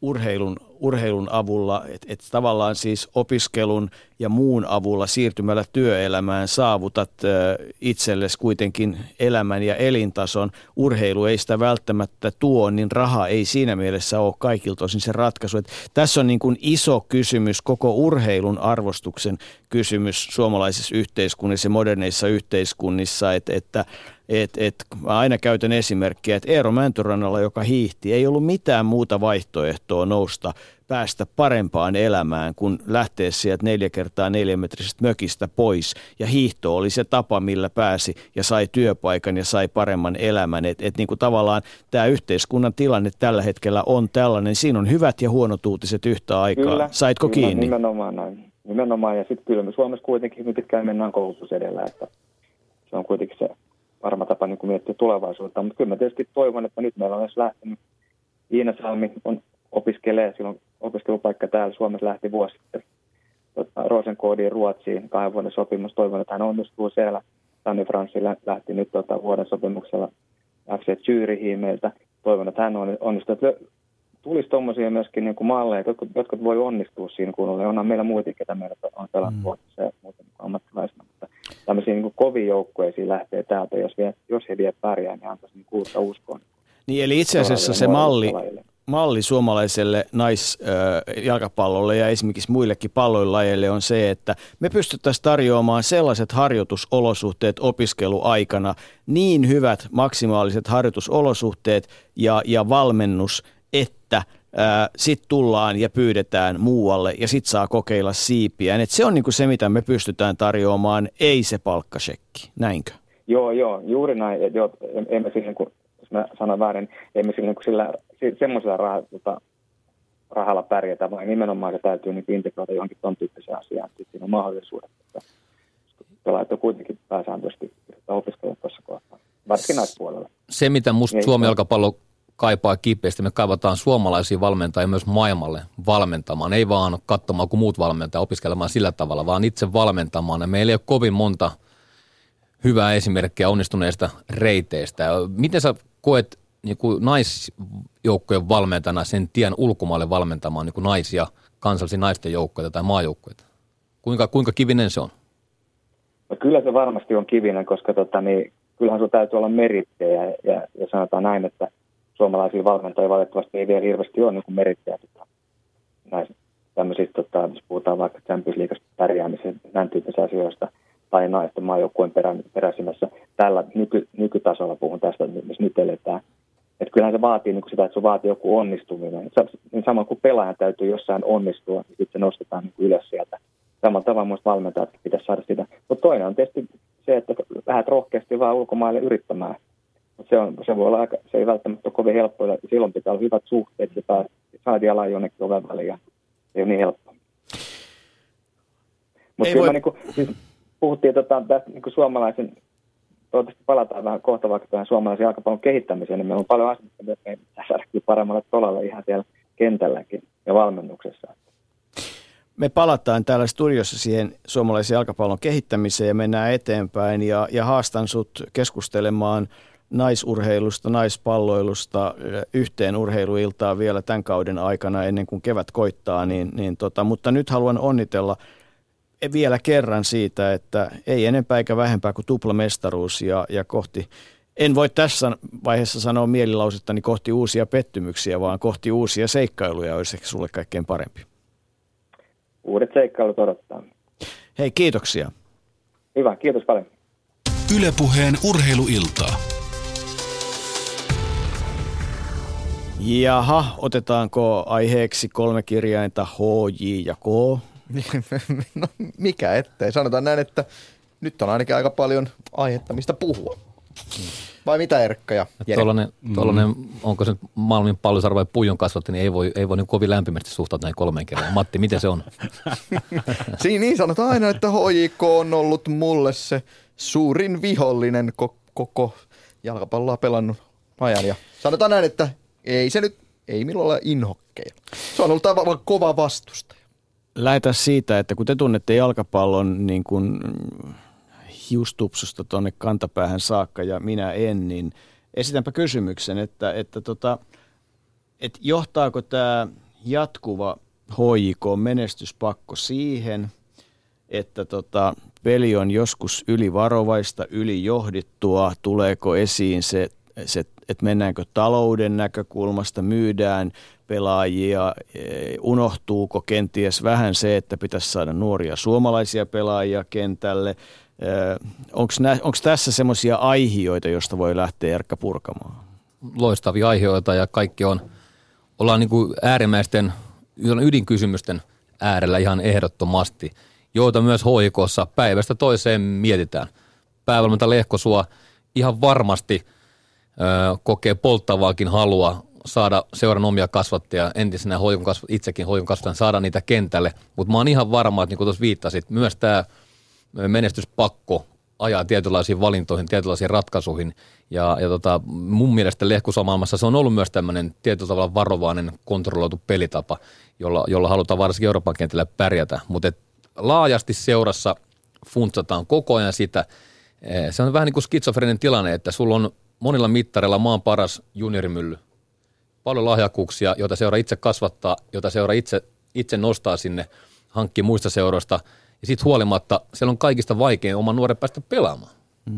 urheilun avulla, että tavallaan siis opiskelun ja muun avulla siirtymällä työelämään saavutat itsellesi kuitenkin elämän ja elintason. Urheilu ei sitä välttämättä tuo, niin raha ei siinä mielessä ole kaikilta osin se ratkaisu. Että tässä on niin kuin iso kysymys, koko urheilun arvostuksen kysymys suomalaisissa yhteiskunnissa ja moderneissa yhteiskunnissa, että mä aina käytän esimerkkiä, että Eero Mäntyrannalla, joka hiihti, ei ollut mitään muuta vaihtoehtoa nousta, päästä parempaan elämään, kun lähteä sieltä 4x4 metrisestä mökistä pois. Ja hiihto oli se tapa, millä pääsi ja sai työpaikan ja sai paremman elämän. Et niin kuin tavallaan tämä yhteiskunnan tilanne tällä hetkellä on tällainen. Siinä on hyvät ja huonot uutiset yhtä aikaa. Kyllä, saitko kyllä, kiinni? Nimenomaan näin. Nimenomaan, ja sitten kyllä me Suomessa kuitenkin hyvin pitkään mennään koulutus edellä, että se on kuitenkin se varma tapa niin kuin miettiä tulevaisuutta. Mutta kyllä mä tietysti toivon, että nyt meillä on myös lähtenyt. Iina Salmi opiskelee, silloin opiskelupaikka täällä Suomessa lähti vuosi sitten Rosenkoodiin Ruotsiin 2 vuoden sopimus. Toivon, että hän onnistuu siellä. Sanni Franssi lähti nyt vuoden sopimuksella FC Zürichiin meiltä. Toivon, että hän onnistuu. Että tulisi tuommoisia myöskin niin kuin malleja, jotka voi onnistua siinä kunnolla. Onhan meillä muitakin, ketä meillä on pelannut Ruotsissa ja muuten ammattilaisena. Mutta tämmöisiä niin kuin kovia joukkueisiin lähtee täältä, jos he vie pärjää, niin antaisi niin uutta uskoa. Niin, eli itse asiassa se malli suomalaiselle naisjalkapallolle ja esimerkiksi muillekin palloilajeille on se, että me pystyttäisiin tarjoamaan sellaiset harjoitusolosuhteet opiskeluaikana, niin hyvät maksimaaliset harjoitusolosuhteet ja valmennus, että sitten tullaan ja pyydetään muualle ja sitten saa kokeilla siipiä. Et se on niinku se, mitä me pystytään tarjoamaan, ei se palkkasekki. Näinkö? Joo, juuri näin. Emme siihen, jos mä sanon väärin, emme semmoisella rahalla pärjätä, vaan nimenomaan se täytyy niin integroida johonkin ton tyyppiseen asiaan. Sitten siinä on mahdollisuudet, että pelaajat on kuitenkin pääsääntöisesti opiskella tuossa kohtaa, varsinkin naispuolella. Se, mitä musta Suomen jalkapallo kaipaa kipeästi, me kaivataan suomalaisia valmentajia myös maailmalle valmentamaan. Ei vaan katsomaan, kun muut valmentajat opiskelemaan sillä tavalla, vaan itse valmentamaan. Ja meillä ei ole kovin monta hyvää esimerkkiä onnistuneista reiteistä. Miten sä koet niin kuin naisjoukkojen valmentajana sen tien ulkomaille valmentamaan niin kuin naisia, kansallisia naisten joukkoja tai maajoukkoja? Kuinka kivinen se on? No kyllä se varmasti on kivinen, koska kyllähän se täytyy olla merittejä ja sanotaan näin, että suomalaisilla valmentajilla valitettavasti ei vielä hirveästi ole niin merittejä tämmöisistä, jos puhutaan vaikka Champions Leaguesta pärjäämisen, tämän tyyppisistä asioista, tai naisten maajoukkueen peräisimmässä. Tällä nykytasolla puhun tästä, missä nyt eletään. Että kyllähän se vaatii niin sitä, että se vaatii joku onnistuminen. Niin sama kuin pelaajan täytyy jossain onnistua, niin sitten se nostetaan niin ylös sieltä. Samalla tavalla muista valmentajat pitäisi saada sitä. Mutta toinen on tietysti se, että vähän rohkeasti vaan ulkomaille yrittämään. Se voi olla aika, se ei välttämättä ole kovin helppoa, että silloin pitää olla hyvät suhteet, että saat jalan jonnekin oven väliin ja ei ole niin helppoa. Mutta kyllä siis puhuttiin tästä niin suomalaisen, toivottavasti palataan vähän kohta vaikka tähän suomalaisen jalkapallon kehittämiseen, niin meillä on paljon asioita, että me pitää saada paremmalle tolalle ihan siellä kentälläkin ja valmennuksessa. Me palataan täällä studiossa siihen suomalaisen jalkapallon kehittämiseen ja mennään eteenpäin ja haastan sut keskustelemaan naisurheilusta, naispalloilusta yhteen urheiluiltaan vielä tämän kauden aikana ennen kuin kevät koittaa, mutta nyt haluan onnitella vielä kerran siitä, että ei enempää eikä vähempää kuin tuplamestaruus ja kohti, en voi tässä vaiheessa sanoa mielilausettani kohti uusia pettymyksiä, vaan kohti uusia seikkailuja olisi ehkä sulle kaikkein parempi. Uudet seikkailut odottaa. Hei, kiitoksia. Hyvä, kiitos paljon. Yle Puheen urheiluiltaa. Jaha, otetaanko aiheeksi 3 kirjainta H, J ja K? No mikä ettei. Sanotaan näin, että nyt on ainakin aika paljon aihetta, mistä puhua. Vai mitä, Erkka ja Jere? Tuollainen, onko se nyt Malmin Pallosarvo vai Puijon kasvatti, niin ei voi niin kovin lämpimästi suhtautua näin 3 kerran. Matti, miten se on? Niin sanotaan aina, että HJK on ollut mulle se suurin vihollinen koko jalkapalloa pelannut ajan. Ja sanotaan näin, että ei minulla ole inhokkeja. Se on ollut aivan kova vastustaja. Lähdetään siitä, että kun te tunnette jalkapallon niin kuin hiustupsusta tuonne kantapäähän saakka ja minä en, niin esitänpä kysymyksen, että johtaako tämä jatkuva HJK-menestyspakko siihen, että peli on joskus ylivarovaista, ylijohdittua, tuleeko esiin se, että mennäänkö talouden näkökulmasta, myydään pelaajia, unohtuuko kenties vähän se, että pitäisi saada nuoria suomalaisia pelaajia kentälle. Onko tässä semmoisia aihioita, joista voi lähteä Erkka purkamaan? Loistavia aihioita ja kaikki ollaan niin kuin äärimmäisten ydinkysymysten äärellä ihan ehdottomasti, joita myös HJK:ssa päivästä toiseen mietitään. Päävalmentaja Lehkosuo ihan varmasti kokee polttavaakin halua saada seuran omia kasvattajia, entisenä itsekin HJK:n kasvattajan, saada niitä kentälle, mutta mä oon ihan varma, että niin kuin tuossa viittasit, myös tämä menestyspakko ajaa tietynlaisiin valintoihin, tietynlaisiin ratkaisuihin ja mun mielestä Lehkosuomaailmassa se on ollut myös tämmöinen tietyllä tavalla varovainen, kontrolloitu pelitapa, jolla halutaan varsinkin Euroopan kentällä pärjätä, mutta laajasti seurassa funtsataan koko ajan sitä. Se on vähän niin kuin skitsofreeninen tilanne, että sulla on monilla mittareilla maan paras juniorimylly. Paljon lahjakkuuksia, joita seura itse kasvattaa, joita seura itse nostaa sinne, hankkii muista seuroista. Ja sitten huolimatta siellä on kaikista vaikein oman nuoren päästä pelaamaan.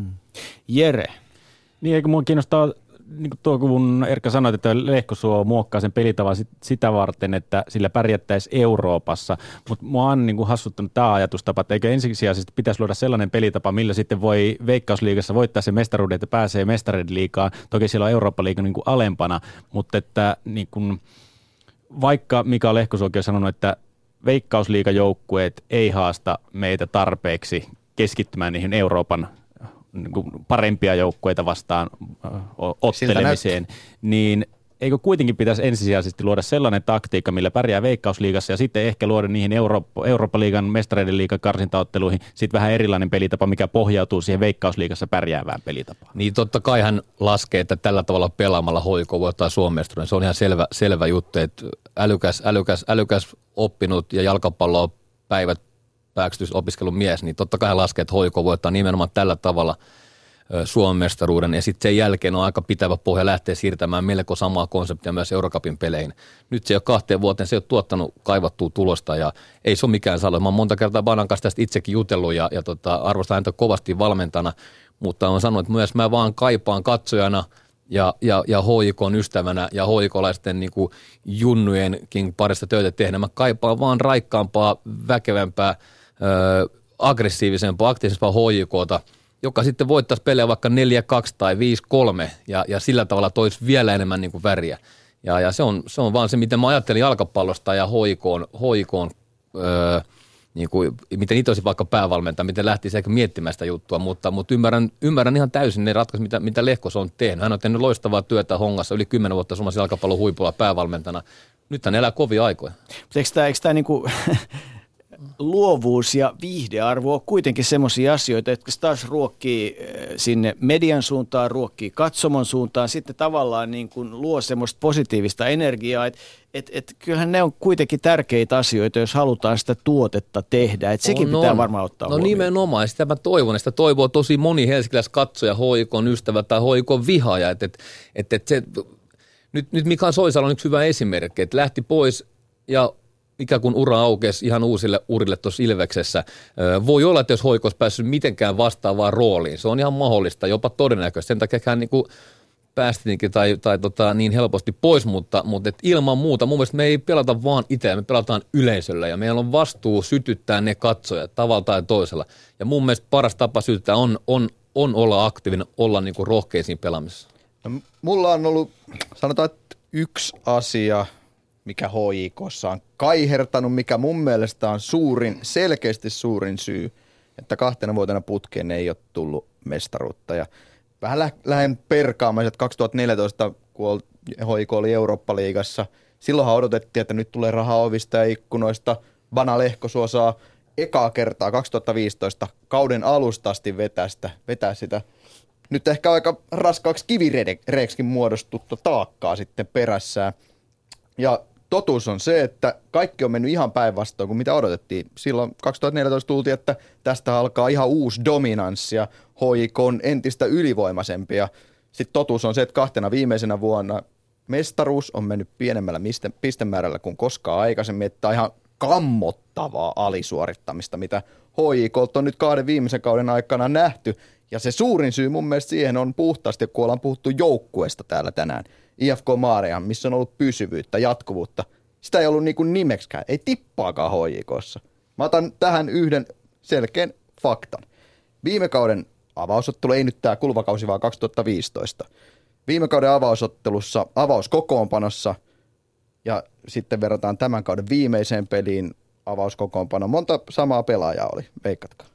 Jere. Niin, eikö minua kiinnostaa, niin kuin tuo kun Erkka sanoi, että Lehkosuo muokkaa sen pelitavan sitä varten, että sillä pärjättäisiin Euroopassa. Mutta minua on niin kuin hassuttanut tämä ajatustapa, että eikö ensisijaisesti pitäisi luoda sellainen pelitapa, millä sitten voi Veikkausliigassa voittaa se mestaruuden, että pääsee mestareiden liigaan. Toki siellä on Eurooppa-liiga niin kuin alempana, mutta että niin kuin, vaikka Mika Lehkosuokin on sanonut, että Veikkausliigajoukkueet ei haasta meitä tarpeeksi keskittymään niihin Euroopan niin kuin parempia joukkueita vastaan ottelemiseen, niin eikö kuitenkin pitäisi ensisijaisesti luoda sellainen taktiikka, millä pärjää Veikkausliigassa ja sitten ehkä luoda niihin Eurooppa-liigan, mestareiden liigan karsintaotteluihin sitten vähän erilainen pelitapa, mikä pohjautuu siihen Veikkausliigassa pärjäävään pelitapaan. Niin totta kai hän laskee, että tällä tavalla pelaamalla HJK voittaa Suomen mestaruuden. Se on ihan selvä juttu, että älykäs oppinut ja jalkapalloa päivät pääksytysopiskelun mies, niin totta kai hän laskee, että HJK voittaa nimenomaan tällä tavalla Suomen mestaruuden, ja sitten sen jälkeen on aika pitävä pohja lähteä siirtämään melko samaa konseptia myös Eurocupin peleihin. Nyt se jo 2 vuoteen se ei ole tuottanut kaivattua tulosta, ja ei se ole mikään salo. Mä oon monta kertaa Banan kanssa tästä itsekin jutellut, ja arvostan häntä kovasti valmentana, mutta on sanonut, että myös mä vaan kaipaan katsojana ja HJK:n ystävänä ja HJK:laisten niin kuin junnujenkin parissa töitä tehdä. Mä kaipaan vaan raikkaampaa, väkevämpää, aggressiivisempaa, aktiivisempaa HJK:ta, joka sitten voittaisi pelejä vaikka 4-2 tai 5-3 ja sillä tavalla toisi vielä enemmän niin kuin väriä. Ja se on vaan se, miten mä ajattelin jalkapallosta ja HJK:n niin kuin, miten itse olisi vaikka päävalmentaja, miten lähtisi ehkä miettimään sitä juttua, mutta ymmärrän ihan täysin ne ratkaisut, mitä Lehkos on tehnyt. Hän on tehnyt loistavaa työtä Hongassa yli 10 vuotta suomalaisen jalkapallon huipulla päävalmentajana. Nyt hän elää kovia aikoja. Eikö tämä niin kuin luovuus ja viihdearvo on kuitenkin semmoisia asioita, että se taas ruokkii sinne median suuntaan, ruokkii katsomon suuntaan, sitten tavallaan niin kuin luo semmoista positiivista energiaa, että kyllähän ne on kuitenkin tärkeitä asioita, jos halutaan sitä tuotetta tehdä, että sekin pitää varmaan ottaa huomioon. Nimenomaan, ja sitä mä toivon, ja sitä toivoo tosi moni helsinkiläiskatsoja, HJK:n ystävä tai HJK:n vihaaja, että se, nyt Mika Soisalo on yksi hyvä esimerkki, että lähti pois ja ikään kuin ura aukesi ihan uusille urille tuossa Ilveksessä. Voi olla, että jos HJK olisi päässyt mitenkään vastaavaan rooliin, se on ihan mahdollista, jopa todennäköistä. Sen takia hän niin päästinkin tai niin helposti pois, mutta et ilman muuta. Mun mielestä me ei pelata vaan itseä, me pelataan yleisöllä ja meillä on vastuu sytyttää ne katsojat tavalla tai toisella. Ja mun mielestä paras tapa sytyttää on olla aktiivinen, olla niin kuin rohkeisiin pelaamisessa. No, mulla on ollut, sanotaan, että yksi asia, mikä HJK:ssa on kaihertanut, mikä mun mielestä on selkeästi suurin syy, että 2 vuotena putkeen ei ole tullut mestaruutta. Ja vähän lähden perkaamaan, että 2014, kun HJK oli Eurooppa-liigassa, silloinhan odotettiin, että nyt tulee rahaa ovista ja ikkunoista. Bana Lehkosuo saa ekaa kertaa 2015 kauden alusta asti vetää sitä. Nyt ehkä aika raskaaksi kivireeksikin muodostuttu taakkaa sitten perässään. Ja totuus on se, että kaikki on mennyt ihan päinvastoin kuin mitä odotettiin. Silloin 2014 tultiin, että tästä alkaa ihan uusi dominanssi ja HJK on entistä ylivoimaisempia. Sitten totuus on se, että 2 viimeisenä vuonna mestaruus on mennyt pienemmällä pistemäärällä kuin koskaan aikaisemmin, että ihan kammottavaa alisuorittamista, mitä HJK on nyt 2 viimeisen kauden aikana nähty. Ja se suurin syy mun mielestä siihen on puhtaasti, kun ollaan puhuttu joukkueesta täällä tänään. IFK Maarian, missä on ollut pysyvyyttä, jatkuvuutta. Sitä ei ollut niin kuin nimeksikään, ei tippaakaan HJK:ssa. Mä otan tähän yhden selkeän faktan. Viime kauden avausottelu, ei nyt tää kulvakausi vaan 2015. Viime kauden avausottelussa, avauskokoonpanossa ja sitten verrataan tämän kauden viimeiseen peliin avauskokoonpano. Monta samaa pelaajaa oli, veikkatkaa.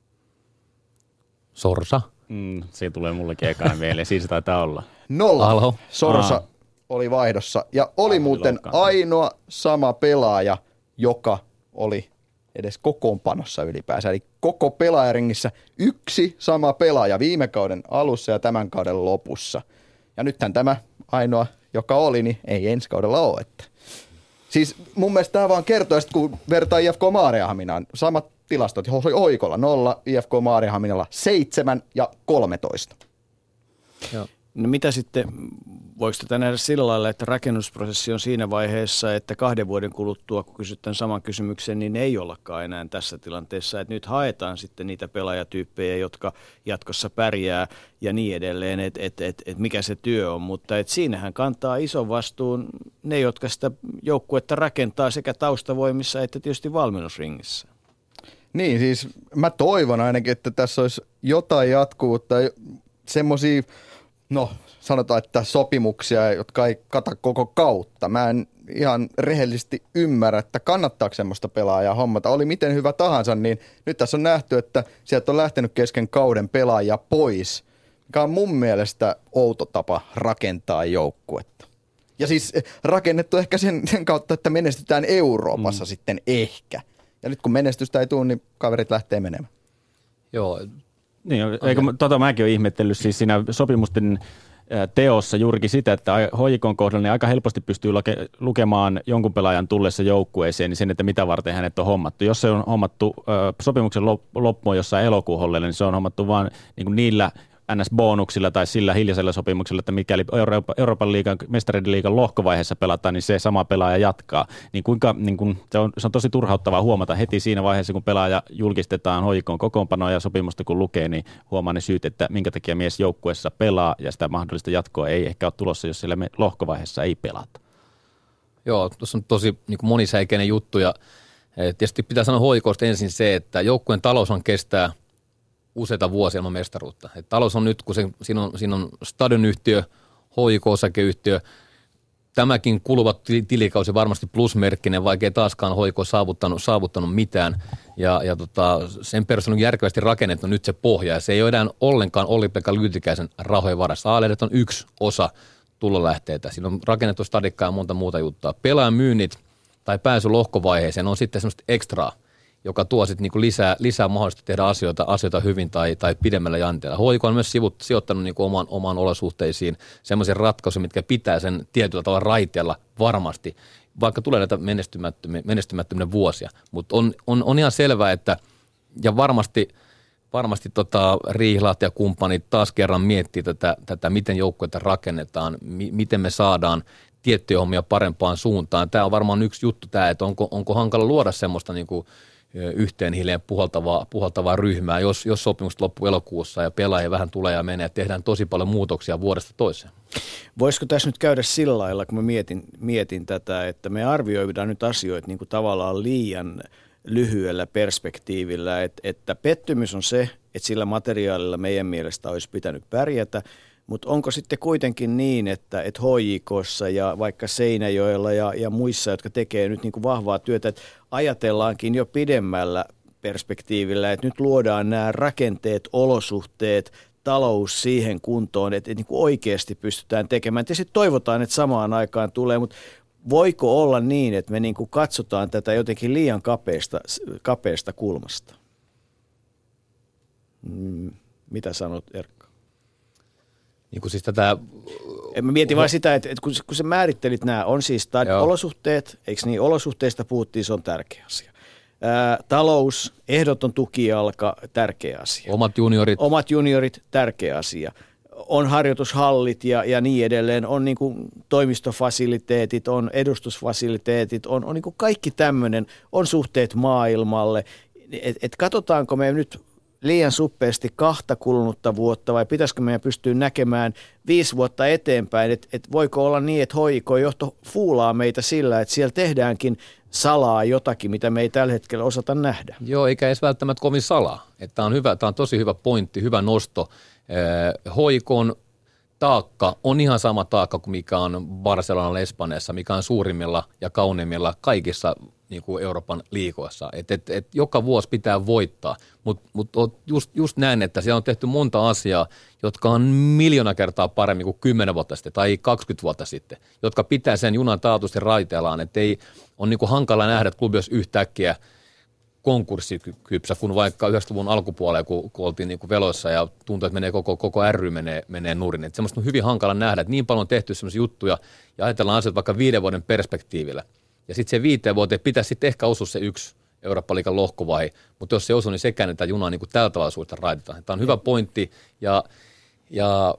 Sorsa. Siinä tulee mullekin ekana mieleen, siis taitaa olla. 0. Alho. Sorsa oli vaihdossa ja oli muuten ainoa sama pelaaja, joka oli edes kokoonpanossa ylipäänsä. Eli koko pelaajaringissä yksi sama pelaaja viime kauden alussa ja tämän kauden lopussa. Ja nythän tämä ainoa, joka oli, niin ei ensi kaudella ole. Että. Siis mun mielestä tämä vaan kertoo, että kun vertaa IFK Maarianhaminaan, samat tilastot, HJK:lla 0, IFK Maarianhaminalla 7 ja 13. Joo. No mitä sitten, voiko tätä nähdä sillä lailla, että rakennusprosessi on siinä vaiheessa, että 2 vuoden kuluttua, kun kysytään saman kysymyksen, niin ei ollakaan enää tässä tilanteessa, että nyt haetaan sitten niitä pelaajatyyppejä, jotka jatkossa pärjää ja niin edelleen, että mikä se työ on, mutta että siinähän kantaa ison vastuun ne, jotka sitä joukkuetta rakentaa sekä taustavoimissa että tietysti valmennusringissä. Niin, siis mä toivon ainakin, että tässä olisi jotain jatkuvuutta, semmoisia, no sanotaan, että sopimuksia, jotka ei kata koko kautta. Mä en ihan rehellisesti ymmärrä, että kannattaako semmoista pelaajaa hommata. Oli miten hyvä tahansa, niin nyt tässä on nähty, että sieltä on lähtenyt kesken kauden pelaajia pois, mikä on mun mielestä outo tapa rakentaa joukkuetta. Ja siis rakennettu ehkä sen kautta, että menestytään Euroopassa sitten ehkä. Ja nyt kun menestystä ei tule, niin kaverit lähtee menemään. Joo. Niin, eikö mäkin olen ihmetellyt siis siinä sopimusten teossa juurikin sitä, että HJK:n kohdalla niin aika helposti pystyy lukemaan jonkun pelaajan tullessa joukkueeseen niin sen, että mitä varten hänet on hommattu. Jos se on hommattu sopimuksen loppuun jossain elokuun hollelle, niin se on hommattu vaan niin niillä NS-bonuksilla tai sillä hiljaisella sopimuksella, että mikäli Euroopan liigan, mestareiden liigan lohkovaiheessa pelataan, niin se sama pelaaja jatkaa. Se on tosi turhauttavaa huomata heti siinä vaiheessa, kun pelaaja julkistetaan HJK:n kokoonpanoa ja sopimusta kun lukee, niin huomaa ne syyt, että minkä takia mies joukkueessa pelaa ja sitä mahdollista jatkoa ei ehkä ole tulossa, jos siellä lohkovaiheessa ei pelata. Joo, tuossa on tosi niin kuin monisäikeinen juttu ja tietysti pitää sanoa HJK:sta ensin se, että joukkueen talous on kestää useita vuosia ilman mestaruutta. Et talous on nyt, kun siinä on stadionyhtiö, HJK-osakeyhtiö, tämäkin kuluva tilikausi varmasti plusmerkkinen, vaikka ei taaskaan HJK saavuttanut mitään. Ja sen perusteella on järkevästi rakennettu nyt se pohja, ja se ei ole enää ollenkaan Olli-Pekka Lyytikäisen rahojen varassa. A-lehdet on yksi osa tulolähteitä. Siinä on rakennettu stadikkaa ja monta muuta juttua. Pelaajan myynnit tai pääsy lohkovaiheeseen on sitten semmoista ekstraa, joka tuo sitten niinku lisää mahdollista tehdä asioita hyvin tai pidemmällä janteella. HJK on myös sijoittanut niinku omaan olosuhteisiin semmoisia ratkaisuja, mitkä pitää sen tietyllä tavalla raiteella varmasti, vaikka tulee näitä menestymättömyyden vuosia. Mutta on ihan selvää, että ja varmasti Riihlahti ja kumppanit taas kerran miettii tätä miten joukkueita rakennetaan, miten me saadaan tiettyjä hommia parempaan suuntaan. Tämä on varmaan yksi juttu tämä, että onko hankala luoda semmoista niinku yhteen hiileen puhaltavaa ryhmää, jos sopimukset loppuu elokuussa ja pelaajia vähän tulee ja menee, tehdään tosi paljon muutoksia vuodesta toiseen. Voisiko tässä nyt käydä sillä lailla, kun mä mietin tätä, että me arvioidaan nyt asioita niin kuin tavallaan liian lyhyellä perspektiivillä, että pettymys on se, että sillä materiaalilla meidän mielestä olisi pitänyt pärjätä, Mutta onko sitten kuitenkin niin, että HJK:ssa ja vaikka Seinäjoella ja muissa, jotka tekee nyt niin kuin vahvaa työtä, että ajatellaankin jo pidemmällä perspektiivillä, että nyt luodaan nämä rakenteet, olosuhteet, talous siihen kuntoon, että niin kuin oikeasti pystytään tekemään. Tietysti toivotaan, että samaan aikaan tulee, mutta voiko olla niin, että me niin kuin katsotaan tätä jotenkin liian kapeasta kulmasta? Mitä sanot, Erkka? Niin kuin siis tätä... Mä mietin vain sitä, että kun sä määrittelit nämä, on siis olosuhteet, eikö niin, olosuhteista puhuttiin, se on tärkeä asia. Talous, ehdoton tukijalka, tärkeä asia. Omat juniorit, tärkeä asia. On harjoitushallit ja niin edelleen, on niin kuin toimistofasiliteetit, on edustusfasiliteetit, on niin kuin kaikki tämmöinen, on suhteet maailmalle. Et katsotaanko me nyt liian suppeasti 2 kulunutta vuotta vai pitäisikö meidän pystyä näkemään 5 vuotta eteenpäin, että voiko olla niin, että HJK-johto fuulaa meitä sillä, että siellä tehdäänkin salaa jotakin, mitä me ei tällä hetkellä osata nähdä. Joo, eikä edes välttämättä kovin salaa. Tämä on tosi hyvä pointti, hyvä nosto. HJK:n taakka on ihan sama taakka kuin mikä on Barcelonalla Espanjassa, mikä on suurimmilla ja kauneimmilla kaikissa niin kuin Euroopan liigoissa. Et joka vuosi pitää voittaa, mutta just näin, että siellä on tehty monta asiaa, jotka on 1,000,000 kertaa paremmin kuin 10 vuotta sitten tai 20 vuotta sitten, jotka pitää sen junan taatusti raiteellaan, että ei on niin kuin hankala nähdä, että klubi olisi yhtäkkiä konkurssikypsä, kun vaikka 90-luvun alkupuolella, kun oltiin niin kuin veloissa ja tuntuu, että menee koko ry menee nurin. Että semmoista on hyvin hankala nähdä, että niin paljon on tehty semmoisia juttuja ja ajatellaan asioita vaikka 5 vuoden perspektiivillä. Ja sitten se 5 vuoteen pitäisi sitten ehkä osua se 1 Eurooppa-liigan lohkovaihe, mutta jos se osuu, niin se käännetään junaa niin kuin tältä tavalla suurta raitetaan. Tämä on hyvä pointti ja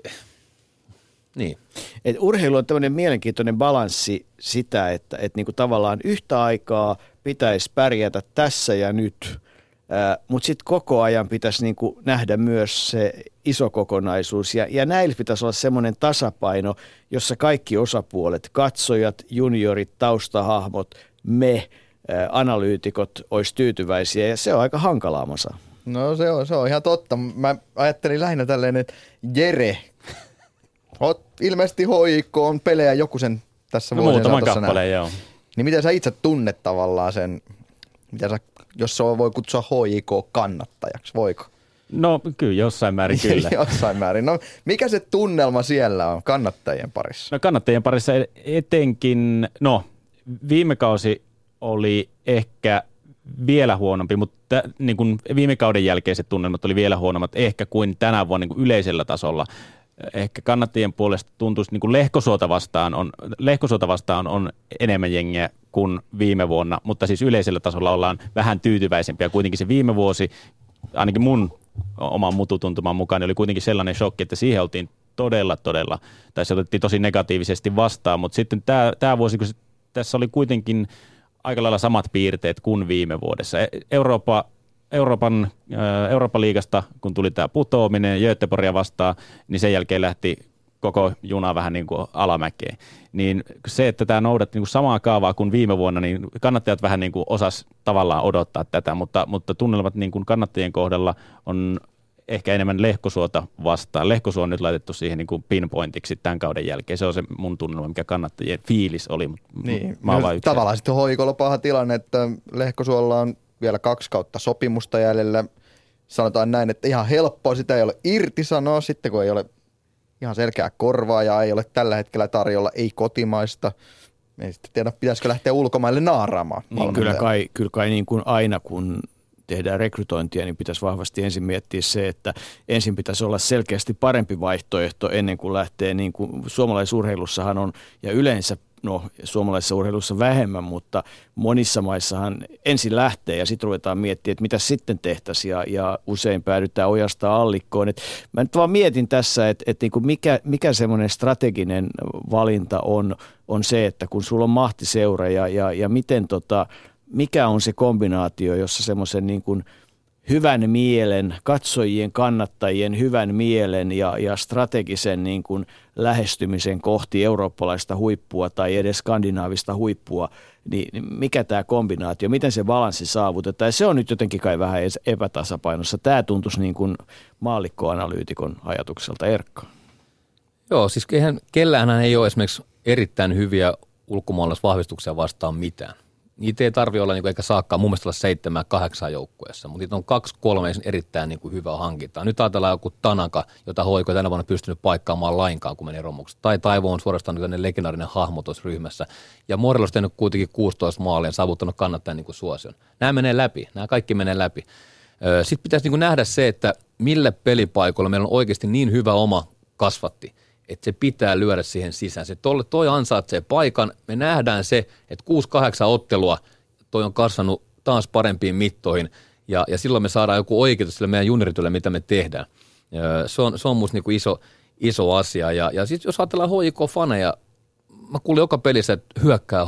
niin. Et urheilu on tämmöinen mielenkiintoinen balanssi sitä, että niin kuin tavallaan yhtä aikaa pitäisi pärjätä tässä ja nyt, mutta sitten koko ajan pitäisi niin kuin nähdä myös se iso kokonaisuus. Ja näillä pitäisi olla semmoinen tasapaino, jossa kaikki osapuolet, katsojat, juniorit, taustahahmot, me, analyytikot olisi tyytyväisiä ja se on aika hankalaa, Masa. No se on ihan totta. Mä ajattelin lähinnä tälleen, että Jere, oot ilmeisesti HJK on pelejä joku sen tässä vuosien saatossa kappaleen, joo. Niin miten sä itse tunnet tavallaan sen, jos se voi kutsua HJK-kannattajaksi, voiko? No kyllä, jossain määrin kyllä. Jossain määrin. No mikä se tunnelma siellä on kannattajien parissa? No kannattajien parissa etenkin, viime kausi oli ehkä vielä huonompi, mutta niin kuin viime kauden jälkeiset tunnelmat oli vielä huonommat ehkä kuin tänä vuonna niin kuin yleisellä tasolla. Ehkä kannattajien puolesta tuntuisi, niin kuin Lehkosuota vastaan on enemmän jengiä kuin viime vuonna, mutta siis yleisellä tasolla ollaan vähän tyytyväisempiä. Kuitenkin se viime vuosi, ainakin mun oman mututuntuman mukaan, oli kuitenkin sellainen shokki, että siihen oltiin todella, tai se otettiin tosi negatiivisesti vastaan, mutta sitten tämä vuosi, kun tässä oli kuitenkin aika lailla samat piirteet kuin viime vuodessa. Eurooppa-liigasta, kun tuli tämä putoaminen Göteborgia vastaan, niin sen jälkeen lähti koko juna vähän niin kuin alamäkeen. Niin se, että tämä noudatti niin kuin samaa kaavaa kuin viime vuonna, niin kannattajat vähän niin kuin osas tavallaan odottaa tätä, mutta tunnelmat niin kuin kannattajien kohdalla on ehkä enemmän Lehkosuota vastaan. Lehkosuo on nyt laitettu siihen niin kuin pinpointiksi tämän kauden jälkeen. Se on se mun tunnelma, mikä kannattajien fiilis oli. Niin, tavallaan sitten HJK:lla paha tilanne, että Lehkosuolla on vielä 2 kautta sopimusta jäljellä. Sanotaan näin, että ihan helppoa sitä ei ole irtisanoa sitten, kun ei ole ihan selkeää korvaa ja ei ole tällä hetkellä tarjolla, ei kotimaista. Ei sitten tiedä, pitäisikö lähteä ulkomaille naaraamaan. Niin, kyllä kai niin kuin aina, kun tehdään rekrytointia, niin pitäisi vahvasti ensin miettiä se, että ensin pitäisi olla selkeästi parempi vaihtoehto ennen kuin lähtee, niin kuin suomalaisurheilussahan on, ja yleensä suomalaisessa urheilussa vähemmän, mutta monissa maissahan ensin lähtee ja sitten ruvetaan miettimään, että mitä sitten tehtäisiin ja usein päädytään ojasta allikkoon. Mä nyt vaan mietin tässä, että niin kuin mikä semmoinen strateginen valinta on se, että kun sulla on mahtiseura ja miten mikä on se kombinaatio, jossa semmoisen niin kuin hyvän mielen, katsojien, kannattajien hyvän mielen ja strategisen niin kuin lähestymisen kohti eurooppalaista huippua tai edes skandinaavista huippua, niin mikä tämä kombinaatio, miten se balanssi saavutetaan. Ja se on nyt jotenkin kai vähän epätasapainossa. Tämä tuntuisi niin kuin maallikkoanalyytikon ajatukselta. Erkka. Joo, siis kellään ei ole esimerkiksi erittäin hyviä ulkomaalaisvahvistuksia vastaan mitään. Niitä ei tarvitse olla eikä saakkaan mun mielestä olla 7-8 joukkueessa, mutta niitä on 2-3 erittäin hyvää hankintaa. Nyt ajatellaan joku Tanaka, jota HJK tänä vuonna pystynyt paikkaamaan lainkaan, kun meni romukset. Tai Taivo on suorastaan legendaarinen hahmo tuossa ryhmässä. Ja Morello on tehnyt kuitenkin 16 maalia ja saavuttanut kannattajan suosion. Nämä menee läpi, nämä kaikki menee läpi. Sitten pitäisi nähdä se, että millä pelipaikoilla meillä on oikeasti niin hyvä oma kasvatti, että se pitää lyödä siihen sisään. Se toi ansaitsee paikan. Me nähdään se, että 6-8 ottelua toi on kasvanut taas parempiin mittoihin ja silloin me saadaan joku oikeutus sille meidän juniorityölle, mitä me tehdään. Se on musta iso asia. Ja sitten jos ajatellaan HJK-faneja, mä kuulin joka pelissä, että hyökkää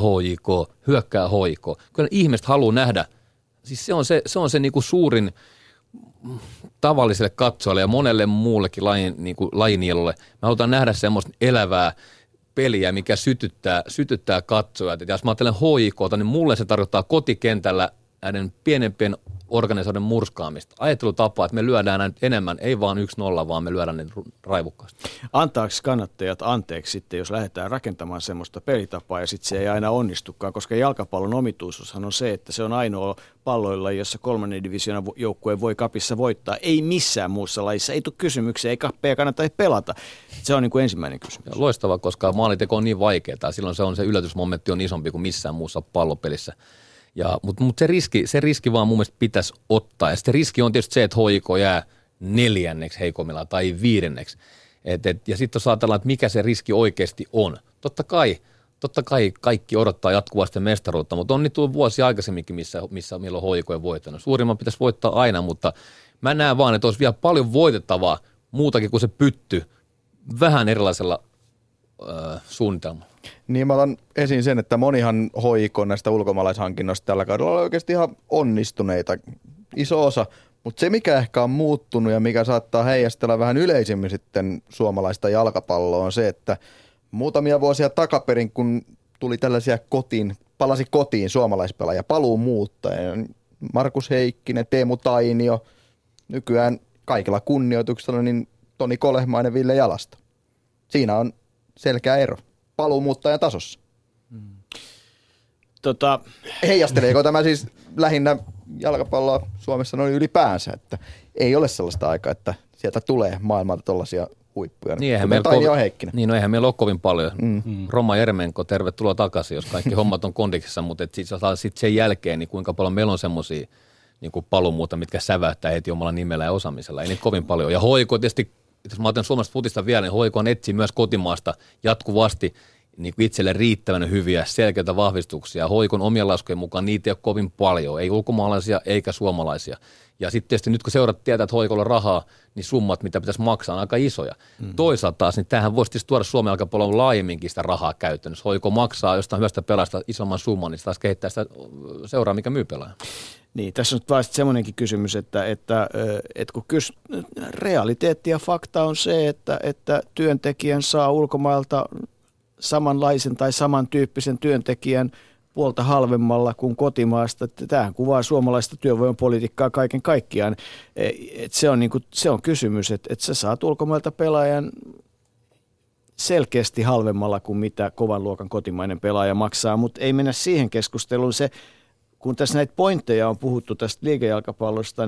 HJK. Kyllä ihmiset haluaa nähdä. Siis se on se suurin tavalliselle katsojalle ja monelle muullekin lajinielulle. Me halutaan nähdä semmoista elävää peliä, mikä sytyttää katsojat. Ja jos mä ajattelen HJK:ta, niin mulle se tarkoittaa kotikentällä näiden pienempien organisaatioiden murskaamista. Ajattelutapa, että me lyödään näitä enemmän, ei vaan 1-0, vaan me lyödään ne raivukkaasti. Antaako kannattajat anteeksi sitten, jos lähdetään rakentamaan semmoista pelitapaa ja sitten se ei aina onnistukaan, koska jalkapallon omituisuushan on se, että se on ainoa palloilla, jossa 3. divisioonan joukkue voi kapissa voittaa. Ei missään muussa lajissa, ei tule kysymyksiä, ei kappeja kannata pelata. Se on ensimmäinen kysymys. Loistavaa, koska maalinteko on niin vaikeaa. Silloin se yllätysmomentti on isompi kuin missään muussa pallopelissä. Mutta se riski vaan mun mielestä pitäisi ottaa. Ja sitten riski on tietysti se, että HJK jää 4. heikommillaan tai 5. Ja sitten jos ajatellaan, että mikä se riski oikeasti on. Totta kai kaikki odottaa jatkuvasti mestaruutta, mutta on nyt tullut vuosi aikaisemminkin, milloin HJK ei voittanut. Suurimman pitäisi voittaa aina, mutta mä näen vaan, että olisi vielä paljon voitettavaa muutakin kuin se pytty vähän erilaisella suunnitelmalla. Niin mä otan esiin sen, että monihan HJK näistä ulkomaalaishankinnoista tällä kaudella on oikeasti ihan onnistuneita, iso osa. Mutta se, mikä ehkä on muuttunut ja mikä saattaa heijastella vähän yleisemmin sitten suomalaista jalkapalloa, on se, että muutamia vuosia takaperin, kun tuli tällaisia palasi kotiin suomalaispelaajia, paluumuuttajia, Markus Heikkinen, Teemu Tainio, nykyään kaikilla kunnioituksella, niin Toni Kolehmainen, Ville Jalasta. Siinä on selkeä ero paluumuuttajan tasossa. Heijasteleeko tämä siis lähinnä jalkapalloa Suomessa noin ylipäänsä, että ei ole sellaista aikaa, että sieltä tulee maailmalta tollaisia huippuja. Niin, eihän meillä ole kovin paljon. Roma Jermenko, tervetuloa takaisin, jos kaikki hommat on kondiksessa, mutta sitten sen jälkeen, niin kuinka paljon meillä on semmoisia niin paluumuutta, mitkä säväyttää heti omalla nimellä ja osaamisella. Ei niitä kovin paljon. Ja HJK tietysti, jos mä otan Suomesta futista vielä, niin HJK etsii myös kotimaasta jatkuvasti niin itselle riittävän hyviä selkeitä vahvistuksia. HJK:n omien laskujen mukaan niitä ei ole kovin paljon, ei ulkomaalaisia eikä suomalaisia. Ja sitten tietysti nyt kun seurat tietää, että HJK:lla on rahaa, niin summat, mitä pitäisi maksaa, on aika isoja. Toisaalta taas, niin tämähän voisi tietysti tuoda Suomen jalkapallon laajemminkin sitä rahaa käytännössä. HJK maksaa jostain hyvästä pelasta isomman summan, niin se taas kehittää sitä seuraa, mikä myy pelaaja. Niin, tässä on vaan semmoinenkin kysymys, että kun realiteetti ja fakta on se, että työntekijän saa ulkomailta samanlaisen tai samantyyppisen työntekijän puolta halvemmalla kuin kotimaasta. Tämähän kuvaa suomalaista työvoimapolitiikkaa kaiken kaikkiaan. Se on kysymys, että sä saat ulkomailta pelaajan selkeästi halvemmalla kuin mitä kovan luokan kotimainen pelaaja maksaa, mutta ei mennä siihen keskusteluun. Kun tässä näitä pointteja on puhuttu tästä liigajalkapallosta,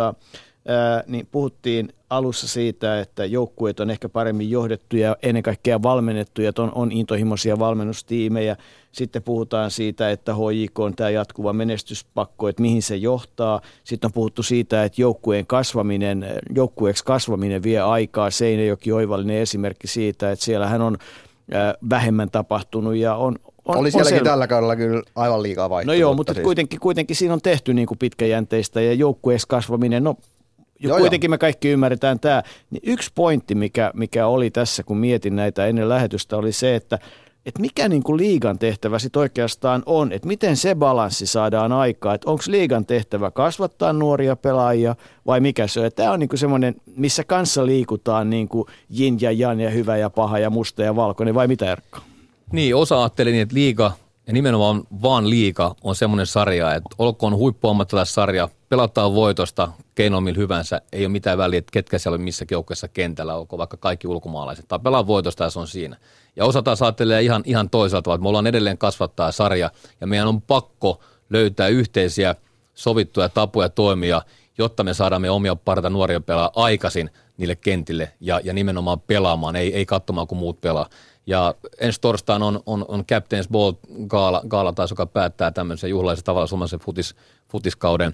niin puhuttiin alussa siitä, että joukkueet on ehkä paremmin johdettuja ja ennen kaikkea valmennettuja, että on intohimoisia valmennustiimejä. Sitten puhutaan siitä, että HJK on tämä jatkuva menestyspakko, että mihin se johtaa. Sitten on puhuttu siitä, että joukkueeksi kasvaminen vie aikaa. Seinäjoki oivallinen esimerkki siitä, että siellähän on vähemmän tapahtunut ja oli sielläkin tällä kaudella kyllä aivan liikaa vaihtoehtoja. No joo, mutta siis kuitenkin siinä on tehty niin kuin pitkäjänteistä ja joukkueeksi kasvaminen, kuitenkin me kaikki ymmärretään tämä. Niin yksi pointti, mikä oli tässä, kun mietin näitä ennen lähetystä, oli se, että mikä niin kuin liigan tehtävä sitten oikeastaan on, että miten se balanssi saadaan aikaan, että onko liigan tehtävä kasvattaa nuoria pelaajia vai mikä se on. Ja tämä on niin kuin semmoinen, missä kanssa liikutaan niin kuin yin ja yang ja hyvä ja paha ja musta ja valkoinen vai mitä, Erkka? Niin, osa ajatteli niin, että liiga Ja nimenomaan vaan liiga on semmoinen sarja, että olkoon huippuammattilaissarja, pelataan voitosta keinoin hyvänsä, ei ole mitään väliä, että ketkä siellä on missäkin joukkueessa kentällä, olkoon vaikka kaikki ulkomaalaiset, tai pelaa voitosta ja se on siinä. Ja osataan ajattelee ihan toisaalta, että me ollaan edelleen kasvattaa sarja, ja meidän on pakko löytää yhteisiä sovittuja tapoja toimia, jotta me saadaan meidän omia parta nuoria pelaa aikaisin niille kentille ja nimenomaan pelaamaan, ei katsomaan kun muut pelaa. Ja ensi torstaina on Captain's Ball gaala taas, joka päättää tämmöisen juhlaisen tavalla suomalaisen futiskauden,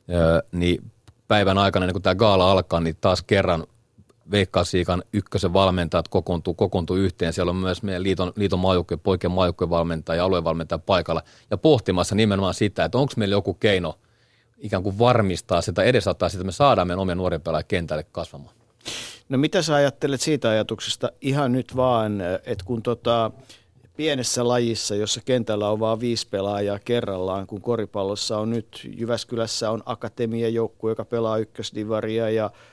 niin päivän aikana, niin kun tämä gaala alkaa, niin taas kerran Veikkausliigan ykkösen valmentajat kokoontuu yhteen. Siellä on myös meidän liiton maajoukkojen, poikien maajoukkojen valmentaja ja aluevalmentaja paikalla ja pohtimassa nimenomaan sitä, että onko meillä joku keino ikään kuin varmistaa sitä, edesauttaa sitä, että me saadaan meidän omia nuoria pelaajia kentälle kasvamaan. No mitä sä ajattelet siitä ajatuksesta ihan nyt vaan, että kun pienessä lajissa, jossa kentällä on vain 5 pelaajaa kerrallaan, kun koripallossa on nyt, Jyväskylässä on akatemiajoukkue, joka pelaa ykkösdivaria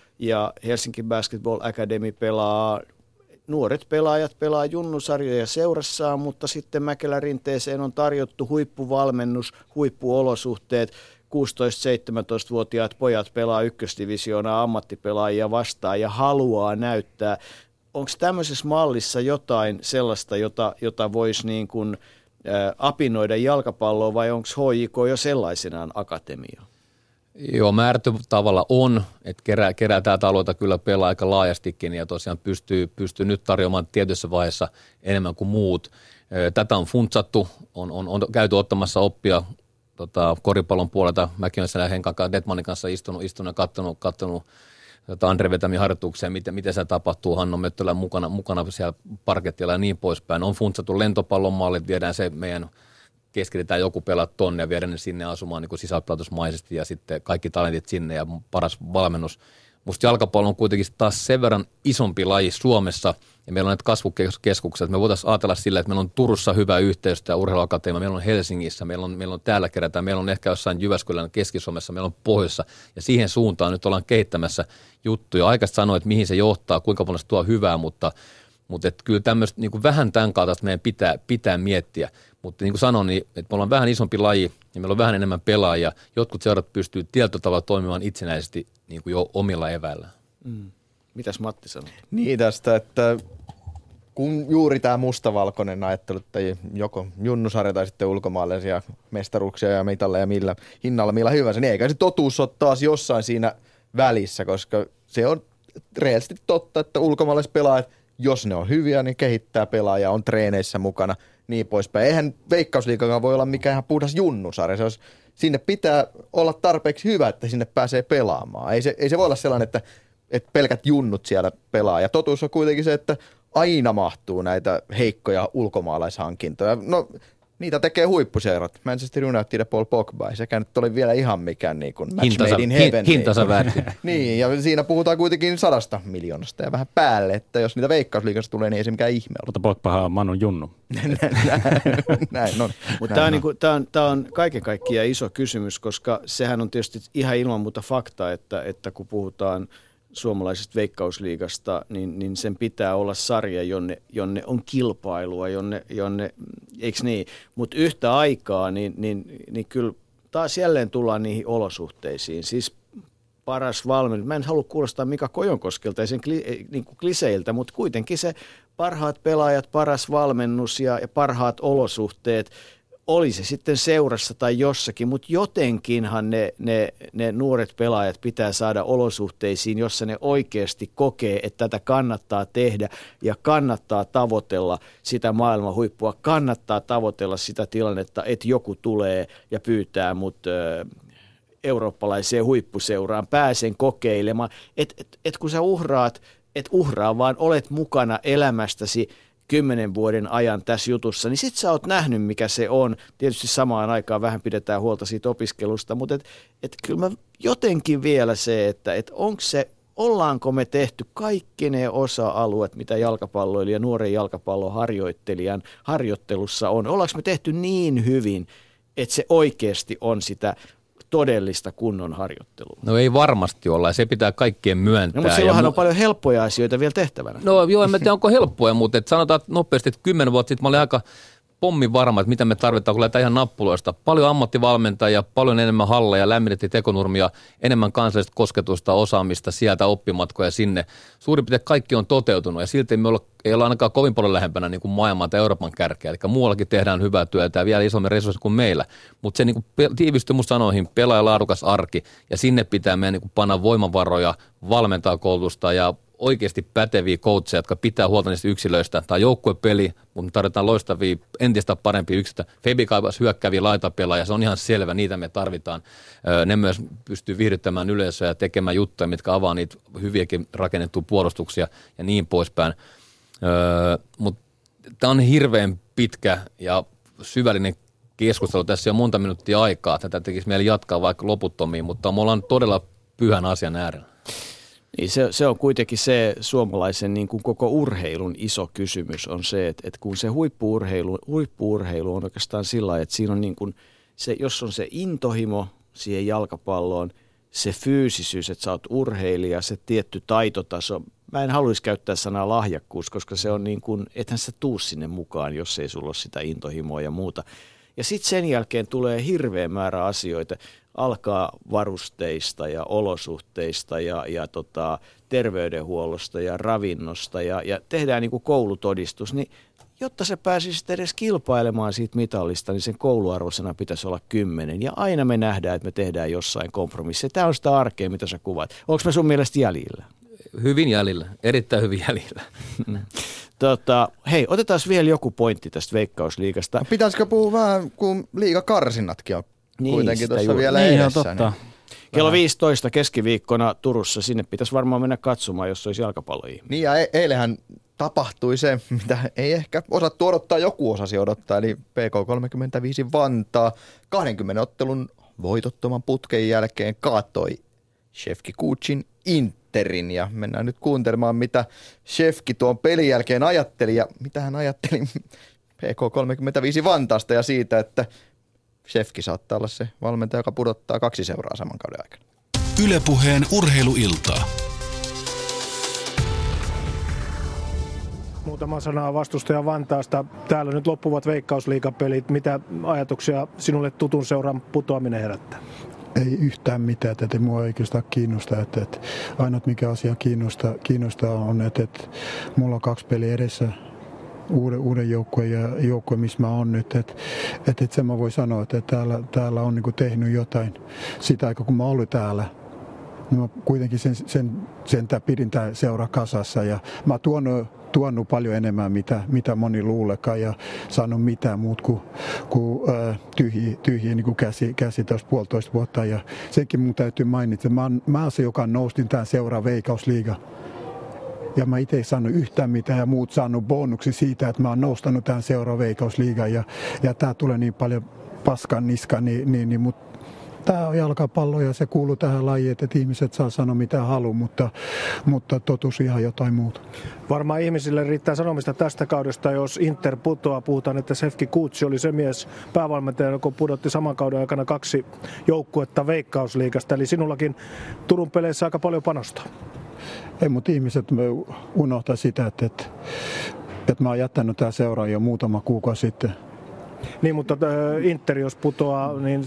ja Helsinki Basketball Academy pelaa, nuoret pelaajat pelaa junnusarjoja seurassaan, mutta sitten Mäkelä-Rinteeseen on tarjottu huippuvalmennus, huippuolosuhteet, 16-17-vuotiaat pojat pelaa ykkösdivisioonaa ammattipelaajia vastaan ja haluaa näyttää. Onko tämmöisessä mallissa jotain sellaista, jota voisi niin kuin apinoida jalkapalloa vai onko HJK jo sellaisenaan akatemia? Joo, määrätty tavalla on, että kerätään alueita kyllä pelaa aika laajastikin ja tosiaan pystyy nyt tarjoamaan tietyssä vaiheessa enemmän kuin muut. Tätä on funtsattu, on käyty ottamassa oppia koripallon puolelta. Mäkin olen siellä Henkan Detmanin kanssa istunut ja katsonut Andre vetämiä harjoituksia, miten se tapahtuu, Hanno Möttölä mukana siellä parkettilla ja niin poispäin. On funtsattu lentopallon mallit, viedään se meidän, keskitetään joku pelaa tonne ja viedään ne sinne asumaan niin kuin sisältömaisesti ja sitten kaikki talentit sinne ja paras valmennus. Musta jalkapallo on kuitenkin taas sen verran isompi laji Suomessa ja meillä on näitä kasvukeskuksia. Me voitaisiin ajatella sillä, että meillä on Turussa hyvä yhteistyö, urheiluakatemia, meillä on Helsingissä, meillä on täällä kerätään, meillä on ehkä jossain Jyväskylän Keski-Suomessa, meillä on Pohjoissa ja siihen suuntaan nyt ollaan kehittämässä juttuja. Aikaisesti sanoa, että mihin se johtaa, kuinka paljon se tuo hyvää, mutta et kyllä tämmöistä niin kuin vähän tämän kaltaista meidän pitää miettiä. Mutta niin kuin sanoin, niin, että me ollaan vähän isompi laji ja meillä on vähän enemmän pelaajia. Jotkut seurat pystyy tietyllä tavalla toimimaan itsenäisesti niin kuin jo omilla eväillä. Mitäs Matti sanoo? Niin tästä, että kun juuri tämä mustavalkoinen ajattelu, että joko junnusarja tai sitten ulkomaalaisia mestaruuksia ja mitalleja millä hinnalla millä hyvänsä, niin eikä se totuus ole taas jossain siinä välissä, koska se on reellisesti totta, että ulkomaalaispelaajat, jos ne on hyviä, niin kehittää pelaajaa, on treeneissä mukana, niin poispäin. Eihän Veikkausliigakaan voi olla mikään ihan puhdas junnusarja. Sinne pitää olla tarpeeksi hyvä, että sinne pääsee pelaamaan. Ei se voi olla sellainen, että pelkät junnut siellä pelaa. Ja totuus on kuitenkin se, että aina mahtuu näitä heikkoja ulkomaalaishankintoja. No, niitä tekee huippuseurat. Manchester United ja Paul Pogba. Sekään nyt oli vielä ihan mikään niin kuin match made in heaven. Hintansa väärti. Niin, ja siinä puhutaan kuitenkin 100 miljoonasta ja vähän päälle, että jos niitä Veikkausliigasta tulee, niin ei se mikään ihme ole. Mutta Pogbahan on Manun junnu. Näin on. Mutta tämä on kaiken kaikkiaan iso kysymys, koska sehän on tietysti ihan ilman muuta fakta, että kun puhutaan suomalaisesta Veikkausliigasta, niin sen pitää olla sarja, jonne on kilpailua, jonne eikö niin? Mutta yhtä aikaa, niin kyllä taas jälleen tullaan niihin olosuhteisiin. Siis paras valmennus, mä en halua kuulostaa Mika Kojonkoskelta ja sen niin kuin kliseiltä, mutta kuitenkin se parhaat pelaajat, paras valmennus ja parhaat olosuhteet, oli se sitten seurassa tai jossakin, mutta jotenkinhan ne nuoret pelaajat pitää saada olosuhteisiin, jossa ne oikeasti kokee, että tätä kannattaa tehdä ja kannattaa tavoitella sitä maailman huippua, kannattaa tavoitella sitä tilannetta, että joku tulee ja pyytää mut eurooppalaiseen huippuseuraan, pääsen kokeilemaan, että kun sä et uhraa, vaan olet mukana elämästäsi 10 vuoden ajan tässä jutussa, niin sit sä oot nähnyt, mikä se on. Tietysti samaan aikaan vähän pidetään huolta siitä opiskelusta, mutta kyllä mä jotenkin vielä se, että ollaanko me tehty kaikki ne osa-alueet, mitä jalkapalloilija, nuoren jalkapallon harjoittelijan harjoittelussa on. Ollaanko me tehty niin hyvin, että se oikeasti on sitä todellista kunnon harjoittelua? No ei varmasti olla, ja se pitää kaikkien myöntää. No, mutta silloinhan on paljon helppoja asioita vielä tehtävänä. No joo, en tiedä onko helppoja, mutta sanotaan nopeasti, että 10 vuotta sitten mä olin aika pommin varma, että mitä me tarvitaan, kun lähdetään ihan nappuloista. Paljon ammattivalmentajia, paljon enemmän halleja, lämmitettiin tekonurmia, enemmän kansallista kosketusta, osaamista, sieltä oppimatkoja sinne. Suurin piirtein kaikki on toteutunut ja silti me ei olla ainakaan kovin paljon lähempänä niin kuin maailman tai Euroopan kärkeä. Eli muuallakin tehdään hyvää työtä ja vielä isommin resursseja kuin meillä. Mutta se niin kuin tiivistyy mun sanoihin, pelaaja laadukas arki ja sinne pitää meidän niin kuin panna voimavaroja, valmentaa koulutusta ja oikeasti päteviä coacheja, jotka pitää huolta niistä yksilöistä. Tämä on joukkuepeli, mutta me tarvitaan loistavia, entistä parempia yksilöitä. Febi kaipasi hyökkääviä laitapelaajia, se on ihan selvä, niitä me tarvitaan. Ne myös pystyy viihdyttämään yleisöä ja tekemään juttuja, mitkä avaa niitä hyviäkin rakennettuja puolustuksia ja niin poispäin. Mutta tämä on hirveän pitkä ja syvällinen keskustelu. Tässä on monta minuuttia aikaa. Tätä tekisi meillä jatkaa vaikka loputtomiin, mutta me ollaan todella pyhän asian äärellä. Niin se on kuitenkin se suomalaisen niin kuin koko urheilun iso kysymys on se, että kun se huippu-urheilu on oikeastaan sillä lailla, että siinä on niin kuin se, jos on se intohimo siihen jalkapalloon, se fyysisyys, että sä oot urheilija, se tietty taitotaso. Mä en haluaisi käyttää sanaa lahjakkuus, koska se on niin kuin, ethän sä tuu sinne mukaan, jos ei sulla ole sitä intohimoa ja muuta. Ja sitten sen jälkeen tulee hirveä määrä asioita. Alkaa varusteista ja olosuhteista ja terveydenhuollosta ja ravinnosta ja tehdään niin kuin koulutodistus, niin jotta sä pääsisit edes kilpailemaan siitä mitallista, niin sen kouluarvosana pitäisi olla 10. Ja aina me nähdään, että me tehdään jossain kompromisseja. Tämä on sitä arkea, mitä sä kuvaat. Onko mä sun mielestä jäljillä? Hyvin jäljillä, erittäin hyvin jäljillä. Hei, otetaan vielä joku pointti tästä Veikkausliigasta. No, pitäisikö puhua vähän, kun liigakarsinnatkin on kuitenkin tuossa vielä niin, edessä. Totta. Kello 15 keskiviikkona Turussa, sinne pitäisi varmaan mennä katsomaan, jos olisi jalkapalloja. Niin ja eilähän tapahtui se, mitä ei ehkä osattu odottaa, joku osasi odottaa, eli PK35 Vantaa 20 ottelun voitottoman putken jälkeen kaatoi Šefki Kučin Interin, ja mennään nyt kuuntelemaan, mitä Šefki tuon pelin jälkeen ajatteli, ja mitä hän ajatteli PK35 Vantaasta ja siitä, että Šefki saattaa olla se valmentaja, joka pudottaa 2 seuraa saman kauden aikana. Yle Puheen urheiluiltaa. Muutama sana vastustaja Vantaasta. Täällä nyt loppuvat Veikkausliigapelit. Mitä ajatuksia sinulle tutun seuran putoaminen herättää? Ei yhtään mitään, että mua ei oikeastaan kiinnosta. Että ainoat mikä asia kiinnostaa on, että mulla on 2 peliä edessä. Uuden joukkueen ja joukkue, missä mä oon nyt. Että sen mä voin sanoa, että täällä on niinku tehnyt jotain sitä aikaa, kun mä oon ollut täällä. Niin mä kuitenkin sen pidin tää seura kasassa ja mä oon tuonut paljon enemmän, mitä moni luulekaan ja saanut mitään muut kuin tyhjiä niin kuin käsi taas 1,5 vuotta. Ja senkin mun täytyy mainita, mä oon se, joka noustin tämän seuraan Veikkausliiga. Ja mä itse ei saanut yhtään mitään ja muut saanut bonuksi siitä, että mä oon noustanut tämän seuraan Veikkausliigaan. Ja tää tulee niin paljon paskan niskaan, mutta tää on jalkapallo ja se kuuluu tähän lajiin, että ihmiset saa sanoa mitä haluaa, mutta totuus ihan jotain muuta. Varmaan ihmisille riittää sanomista tästä kaudesta, jos Inter putoaa. Puhutaan, että Šefki Kuči oli se mies päävalmentajana, kun pudotti saman kauden aikana 2 joukkuetta Veikkausliigasta. Eli sinullakin Turun peleissä aika paljon panostaa. Ei, mutta ihmiset unohtaa sitä, että mä oon jättänyt tää seuraan jo muutama kuukausi sitten. Niin, mutta Inter, jos putoaa, niin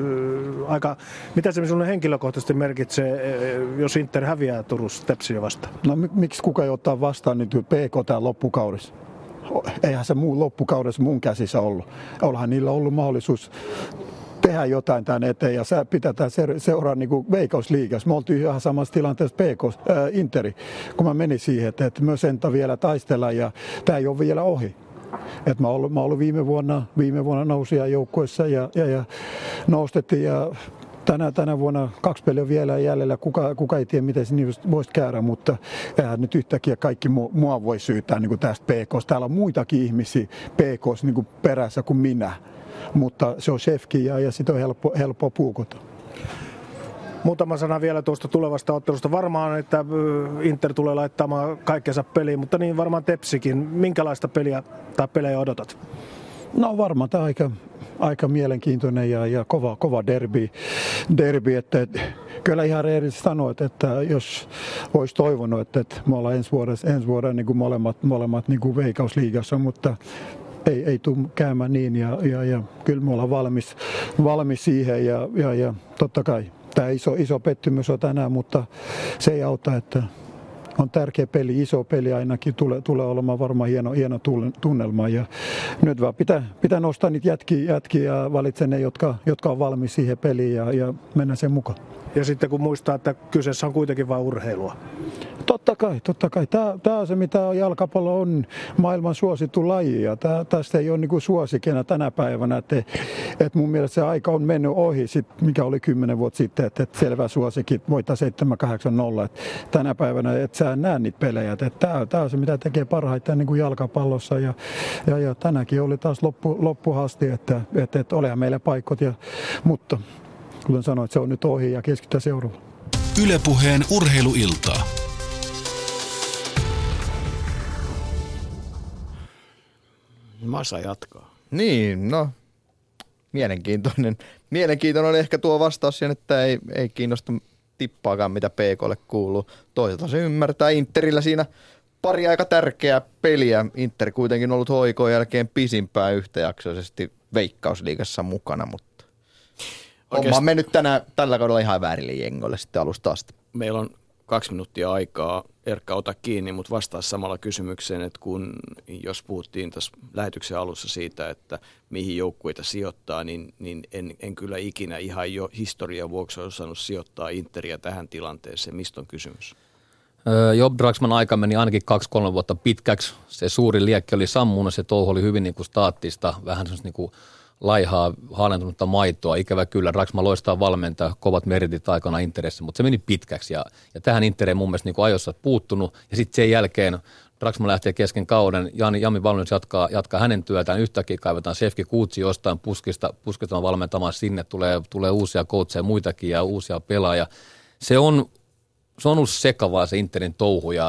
mitä se sinulle henkilökohtaisesti merkitsee, jos Inter häviää Turussa Tepsiä vastaan? No miksi kukaan ei ottaa vastaan nyt PK tää loppukaudessa? Eihän se muu loppukaudessa mun käsissä ollut. Onhan niillä ollut mahdollisuus tehdä jotain tämän eteen ja pitää tämä seuraa niin kuin Veikkausliigassa. Me oltiin ihan samassa tilanteessa Interi, kun mä menin siihen, että me sentään vielä taistellaan ja tämä ei ole vielä ohi. Et mä oon ollut viime vuonna nousia joukkueessa ja nostettiin ja tänä vuonna 2 peliä vielä jäljellä. Kuka ei tiedä, miten se voisi käydä, mutta eihän nyt yhtäkkiä kaikki mua voi syyttää niin kuin tästä PK:sta. Täällä on muitakin ihmisiä PK:ssa niin kuin perässä kuin minä, mutta se on Šefki ja sitä on helppo puukota. Muutama sana vielä tuosta tulevasta ottelusta. Varmaan, että Inter tulee laittamaan kaikkensa peliin, mutta niin varmaan Tepsikin. Minkälaista peliä tai pelejä odotat? No varmaan tämä aika mielenkiintoinen ja kova derby, että kyllä ihan rehellisesti sanoa, että jos olisi toivonut, että me ollaan ensi vuonna niin kuin molemmat niin kuin Veikkausliigassa, mutta ei tule käymään niin ja kyllä me ollaan valmis siihen ja totta kai tämä iso pettymys on tänään, mutta se ei auta, että on tärkeä peli, iso peli ainakin, tulee olemaan varmaan hieno tunnelma ja nyt vaan pitää nostaa niitä jätkiä ja valitse ne, jotka on valmis siihen peliin ja mennä sen mukaan. Ja sitten kun muistaa, että kyseessä on kuitenkin vain urheilua. Totta kai. Tämä on se, mitä jalkapallo on maailman suosittu laji ja tästä ei ole niin kuin suosikena tänä päivänä. Että mun mielestä se aika on mennyt ohi, mikä oli 10 vuotta sitten, että selvä suosikin voittaa 7-8-0. Tänä päivänä et sä näe niitä pelejä. Tämä on se, mitä tekee parhaiten niin kuin jalkapallossa ja tänäkin oli taas loppuhasti, että olihan meillä paikot, mutta kuten sanoin, että se on nyt ohi ja keskitytään seuraavaan. Yle Puheen urheiluiltaa. Masa jatkaa. Niin, no mielenkiintoinen oli ehkä tuo vastaus siihen, että ei kiinnosta tippaakaan mitä PK:lle kuuluu. Toisaalta se ymmärtää Interillä siinä pari aika tärkeää peliä. Inter kuitenkin ollut HJK:n jälkeen pisimpään yhtäjaksoisesti Veikkausliigassa mukana, mutta homma on mennyt tällä kaudella ihan väärille jengoille sitten alusta asti. Meillä on 2 minuuttia aikaa. Erkka, ota kiinni, mutta vastaa samalla kysymykseen, että jos puhuttiin tässä lähetyksen alussa siitä, että mihin joukkueita sijoittaa, niin en kyllä ikinä ihan jo historian vuoksi osannut sijoittaa Interia tähän tilanteeseen. Mistä on kysymys? Job Draxman aika meni ainakin 2-3 vuotta pitkäksi. Se suuri liekki oli sammunut, se touhu oli hyvin niin kuin staattista, vähän semmoista niin kuin laihaa, haalentunutta maitoa. Ikävä kyllä, Draxman loistaa valmentaa, kovat meritit aikana Interissä, mutta se meni pitkäksi. Ja tähän Inter ei mun mielestä niin kuin ajoissa puuttunut. Ja sitten sen jälkeen Draxman lähtee kesken kauden, Jami valmennus jatkaa hänen työtään. Yhtäkkiä kaivetaan Šefki Kuutsi jostain puskista valmentamaan sinne. Tulee uusia coacheja muitakin ja uusia pelaajia. Se on ollut sekavaa se Interin touhu ja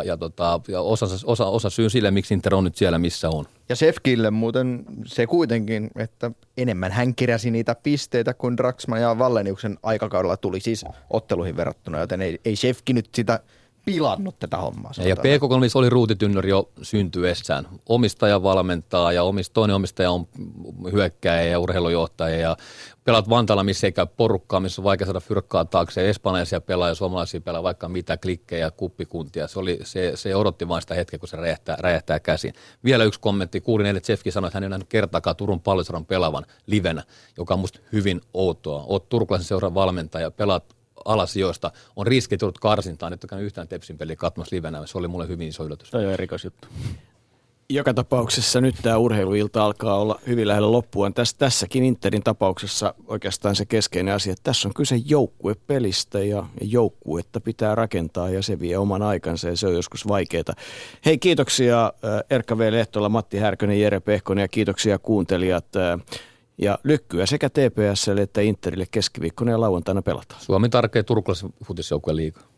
osa syy sille, miksi Inter on nyt siellä, missä on. Ja Šefkille muuten se kuitenkin, että enemmän hän keräsi niitä pisteitä kuin Draxman ja Walleniuksen aikakaudella tuli siis otteluihin verrattuna, joten ei Šefki nyt sitä pilannut tätä hommaa. Ja PK oli ruutitynnöri jo syntyessään. Omistaja valmentaa ja toinen omistaja on hyökkääjä ja urheilujohtaja ja pelaat Vantaalla, missä ei käy porukkaa, missä on vaikea saada fyrkkaa taakse. Espanjalaisia pelaajia, suomalaisia pelaajia, vaikka mitä klikkejä ja kuppikuntia. Se odotti vain sitä hetkeä, kun se räjähtää käsiin. Vielä yksi kommentti. Kuulin eilen, että Šefki sanoi, että hän ei nähnyt kertaakaan Turun Palloseuraan pelaavan livenä, joka on musta hyvin outoa. Oot turkulaisen seuran valmentaja, pelaat alasijoista, on riski tullut karsintaan, että käynyt yhtään Tepsin peliä katsomassa livenä. Se oli mulle hyvin iso yllätys. Toi on erikoisjuttu. Joka tapauksessa nyt tämä urheiluilta alkaa olla hyvin lähellä loppuun. Tässäkin Interin tapauksessa oikeastaan se keskeinen asia, että tässä on kyse joukkuepelistä ja joukkuetta pitää rakentaa ja se vie oman aikansa ja se on joskus vaikeaa. Hei, kiitoksia Erkka V. Lehtola, Matti Härkönen, Jere Pehkonen ja kiitoksia kuuntelijat. Ja lykkyä sekä TPS:lle että Interille keskiviikkona ja lauantaina pelataan. Suomi tarkee turkulaisen futisjoukkueen liigaa.